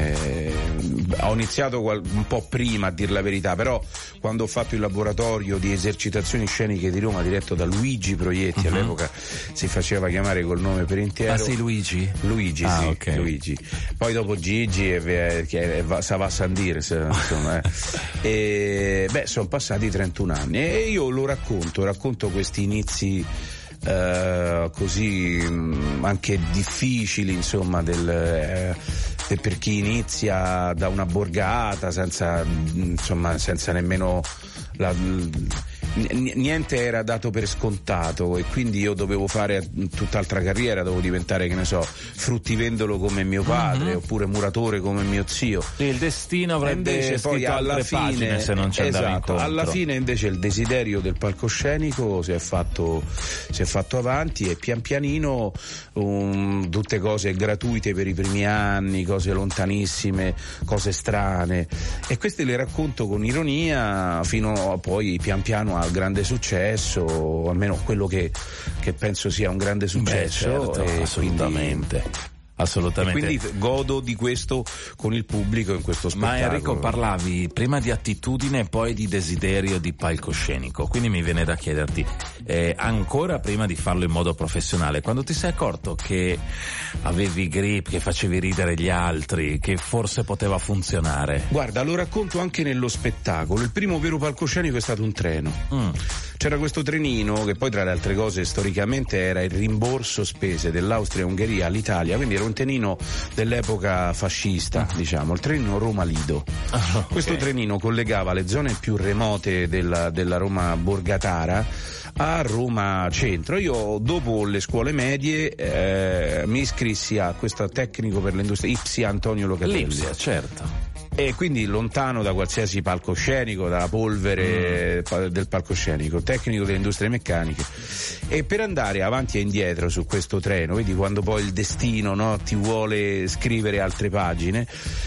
ho iniziato un po' prima, a dir la verità, però quando ho fatto il laboratorio di esercitazioni sceniche di Roma diretto da Luigi Proietti, all'epoca si faceva chiamare col nome per intero. Ah sì, Luigi? Luigi, sì, okay. Luigi. Poi dopo Gigi che va a Sandir, insomma. E sono passati 31 anni e io lo racconto questi inizi così anche difficili, insomma, per chi inizia da una borgata senza nemmeno niente era dato per scontato e quindi io dovevo fare tutt'altra carriera, dovevo diventare, che ne so, fruttivendolo come mio padre oppure muratore come mio zio. Sì, il destino avrebbe poi alla fine, se non ci andavi incontro. Alla fine invece il desiderio del palcoscenico si è fatto avanti e pian pianino tutte cose gratuite per i primi anni, cose lontanissime, cose strane, e queste le racconto con ironia fino a poi pian piano al grande successo, o almeno quello che penso sia un grande successo. Beh, certo, assolutamente. Assolutamente. E quindi godo di questo con il pubblico in questo spettacolo. Ma Enrico, parlavi prima di attitudine e poi di desiderio di palcoscenico, quindi mi viene da chiederti, ancora prima di farlo in modo professionale, quando ti sei accorto che avevi grip, che facevi ridere gli altri, che forse poteva funzionare? Guarda, lo racconto anche nello spettacolo. Il primo vero palcoscenico è stato un treno. C'era questo trenino che poi, tra le altre cose, storicamente era il rimborso spese dell'Austria-Ungheria all'Italia, quindi era un trenino dell'epoca fascista, diciamo, il trenino Roma-Lido. Okay. Questo trenino collegava le zone più remote della Roma borgatara a Roma centro. Io dopo le scuole medie mi iscrissi a questo tecnico per l'industria Ipsia Antonio Locatelli. L'Ipsia, certo. E quindi lontano da qualsiasi palcoscenico, dalla polvere del palcoscenico, tecnico delle industrie meccaniche. E per andare avanti e indietro su questo treno, vedi quando poi il destino, no, ti vuole scrivere altre pagine.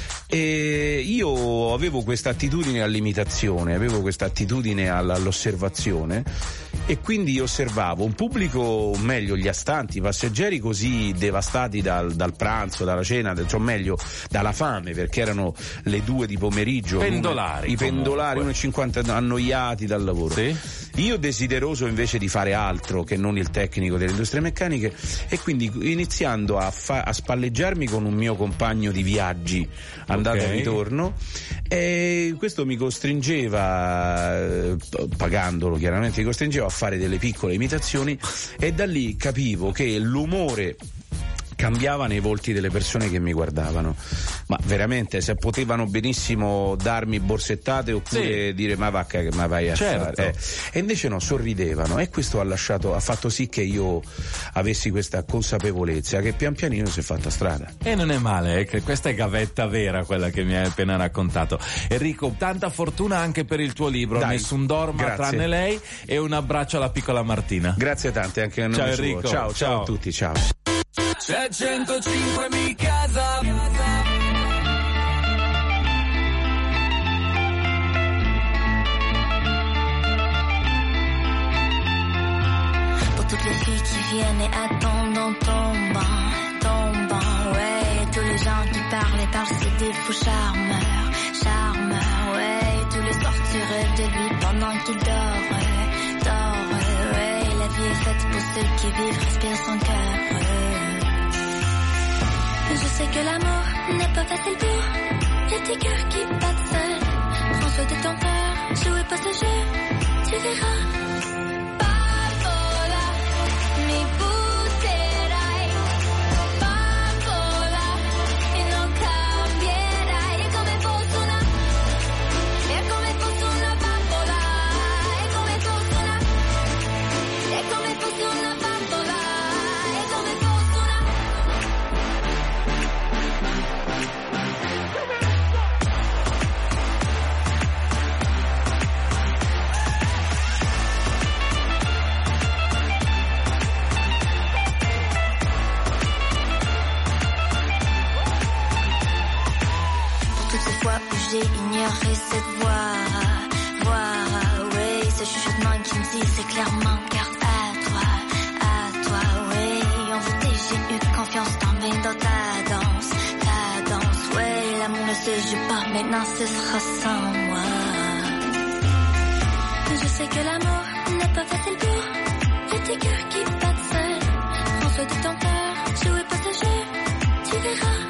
E io avevo questa attitudine all'imitazione, avevo questa attitudine all'osservazione, e quindi osservavo un pubblico, o meglio gli astanti, i passeggeri così devastati dal pranzo, dalla cena, cioè meglio dalla fame, perché erano le 2 di pomeriggio, i pendolari 1,50 annoiati dal lavoro. Sì? Io desideroso invece di fare altro che non il tecnico delle industrie meccaniche, e quindi iniziando a spalleggiarmi con un mio compagno di viaggi andata e ritorno, e questo mi costringeva, pagandolo chiaramente, mi costringeva a fare delle piccole imitazioni, e da lì capivo che l'umore cambiava nei volti delle persone che mi guardavano, ma veramente, se potevano benissimo darmi borsettate oppure dire ma vacca che ma vai a fare, e invece no, sorridevano, e questo ha fatto sì che io avessi questa consapevolezza che pian pianino si è fatta strada. E non è male, questa è gavetta vera quella che mi hai appena raccontato. Enrico, tanta fortuna anche per il tuo libro. Dai, Nessun dorma tranne lei, e un abbraccio alla piccola Martina. Grazie tante anche a noi. Ciao Enrico. Ciao a tutti, ciao. C'è 105 mi casa. Pour toutes les filles qui viennent et attendent dans ton banc, ouais. Tous les gens qui parlent, c'est des fous charmeurs, ouais. Tous les soirs tu rêves de lui pendant qu'il dort, ouais. La vie est faite pour ceux qui vivent, respirent sans cœur. Je sais que l'amour n'est pas facile pour les petits cœurs qui battent seuls. Prends soin de ton cœur, jouez pas ce jeu, tu verras. Bambola, mi butterai. Bambola, e non cambierai. È come fosse una bambola. È come fosse una bambola. È come fosse una. Où j'ai ignoré cette voix, oui, ce chuchotement qui me dit c'est clairement garde à toi, oui, envoûté j'ai eu confiance tombée dans ta danse, oui, l'amour ne se joue pas, maintenant ce sera sans moi. Je sais que l'amour n'est pas facile pour les petits cœurs qui battent seuls. Prends soin de ton cœur, jouez pas ce jeu, tu verras.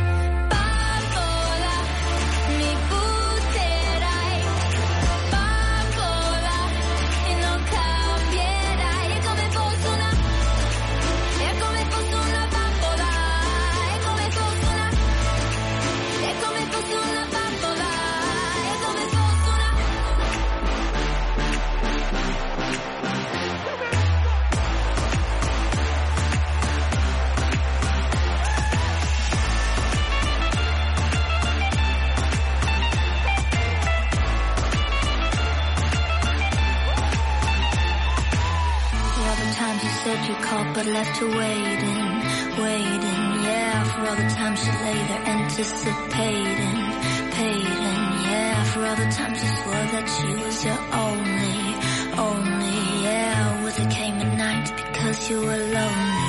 You called but left her waiting, yeah. For all the time she lay there anticipating, yeah. For all the time she swore that she was your only, yeah. Was it came at night because you were lonely?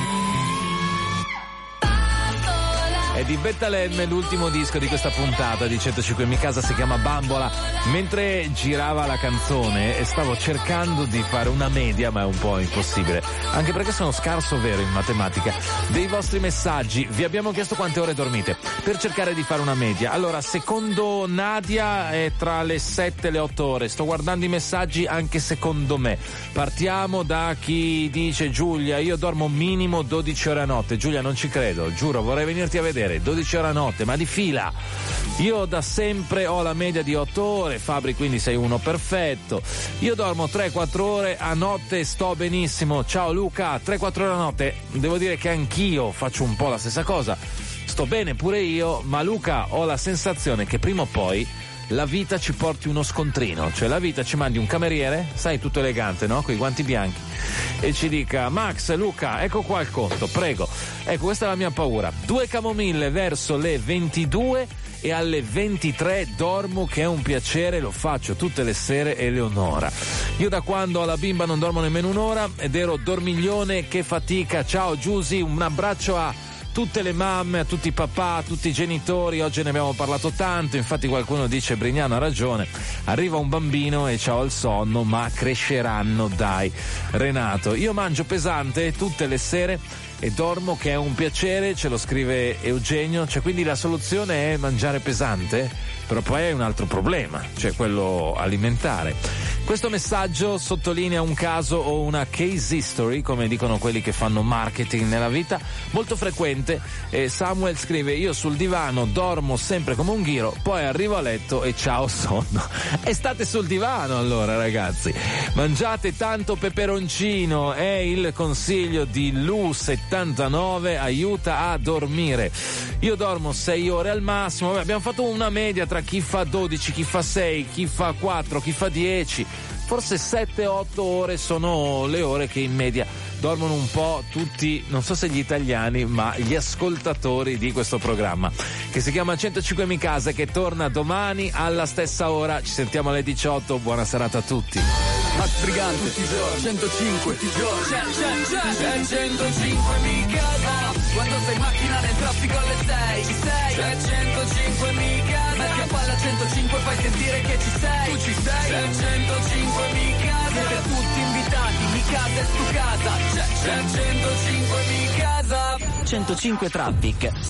È di Bettalemme l'ultimo disco di questa puntata di 105 Mi Casa, si chiama Bambola. Mentre girava la canzone e stavo cercando di fare una media, ma è un po' impossibile, anche perché sono scarso vero in matematica, dei vostri messaggi. Vi abbiamo chiesto quante ore dormite per cercare di fare una media. Allora, secondo Nadia è tra le 7 e le 8 ore. Sto guardando i messaggi anche secondo me. Partiamo da chi dice: Giulia, io dormo minimo 12 ore a notte. Giulia, non ci credo, giuro, vorrei venirti a vedere. 12 ore a notte, ma di fila. Io da sempre ho la media di 8 ore. Fabri, quindi sei uno perfetto. Io dormo 3-4 ore a notte e sto benissimo. Ciao Luca, 3-4 ore a notte. Devo dire che anch'io faccio un po' la stessa cosa, sto bene pure io, ma Luca, ho la sensazione che prima o poi la vita ci porti uno scontrino, cioè la vita ci mandi un cameriere, sai, tutto elegante, no? Con i guanti bianchi, e ci dica: Max, Luca, ecco qua il conto, prego. Ecco, questa è la mia paura. 2 camomille verso le 22 e alle 23 dormo, che è un piacere, lo faccio tutte le sere, Eleonora. Io da quando ho la bimba non dormo nemmeno un'ora ed ero dormiglione, che fatica. Ciao Giusy, un abbraccio a tutte le mamme, a tutti i papà, a tutti i genitori. Oggi ne abbiamo parlato tanto, infatti qualcuno dice: Brignano ha ragione, arriva un bambino e c'ho il sonno, ma cresceranno, dai. Renato, io mangio pesante tutte le sere e dormo che è un piacere, ce lo scrive Eugenio, cioè quindi la soluzione è mangiare pesante? Però poi è un altro problema, cioè quello alimentare. Questo messaggio sottolinea un caso o una case history, come dicono quelli che fanno marketing nella vita, molto frequente. Samuel scrive: io sul divano dormo sempre come un ghiro, poi arrivo a letto e ciao sonno. E state sul divano allora, ragazzi. Mangiate tanto peperoncino, è il consiglio di Lu79, aiuta a dormire. Io dormo 6 ore al massimo. Abbiamo fatto una media tra chi fa 12, chi fa 6, chi fa 4, chi fa 10. Forse 7-8 ore sono le ore che in media dormono un po' tutti, non so se gli italiani, ma gli ascoltatori di questo programma, che si chiama 105 Mi Casa, che torna domani alla stessa ora. Ci sentiamo alle 18. Buona serata a tutti. Max Brigante, tutti i giorni, 105, tutti i giorni, c'è 105 Mi Casa. Quando sei in macchina nel traffico alle 6, ci sei, c'è 105 Mi Casa. Metti a palla 105, fai sentire che ci sei, tu ci sei, c'è 105 Mi Casa. Siete tutti invitati, Mi Casa è tu casa, c'è 105 Mi Casa. 105 Traffic.